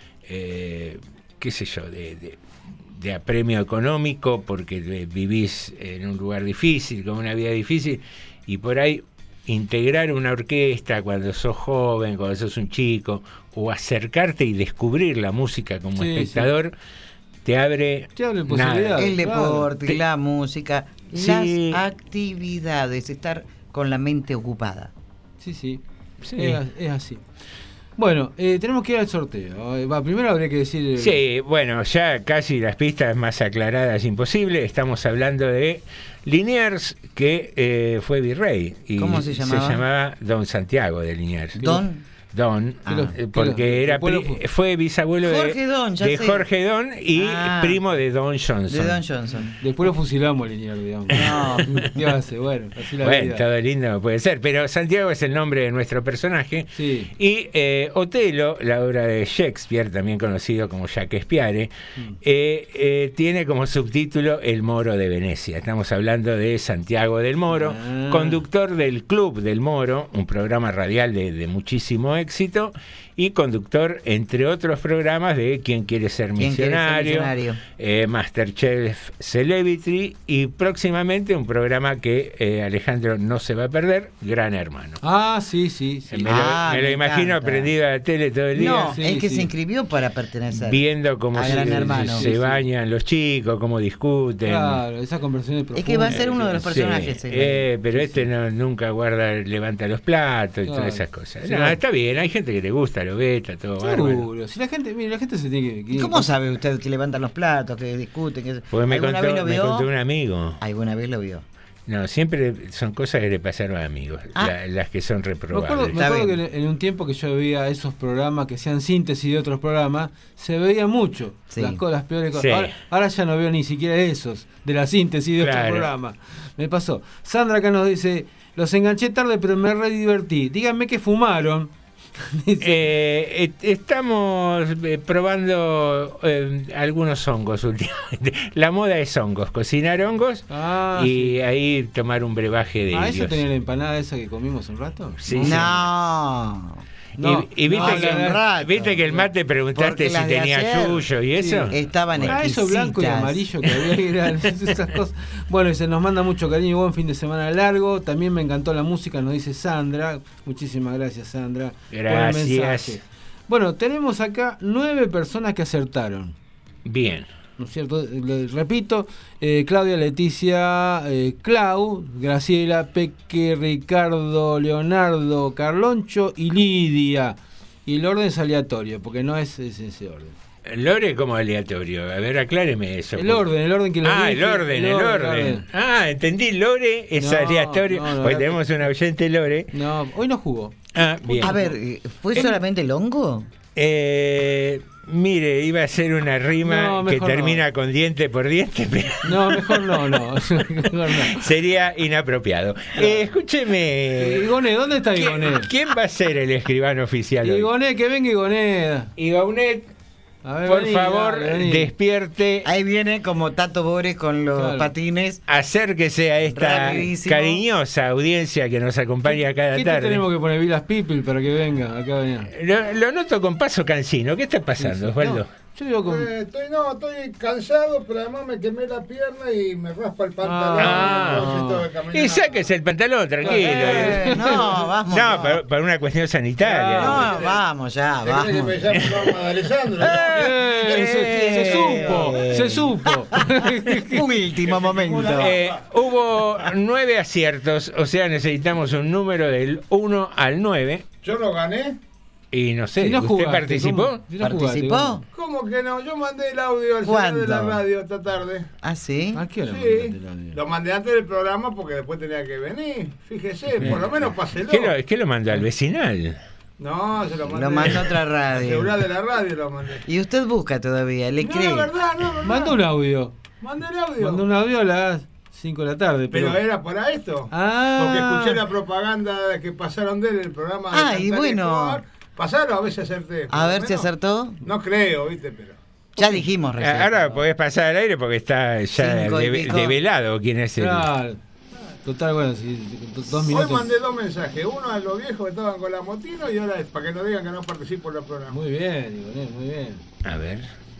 eh, qué sé yo, de, de, de apremio económico, porque eh, vivís en un lugar difícil, con una vida difícil, y por ahí integrar una orquesta cuando sos joven, cuando sos un chico, o acercarte y descubrir la música como Sí, espectador, te abre, Te abre nada. posibilidades. El deporte, Te- la música, Sí. las actividades, estar con la mente ocupada. Sí, sí. Sí. Es, es así. Bueno, eh, tenemos que ir al sorteo. Eh, Va, primero habría que decir... eh, Sí, bueno, ya casi las pistas más aclaradas imposible. Estamos hablando de Liniers, que eh, fue virrey. Y ¿Cómo se llamaba? Se llamaba Don Santiago de Liniers. Don. Don, Ah. eh, porque era pueblo pri- fue? fue bisabuelo Jorge de, Don, ya de sé. Jorge Don y Ah. primo de Don Johnson. De Don Johnson. Después lo fusilamos, Liniers, digamos. No. ¿Qué va a hacer? Bueno, así la Bueno, vida. todo lindo puede ser, pero Santiago es el nombre de nuestro personaje. Sí. Y eh, Otelo, la obra de Shakespeare, también conocido como Shakespeare, Mm. eh, eh, tiene como subtítulo El Moro de Venecia. Estamos hablando de Santiago del Moro, Ah. conductor del Club del Moro, un programa radial de, de muchísimo éxito, y conductor, entre otros programas, de Quién quiere ser ¿Quién quiere ser millonario, millonario? eh, Masterchef Celebrity, y próximamente un programa que eh, Alejandro no se va a perder, Gran Hermano. Ah, sí, sí, sí. Me lo, Ah, me lo me imagino encanta. prendido a la tele todo el día, No, Sí, es que sí. se inscribió para pertenecer. viendo cómo a se, Gran Hermano. se Sí, sí. bañan los chicos, cómo discuten. Claro, esas conversaciones profundas. Es que va a ser uno de los Sí, personajes. eh, pero este no, nunca guarda, levanta los platos y Claro. todas esas cosas. Sí, No, bueno. está bien, hay gente que le gusta, lo ve, está todo bárbaro. Seguro. Si la gente, mire, la gente se tiene que... que- ¿Y cómo sabe usted que levantan los platos, que discuten? Que... Porque me ¿Alguna contó, vez lo me vio? contó un amigo. ¿Alguna vez lo vio? No, siempre son cosas que le pasaron a amigos, Ah. la- las que son Me acuerdo, reprobables. me Está acuerdo que bien. en en un tiempo que yo veía esos programas que sean síntesis de otros programas, se veía mucho Sí. las, co- las peores cosas. Sí. Ahora, ahora ya no veo ni siquiera esos, de la síntesis de otros Claro. programas. Me pasó. Sandra acá nos dice, los enganché tarde pero me re divertí. Díganme que fumaron. Dice, Eh, et- estamos eh, probando eh, algunos hongos últimamente. La moda es hongos, cocinar hongos ah, y sí. ahí tomar un brebaje de Ah, ¿eso indios. tenía la empanada esa que comimos un rato? Sí, No. sí. No, y, y viste, no, que, hace un rato. viste que el mate preguntaste Porque si las de tenía ayer, yuyo y eso. Estaban Ah, eso blanco y exquisitas. amarillo que había que eran esas cosas. Bueno, y se nos manda mucho cariño y buen fin de semana largo. También me encantó la música, nos dice Sandra. Muchísimas gracias, Sandra. por el Gracias. mensaje. Bueno, tenemos acá nueve personas que acertaron. Bien. ¿no es cierto? Lo repito, eh, Claudia, Leticia, eh, Clau, Graciela, Peque, Ricardo, Leonardo, Carloncho y Lidia. Y el orden es aleatorio, porque no es, es ese orden. Lore como aleatorio, a ver, acláreme eso. El orden, el orden que lo Ah, dije, el orden, el, orden. orden. Ah, entendí, Lore es No, aleatorio. no, no, Hoy no. tenemos una oyente Lore. No, hoy no jugó. Ah, bien. A ver, ¿fue solamente el hongo? Eh, mire, iba a ser una rima No, que mejor termina no. con diente por diente, pero No, mejor no, no. Mejor no. sería inapropiado. Eh, escúcheme. Igoné, ¿dónde está ¿quién, Igoné? ¿Quién va a ser el escribano oficial hoy? Igoné, que venga Igoné. Igonet, A ver, por vení, favor, dale, vení. despierte. Ahí viene como Tato Bores con los Claro. patines. Acérquese a esta Rapidísimo. cariñosa audiencia que nos acompaña cada ¿Qué te tarde. tenemos que poner Vilas People para que venga? Acá venga. Lo, lo noto con paso cansino. ¿Qué está pasando, Osvaldo? Yo digo con... Eh, estoy, no, estoy cansado, pero además me quemé la pierna y me raspa el pantalón. Ah. no puedo hacer todo de caminar. Y sáquese el pantalón, tranquilo. Eh, no, vamos. No, no. para, para una cuestión sanitaria. No, vamos ya, ¿Te crees que vamos. me llamo Norma de Alessandro? Eh, se, se supo, se supo. Último momento. Eh, hubo nueve aciertos, o sea, necesitamos un número del uno al nueve. Yo lo gané. Y no sé, Si no ¿usted jugaste, participó? ¿cómo? Si no jugaste, ¿Participó? ¿cómo? ¿Cómo que no? Yo mandé el audio al señor de la ¿Cuándo? radio esta tarde. ¿Ah, sí? ¿A qué hora Sí, mandaste el audio? lo mandé antes del programa porque después tenía que venir. Fíjese, por lo menos páselo. ¿Qué lo, qué lo mandó al vecinal? No, se lo mandé. Lo mandó a otra Al radio. celular de la radio lo mandé. Y usted busca todavía, le No, cree. es verdad, no, es verdad. Mandó un audio. Mandé el audio. Mandó un audio a las cinco de la tarde. Pero, Pero era para esto. Ah. Porque escuché la propaganda que pasaron de él en el programa de Ah, y Cantar bueno. Escobar. Pasaron, a ver si acerté. A ver Por si lo menos. acertó. No creo, viste, pero. Ya dijimos recién. Ahora podés pasar al aire porque está ya Cinco y de- pico. develado quién es el... Claro. Total, bueno, sí, dos Hoy minutos. mandé dos mensajes. Uno a los viejos que estaban con la motino y ahora es para que no digan que no participo en los programas. Muy bien, Igoné, muy bien. A ver.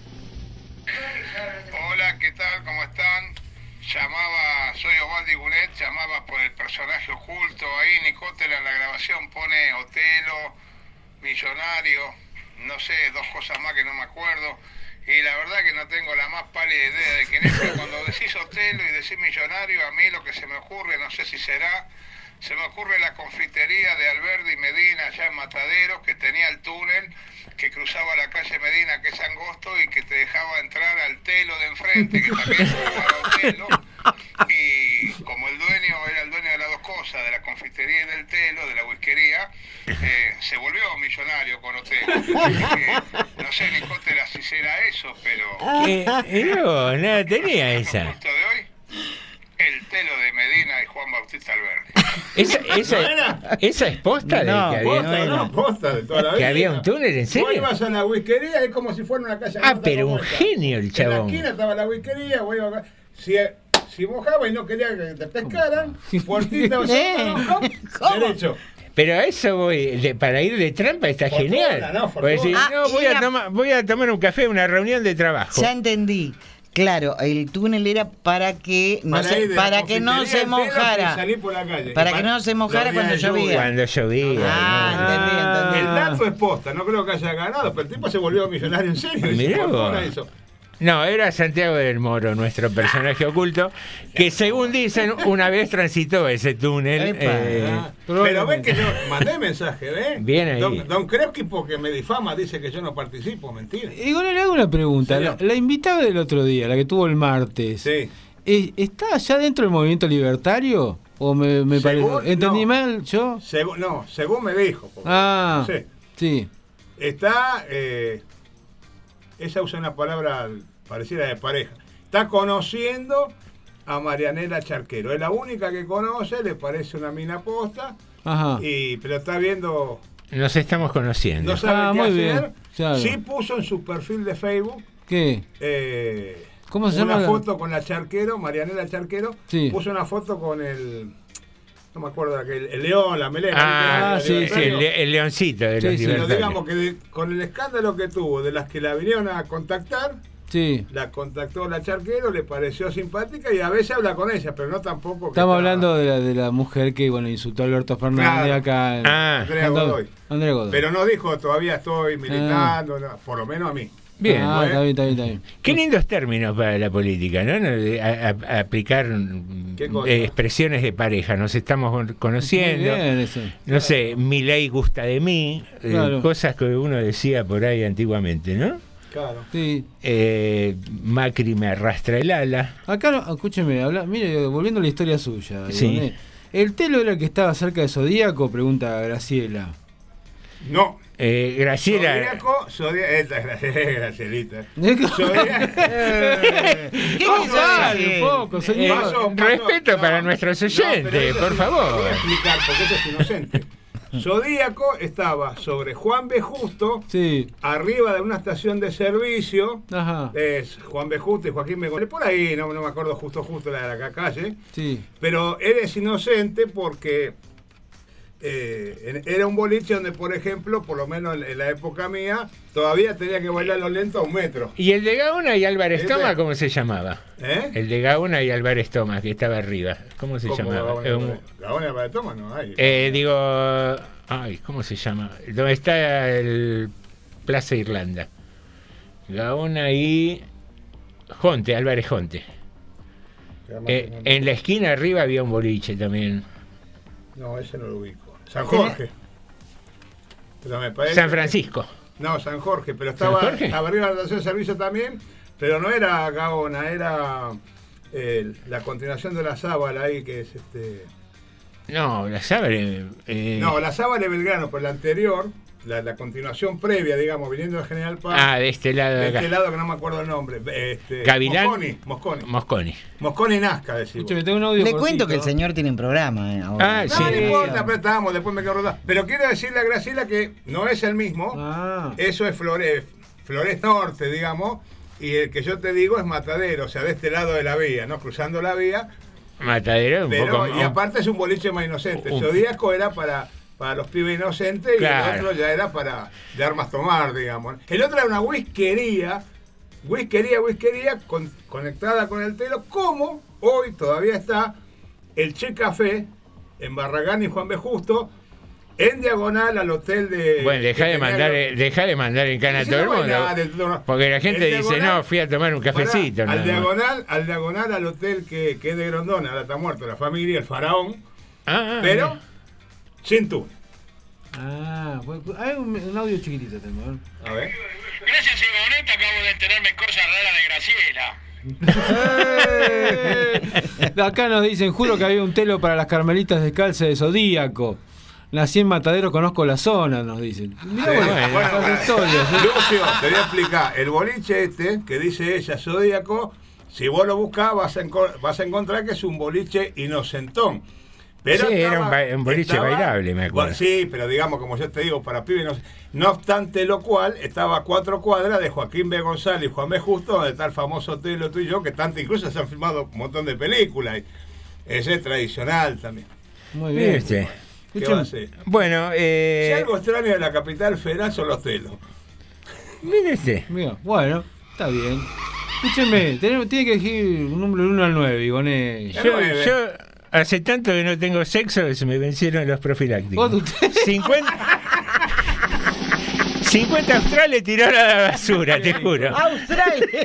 Hola, ¿qué tal? ¿Cómo están? Llamaba, soy Osvaldo Igunet, llamaba por el personaje oculto. Ahí Nicotela en la grabación pone Otelo, Millonario, no sé, dos cosas más que no me acuerdo. Y la verdad que no tengo la más pálida idea de quién es, pero cuando decís Otelo y decís Millonario, a mí lo que se me ocurre, no sé si será, se me ocurre la confitería de Alberdi Medina allá en Mataderos, que tenía el túnel que cruzaba la calle Medina, que es angosto, y que te dejaba entrar al telo de enfrente, que también se llamaba Otelo. Y como el dueño era el dueño de las dos cosas, de la confitería y del telo, de la whiskería, eh, se volvió millonario con Otelo. Así que, no sé, Nicotela, si será eso, pero... ¿Qué? Eh, No, nada tenía esa. Justo de hoy, el telo de Medina y Juan Bautista Alberdi. ¿Esa, esa, esa es posta No, de que había, Posta, no, posta de toda la que vida. había un túnel, en Vos serio? ibas a la whiskería, es como si fuera una calle. Ah, abierta pero como un esta. genio el En la chabón. esquina estaba la whiskería, vos ibas a- si, si mojaba y no quería que te pescaran, puertita o ¿Eh? sótano, derecho. Pero a eso voy, de- para ir de trampa está Fortuna, genial. no, Porque decís, fortuna. no, Ah, voy a, era- tomar, voy a tomar un café, una reunión de trabajo. Ya entendí. Claro, el túnel era para que no Para se, ir de para la que no confitería se al telo y mojara. salir por la calle. Para Y que no se mojara los días cuando de lluvia. llovía. Cuando llovía. Ah, ¿no? entendí, entendí. El dato es posta, no creo que haya ganado, pero el tipo se volvió millonario en serio. y Mirá sin fortuna vos. hizo. No, era Santiago del Moro, nuestro personaje oculto, que según dicen, una vez transitó ese túnel. Epa. eh, Ah, pero ven que yo mandé mensaje, ¿ves? Bien ahí. Don, don Kreuzki, porque me difama, dice que yo no participo, mentira. Igoné, le hago una pregunta. La, Señor. la invitada del otro día, la que tuvo el martes, Sí. ¿eh, ¿está ya dentro del movimiento libertario? ¿O me, me Según- parece? ¿Entendí no. mal yo? Según, no, según me dijo. porque Ah, no sé. sí. Está, eh, ella usa una palabra parecida de pareja. Está conociendo a Marianela Charquero. Es la única que conoce, le parece una mina posta, Ajá. y, pero está viendo, nos estamos conociendo. no sabe Ah, qué muy hacer. bien, claro. Sí puso en su perfil de Facebook ¿Qué? eh, ¿Cómo se una llama la- foto con la Charquero, Marianela Charquero. Sí. Puso una foto con el, no me acuerdo, el, el león, la melena. Ah, ¿viste? sí, El sí, el, libertario. le- el leoncito de Sí, los sí. Pero libertarios. digamos que de- con el escándalo que tuvo, de las que la vinieron a contactar, Sí. la contactó la Charquero, le pareció simpática y a veces habla con ella, pero no tampoco. que Estamos está- hablando de la, de la mujer que bueno insultó a Alberto Fernández Claro. acá. en- Ah. Andrea Andrea Godoy. Andrea Godoy. Pero no dijo todavía estoy militando, no, por lo menos a mí. Bien, Ah, bueno. está bien, está bien, está bien. Qué lindos términos para la política, ¿no? A, a- a aplicar ¿Qué cosa? eh, expresiones de pareja. Nos estamos con- conociendo. Muy bien eso. No sé, mi ley gusta de mí. eh, Claro. Cosas que uno decía por ahí antiguamente, ¿no? Claro. Sí. Eh, Macri me arrastra el ala. Acá, no- escúcheme, habla, mire, volviendo a la historia suya. Sí. Ivoné, ¿el telo era el que estaba cerca de Zodíaco? Pregunta Graciela. No. Eh, Graciela. Zodíaco, Zodíaco, esta es Graciela, Gracielita. ¿Qué Zodíaco. ¿Qué un poco, Eh, señor? Pasó, pasó. respeto No, para nuestros no, pero oyentes, eso por sí, favor. Lo voy a explicar porque eso es inocente. Zodíaco estaba sobre Juan B. Justo, Sí. arriba de una estación de servicio. Ajá. Es Juan B. Justo y Joaquín B. González, por ahí, no, no me acuerdo justo justo la de la calle. Sí. Pero él es inocente porque eh, en- era un boliche donde, por ejemplo, por lo menos en, en la época mía, todavía tenía que bailarlo lento a un metro. ¿Y el de Gaona y Álvarez Ese- Toma cómo se llamaba? ¿Eh? El de Gaona y Álvarez Toma, que estaba arriba. ¿Cómo se ¿Cómo llamaba? Gaona Eh, y un- Álvarez? Gaona y Álvarez Toma no hay. eh, digo, ay, ¿cómo se llama? ¿Dónde está el Plaza Irlanda? Gaona y Jonte, Álvarez Jonte. Eh, en la esquina arriba había un boliche también. No, ese no lo ubico. San Jorge. Pero me parece San que- Francisco. No, San Jorge, pero estaba, ¿San Jorge? estaba arriba de la estación de servicio también, pero no era Gaona, era eh, la continuación de la Zábala ahí, que es este... No, la sabe. Eh, No, la Zábala de Belgrano, pero la anterior, la, la continuación previa, digamos, viniendo de General Paz. Ah, de este lado de de acá. este lado que no me acuerdo el nombre. Este, Gavilán. Mosconi, Mosconi. Mosconi. Mosconi Nazca, decimos. Escúcheme, tengo un audio Le cortito. cuento que el señor tiene un programa. eh, ahora. Ah, No, sí. no importa, apretamos, después me quedo rodando. Pero quiero decirle a Graciela que no es el mismo. Ah. Eso es Flores, Flores Norte, digamos. Y el que yo te digo es Matadero, o sea, de este lado de la vía, ¿no? Cruzando la vía. Matadero, un Pero, poco. y aparte es un boliche más inocente. Un- Zodíaco era para, para los pibes inocentes y Claro. el otro ya era para de armas tomar, digamos. El otro era una whiskería, whiskería, whiskería, con- conectada con el telo, como hoy todavía está el Che Café en Barragán y Juan B. Justo, en diagonal al hotel de... Bueno, deja que de tenía mandar, lo- eh, deja de mandar en cana a Sí, todo el no, mundo. nada, del- no. Porque la gente El dice, diagonal- no, fui a tomar un cafecito. Pará, nada al más. diagonal, al diagonal al hotel que, que es de Grondona, ahora está muerto la familia, el faraón, Ah, ah, pero bien. sin túnel. Ah, pues, hay un, un audio chiquitito también. A ver. Gracias, Igoneta, acabo de enterarme cosas raras de Graciela. Acá nos dicen, juro que había un telo para las carmelitas descalzas de Zodíaco. Nací en Matadero, conozco la zona, nos dicen. Mirá, Sí, bueno, bueno, las bueno. historias, ¿eh? Lucio, te voy a explicar. El boliche este, que dice ella, Zodíaco, si vos lo buscás vas a, enco- vas a encontrar que es un boliche inocentón. Pero Sí, era estaba- un ba- un boliche bailable, me acuerdo. Bueno, sí, pero digamos, como yo te digo, para pibes, no, no obstante lo cual, estaba a cuatro cuadras de Joaquín B. González y Juan B. Justo, donde está el famoso hotel Lo Tú y Yo, que tanto incluso se han filmado un montón de películas. Y ese es tradicional también. Muy bien. ¿Qué Escuchen, va a ser? Bueno, eh, Si algo extraño de la capital federal son los telos. mire este. Mira, bueno, está bien. Escúcheme, tenemos, tiene que elegir un número del uno al nueve, Igoné. Yo, yo hace tanto que no tengo sexo que se me vencieron los profilácticos. ¿Vos, usted? cincuenta, cincuenta australes tiraron a la basura, te juro. ¡Australia!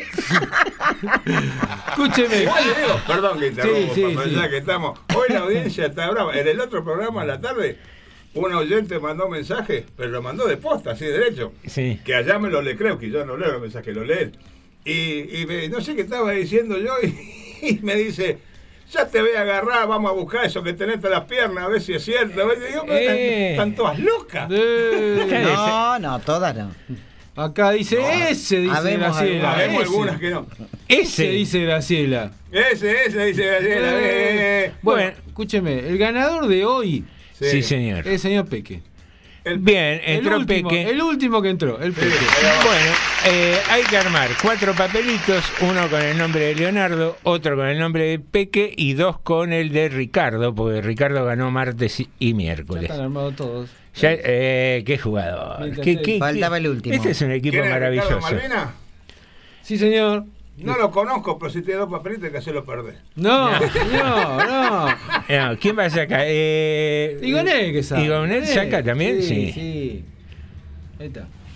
Escúcheme. Igual le digo, perdón que interrumpo, Sí, sí, papá, sí. ya que estamos. Hoy la audiencia está brava. En el otro programa a la tarde, un oyente mandó mensaje, pero lo mandó de posta, así derecho. Sí. Que allá me lo le creo, que yo no leo los mensajes, lo lee él. Y, y me- no sé qué estaba diciendo yo, y, y me dice, ya te voy a agarrar, vamos a buscar eso que tenés entre las piernas, a ver si es cierto. A ver, digo, pero están- Eh. están todas locas. Eh, No, no, todas no. acá dice ese, dice Habemos Graciela. Habemos ese. algunas que no. Ese dice Graciela. Ese, ese, dice Graciela. Eh, eh. Bueno, escúcheme, el ganador de hoy Sí, señor. es el señor Peque. Bien, entró el último, Peque. El último que entró, el Peque. Bueno, eh, hay que armar cuatro papelitos, uno con el nombre de Leonardo, otro con el nombre de Peque y dos con el de Ricardo, porque Ricardo ganó martes y- y Ya miércoles. están armados todos. Ya, eh, qué jugador. Mientras Qué- él- qué- Faltaba el último. Este es un equipo ¿Quién es Ricardo maravilloso. Malvina? Sí, señor. No lo conozco, pero si tiene dos papelitos hay que hacerlo perder. No, no, no. No, ¿quién va a sacar? Eh, Igoné que sabe. ¿Igoné saca también? Sí. Sí, sí. Ahí está.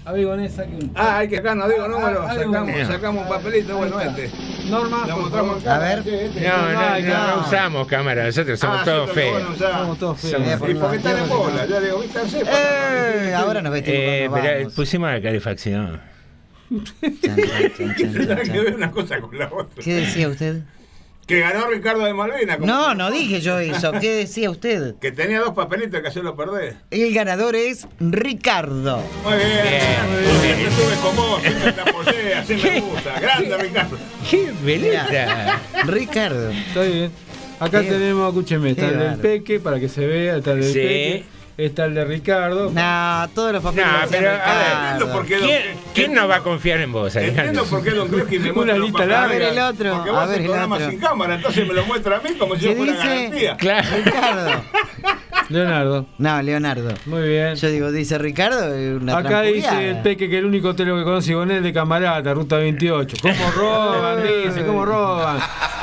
A ver, con esa que un... Ah, hay que acá no digo número, ah, sacamos, ah, sacamos un papelito, bueno, este. Norma, Lo por mostramos favor. acá. A ver. Sí, este. No, no, Ay, no, no. no usamos cámara, nosotros somos Ah, todos nosotros feos. bueno, ya. Somos todos feos. Somos- Y porque están en bola, yo digo, vístanse. Eh, ahora nos vestimos Eh, cuando pero vamos. pusimos la calefacción. Chan, chan, chan, chan, Nada chan, que ver chan. una cosa con la otra. ¿Qué decía usted? Que ganó Ricardo de Malvinas. como- No, no dije yo eso. ¿Qué decía usted? Que tenía dos papelitos que hacerlo perder. El ganador es Ricardo. Muy bien, Bien. siempre estuve con vos, siempre te apoyé, así me gusta. Grande, Ricardo. ¡Qué beleza! Ricardo. Está bien. Acá Qué- tenemos, escúcheme, está qué el del bárbaro. Peque, para que se vea, está el del Sí. Peque, está el de Ricardo. No, todos los papeles No, los hacía pero, a ver, Entiendo Ricardo. por qué Don- ¿Quién, quién no va a confiar en vos, Entiendo Alejandro? por qué Don Crosky me muestra Una los lista papeles. larga. A ver el otro, Porque a vos ver el el programa otro. sin cámara, entonces me lo muestra a mí como si yo ¿Qué fuera dice? garantía. Claro. Ricardo. Leonardo. No, Leonardo. Muy bien. Yo digo, dice Ricardo, es una Acá dice trampuleada. el Peque que el único hotel que conoce con él de Camarata, Ruta veintiocho. ¿Cómo roban? Dice, ¿cómo roban?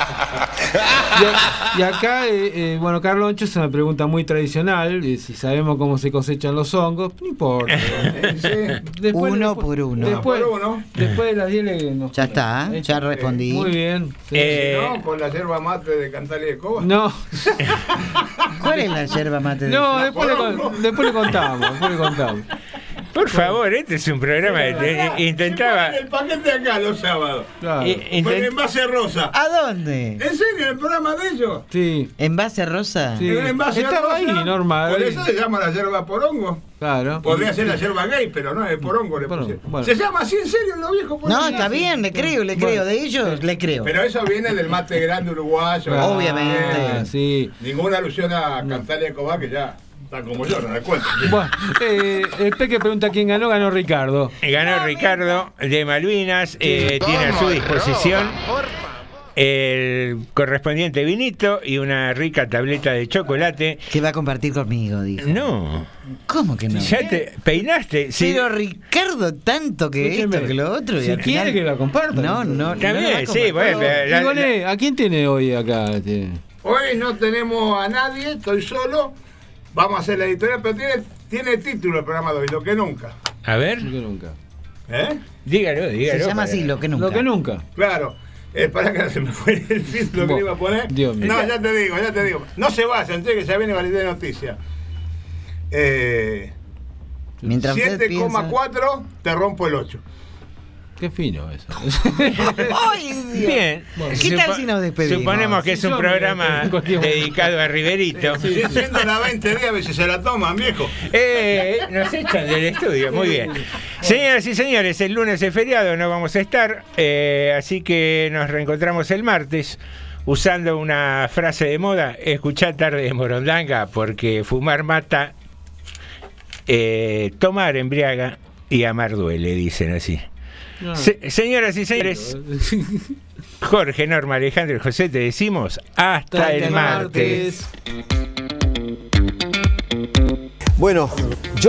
Y, a- y acá, eh, eh, bueno, Carloncho es una pregunta muy tradicional. eh, si sabemos cómo se cosechan los hongos, no importa. Después- Uno después- por uno. Después, Uno por uno. después de las diez le- no. Ya está, ¿eh? ya respondí. Muy bien. Sí. Eh, Si no, con la yerba mate de Cantal y de Coba. No, ¿Cuál es la yerba mate de no, después le, con- después le contamos. Después le contamos. Por favor, este es un programa que te- intentaba. El paquete acá los sábados. Claro. i- Fue intent- en base rosa. ¿A dónde? ¿En serio? ¿En el programa de ellos? Sí, ¿En base rosa? sí. En envase Estaba rosa. ahí, normal. Por eso se llama la yerba porongo. Claro. Podría ser la yerba gay, pero no, el porongo le Bueno, pusieron. bueno. Se llama así en serio en los viejos No, porongo. está bien, le creo, le Bueno. creo. De ellos, le creo. Pero eso viene del mate grande uruguayo. Claro. Obviamente. Ah, sí. Ninguna alusión a Cantalia Escobar, que ya está como yo, no me cuento. Bueno, eh, el Peque pregunta quién ganó, ganó Ricardo. Ganó Ricardo de Malvinas, eh, tiene a su disposición el correspondiente vinito y una rica tableta de chocolate. Que va a compartir conmigo, dijo. No, ¿Cómo que no? ya te peinaste. Sí. Pero Ricardo, tanto que Escúcheme, esto, que lo otro. y si al quiere final- que la comparta. No, no, Está no bien, la va a sí, compartir. bueno, pero la- Igualé, ¿a quién tiene hoy acá? Este? Hoy no tenemos a nadie, estoy solo. Vamos a hacer la editorial, pero tiene, tiene título el programa de hoy, lo que nunca. A ver, Lo que nunca. ¿Eh? dígalo, dígalo. Se llama para- así, lo que nunca. Lo que nunca. Claro. Eh, para que se me fue el título que le iba a poner. Dios mío. No, ya te digo, ya te digo. No se vayan, che, que ya viene Validez de Noticias. Eh, Mientras usted siete coma piensa... cuatro, te rompo el ocho. Qué fino eso. ¡Ay, Dios! Bien. ¿Qué tal Supo- si nos despedimos? Suponemos que es un Yo me programa despido en cualquier momento. dedicado a Riverito. Si siendo la veinte días, a veces se la toman, viejo. Eh, nos echan del estudio, muy bien. Señoras y señores, el lunes es feriado, no vamos a estar, eh, así que nos reencontramos el martes usando una frase de moda, escuchar Tarde de Morondanga, porque fumar mata, eh, tomar embriaga y amar duele, dicen así. No. Se- señoras y señores, Jorge, Norma, Alejandro y José, te decimos hasta, Hasta el el martes. martes. Bueno, yo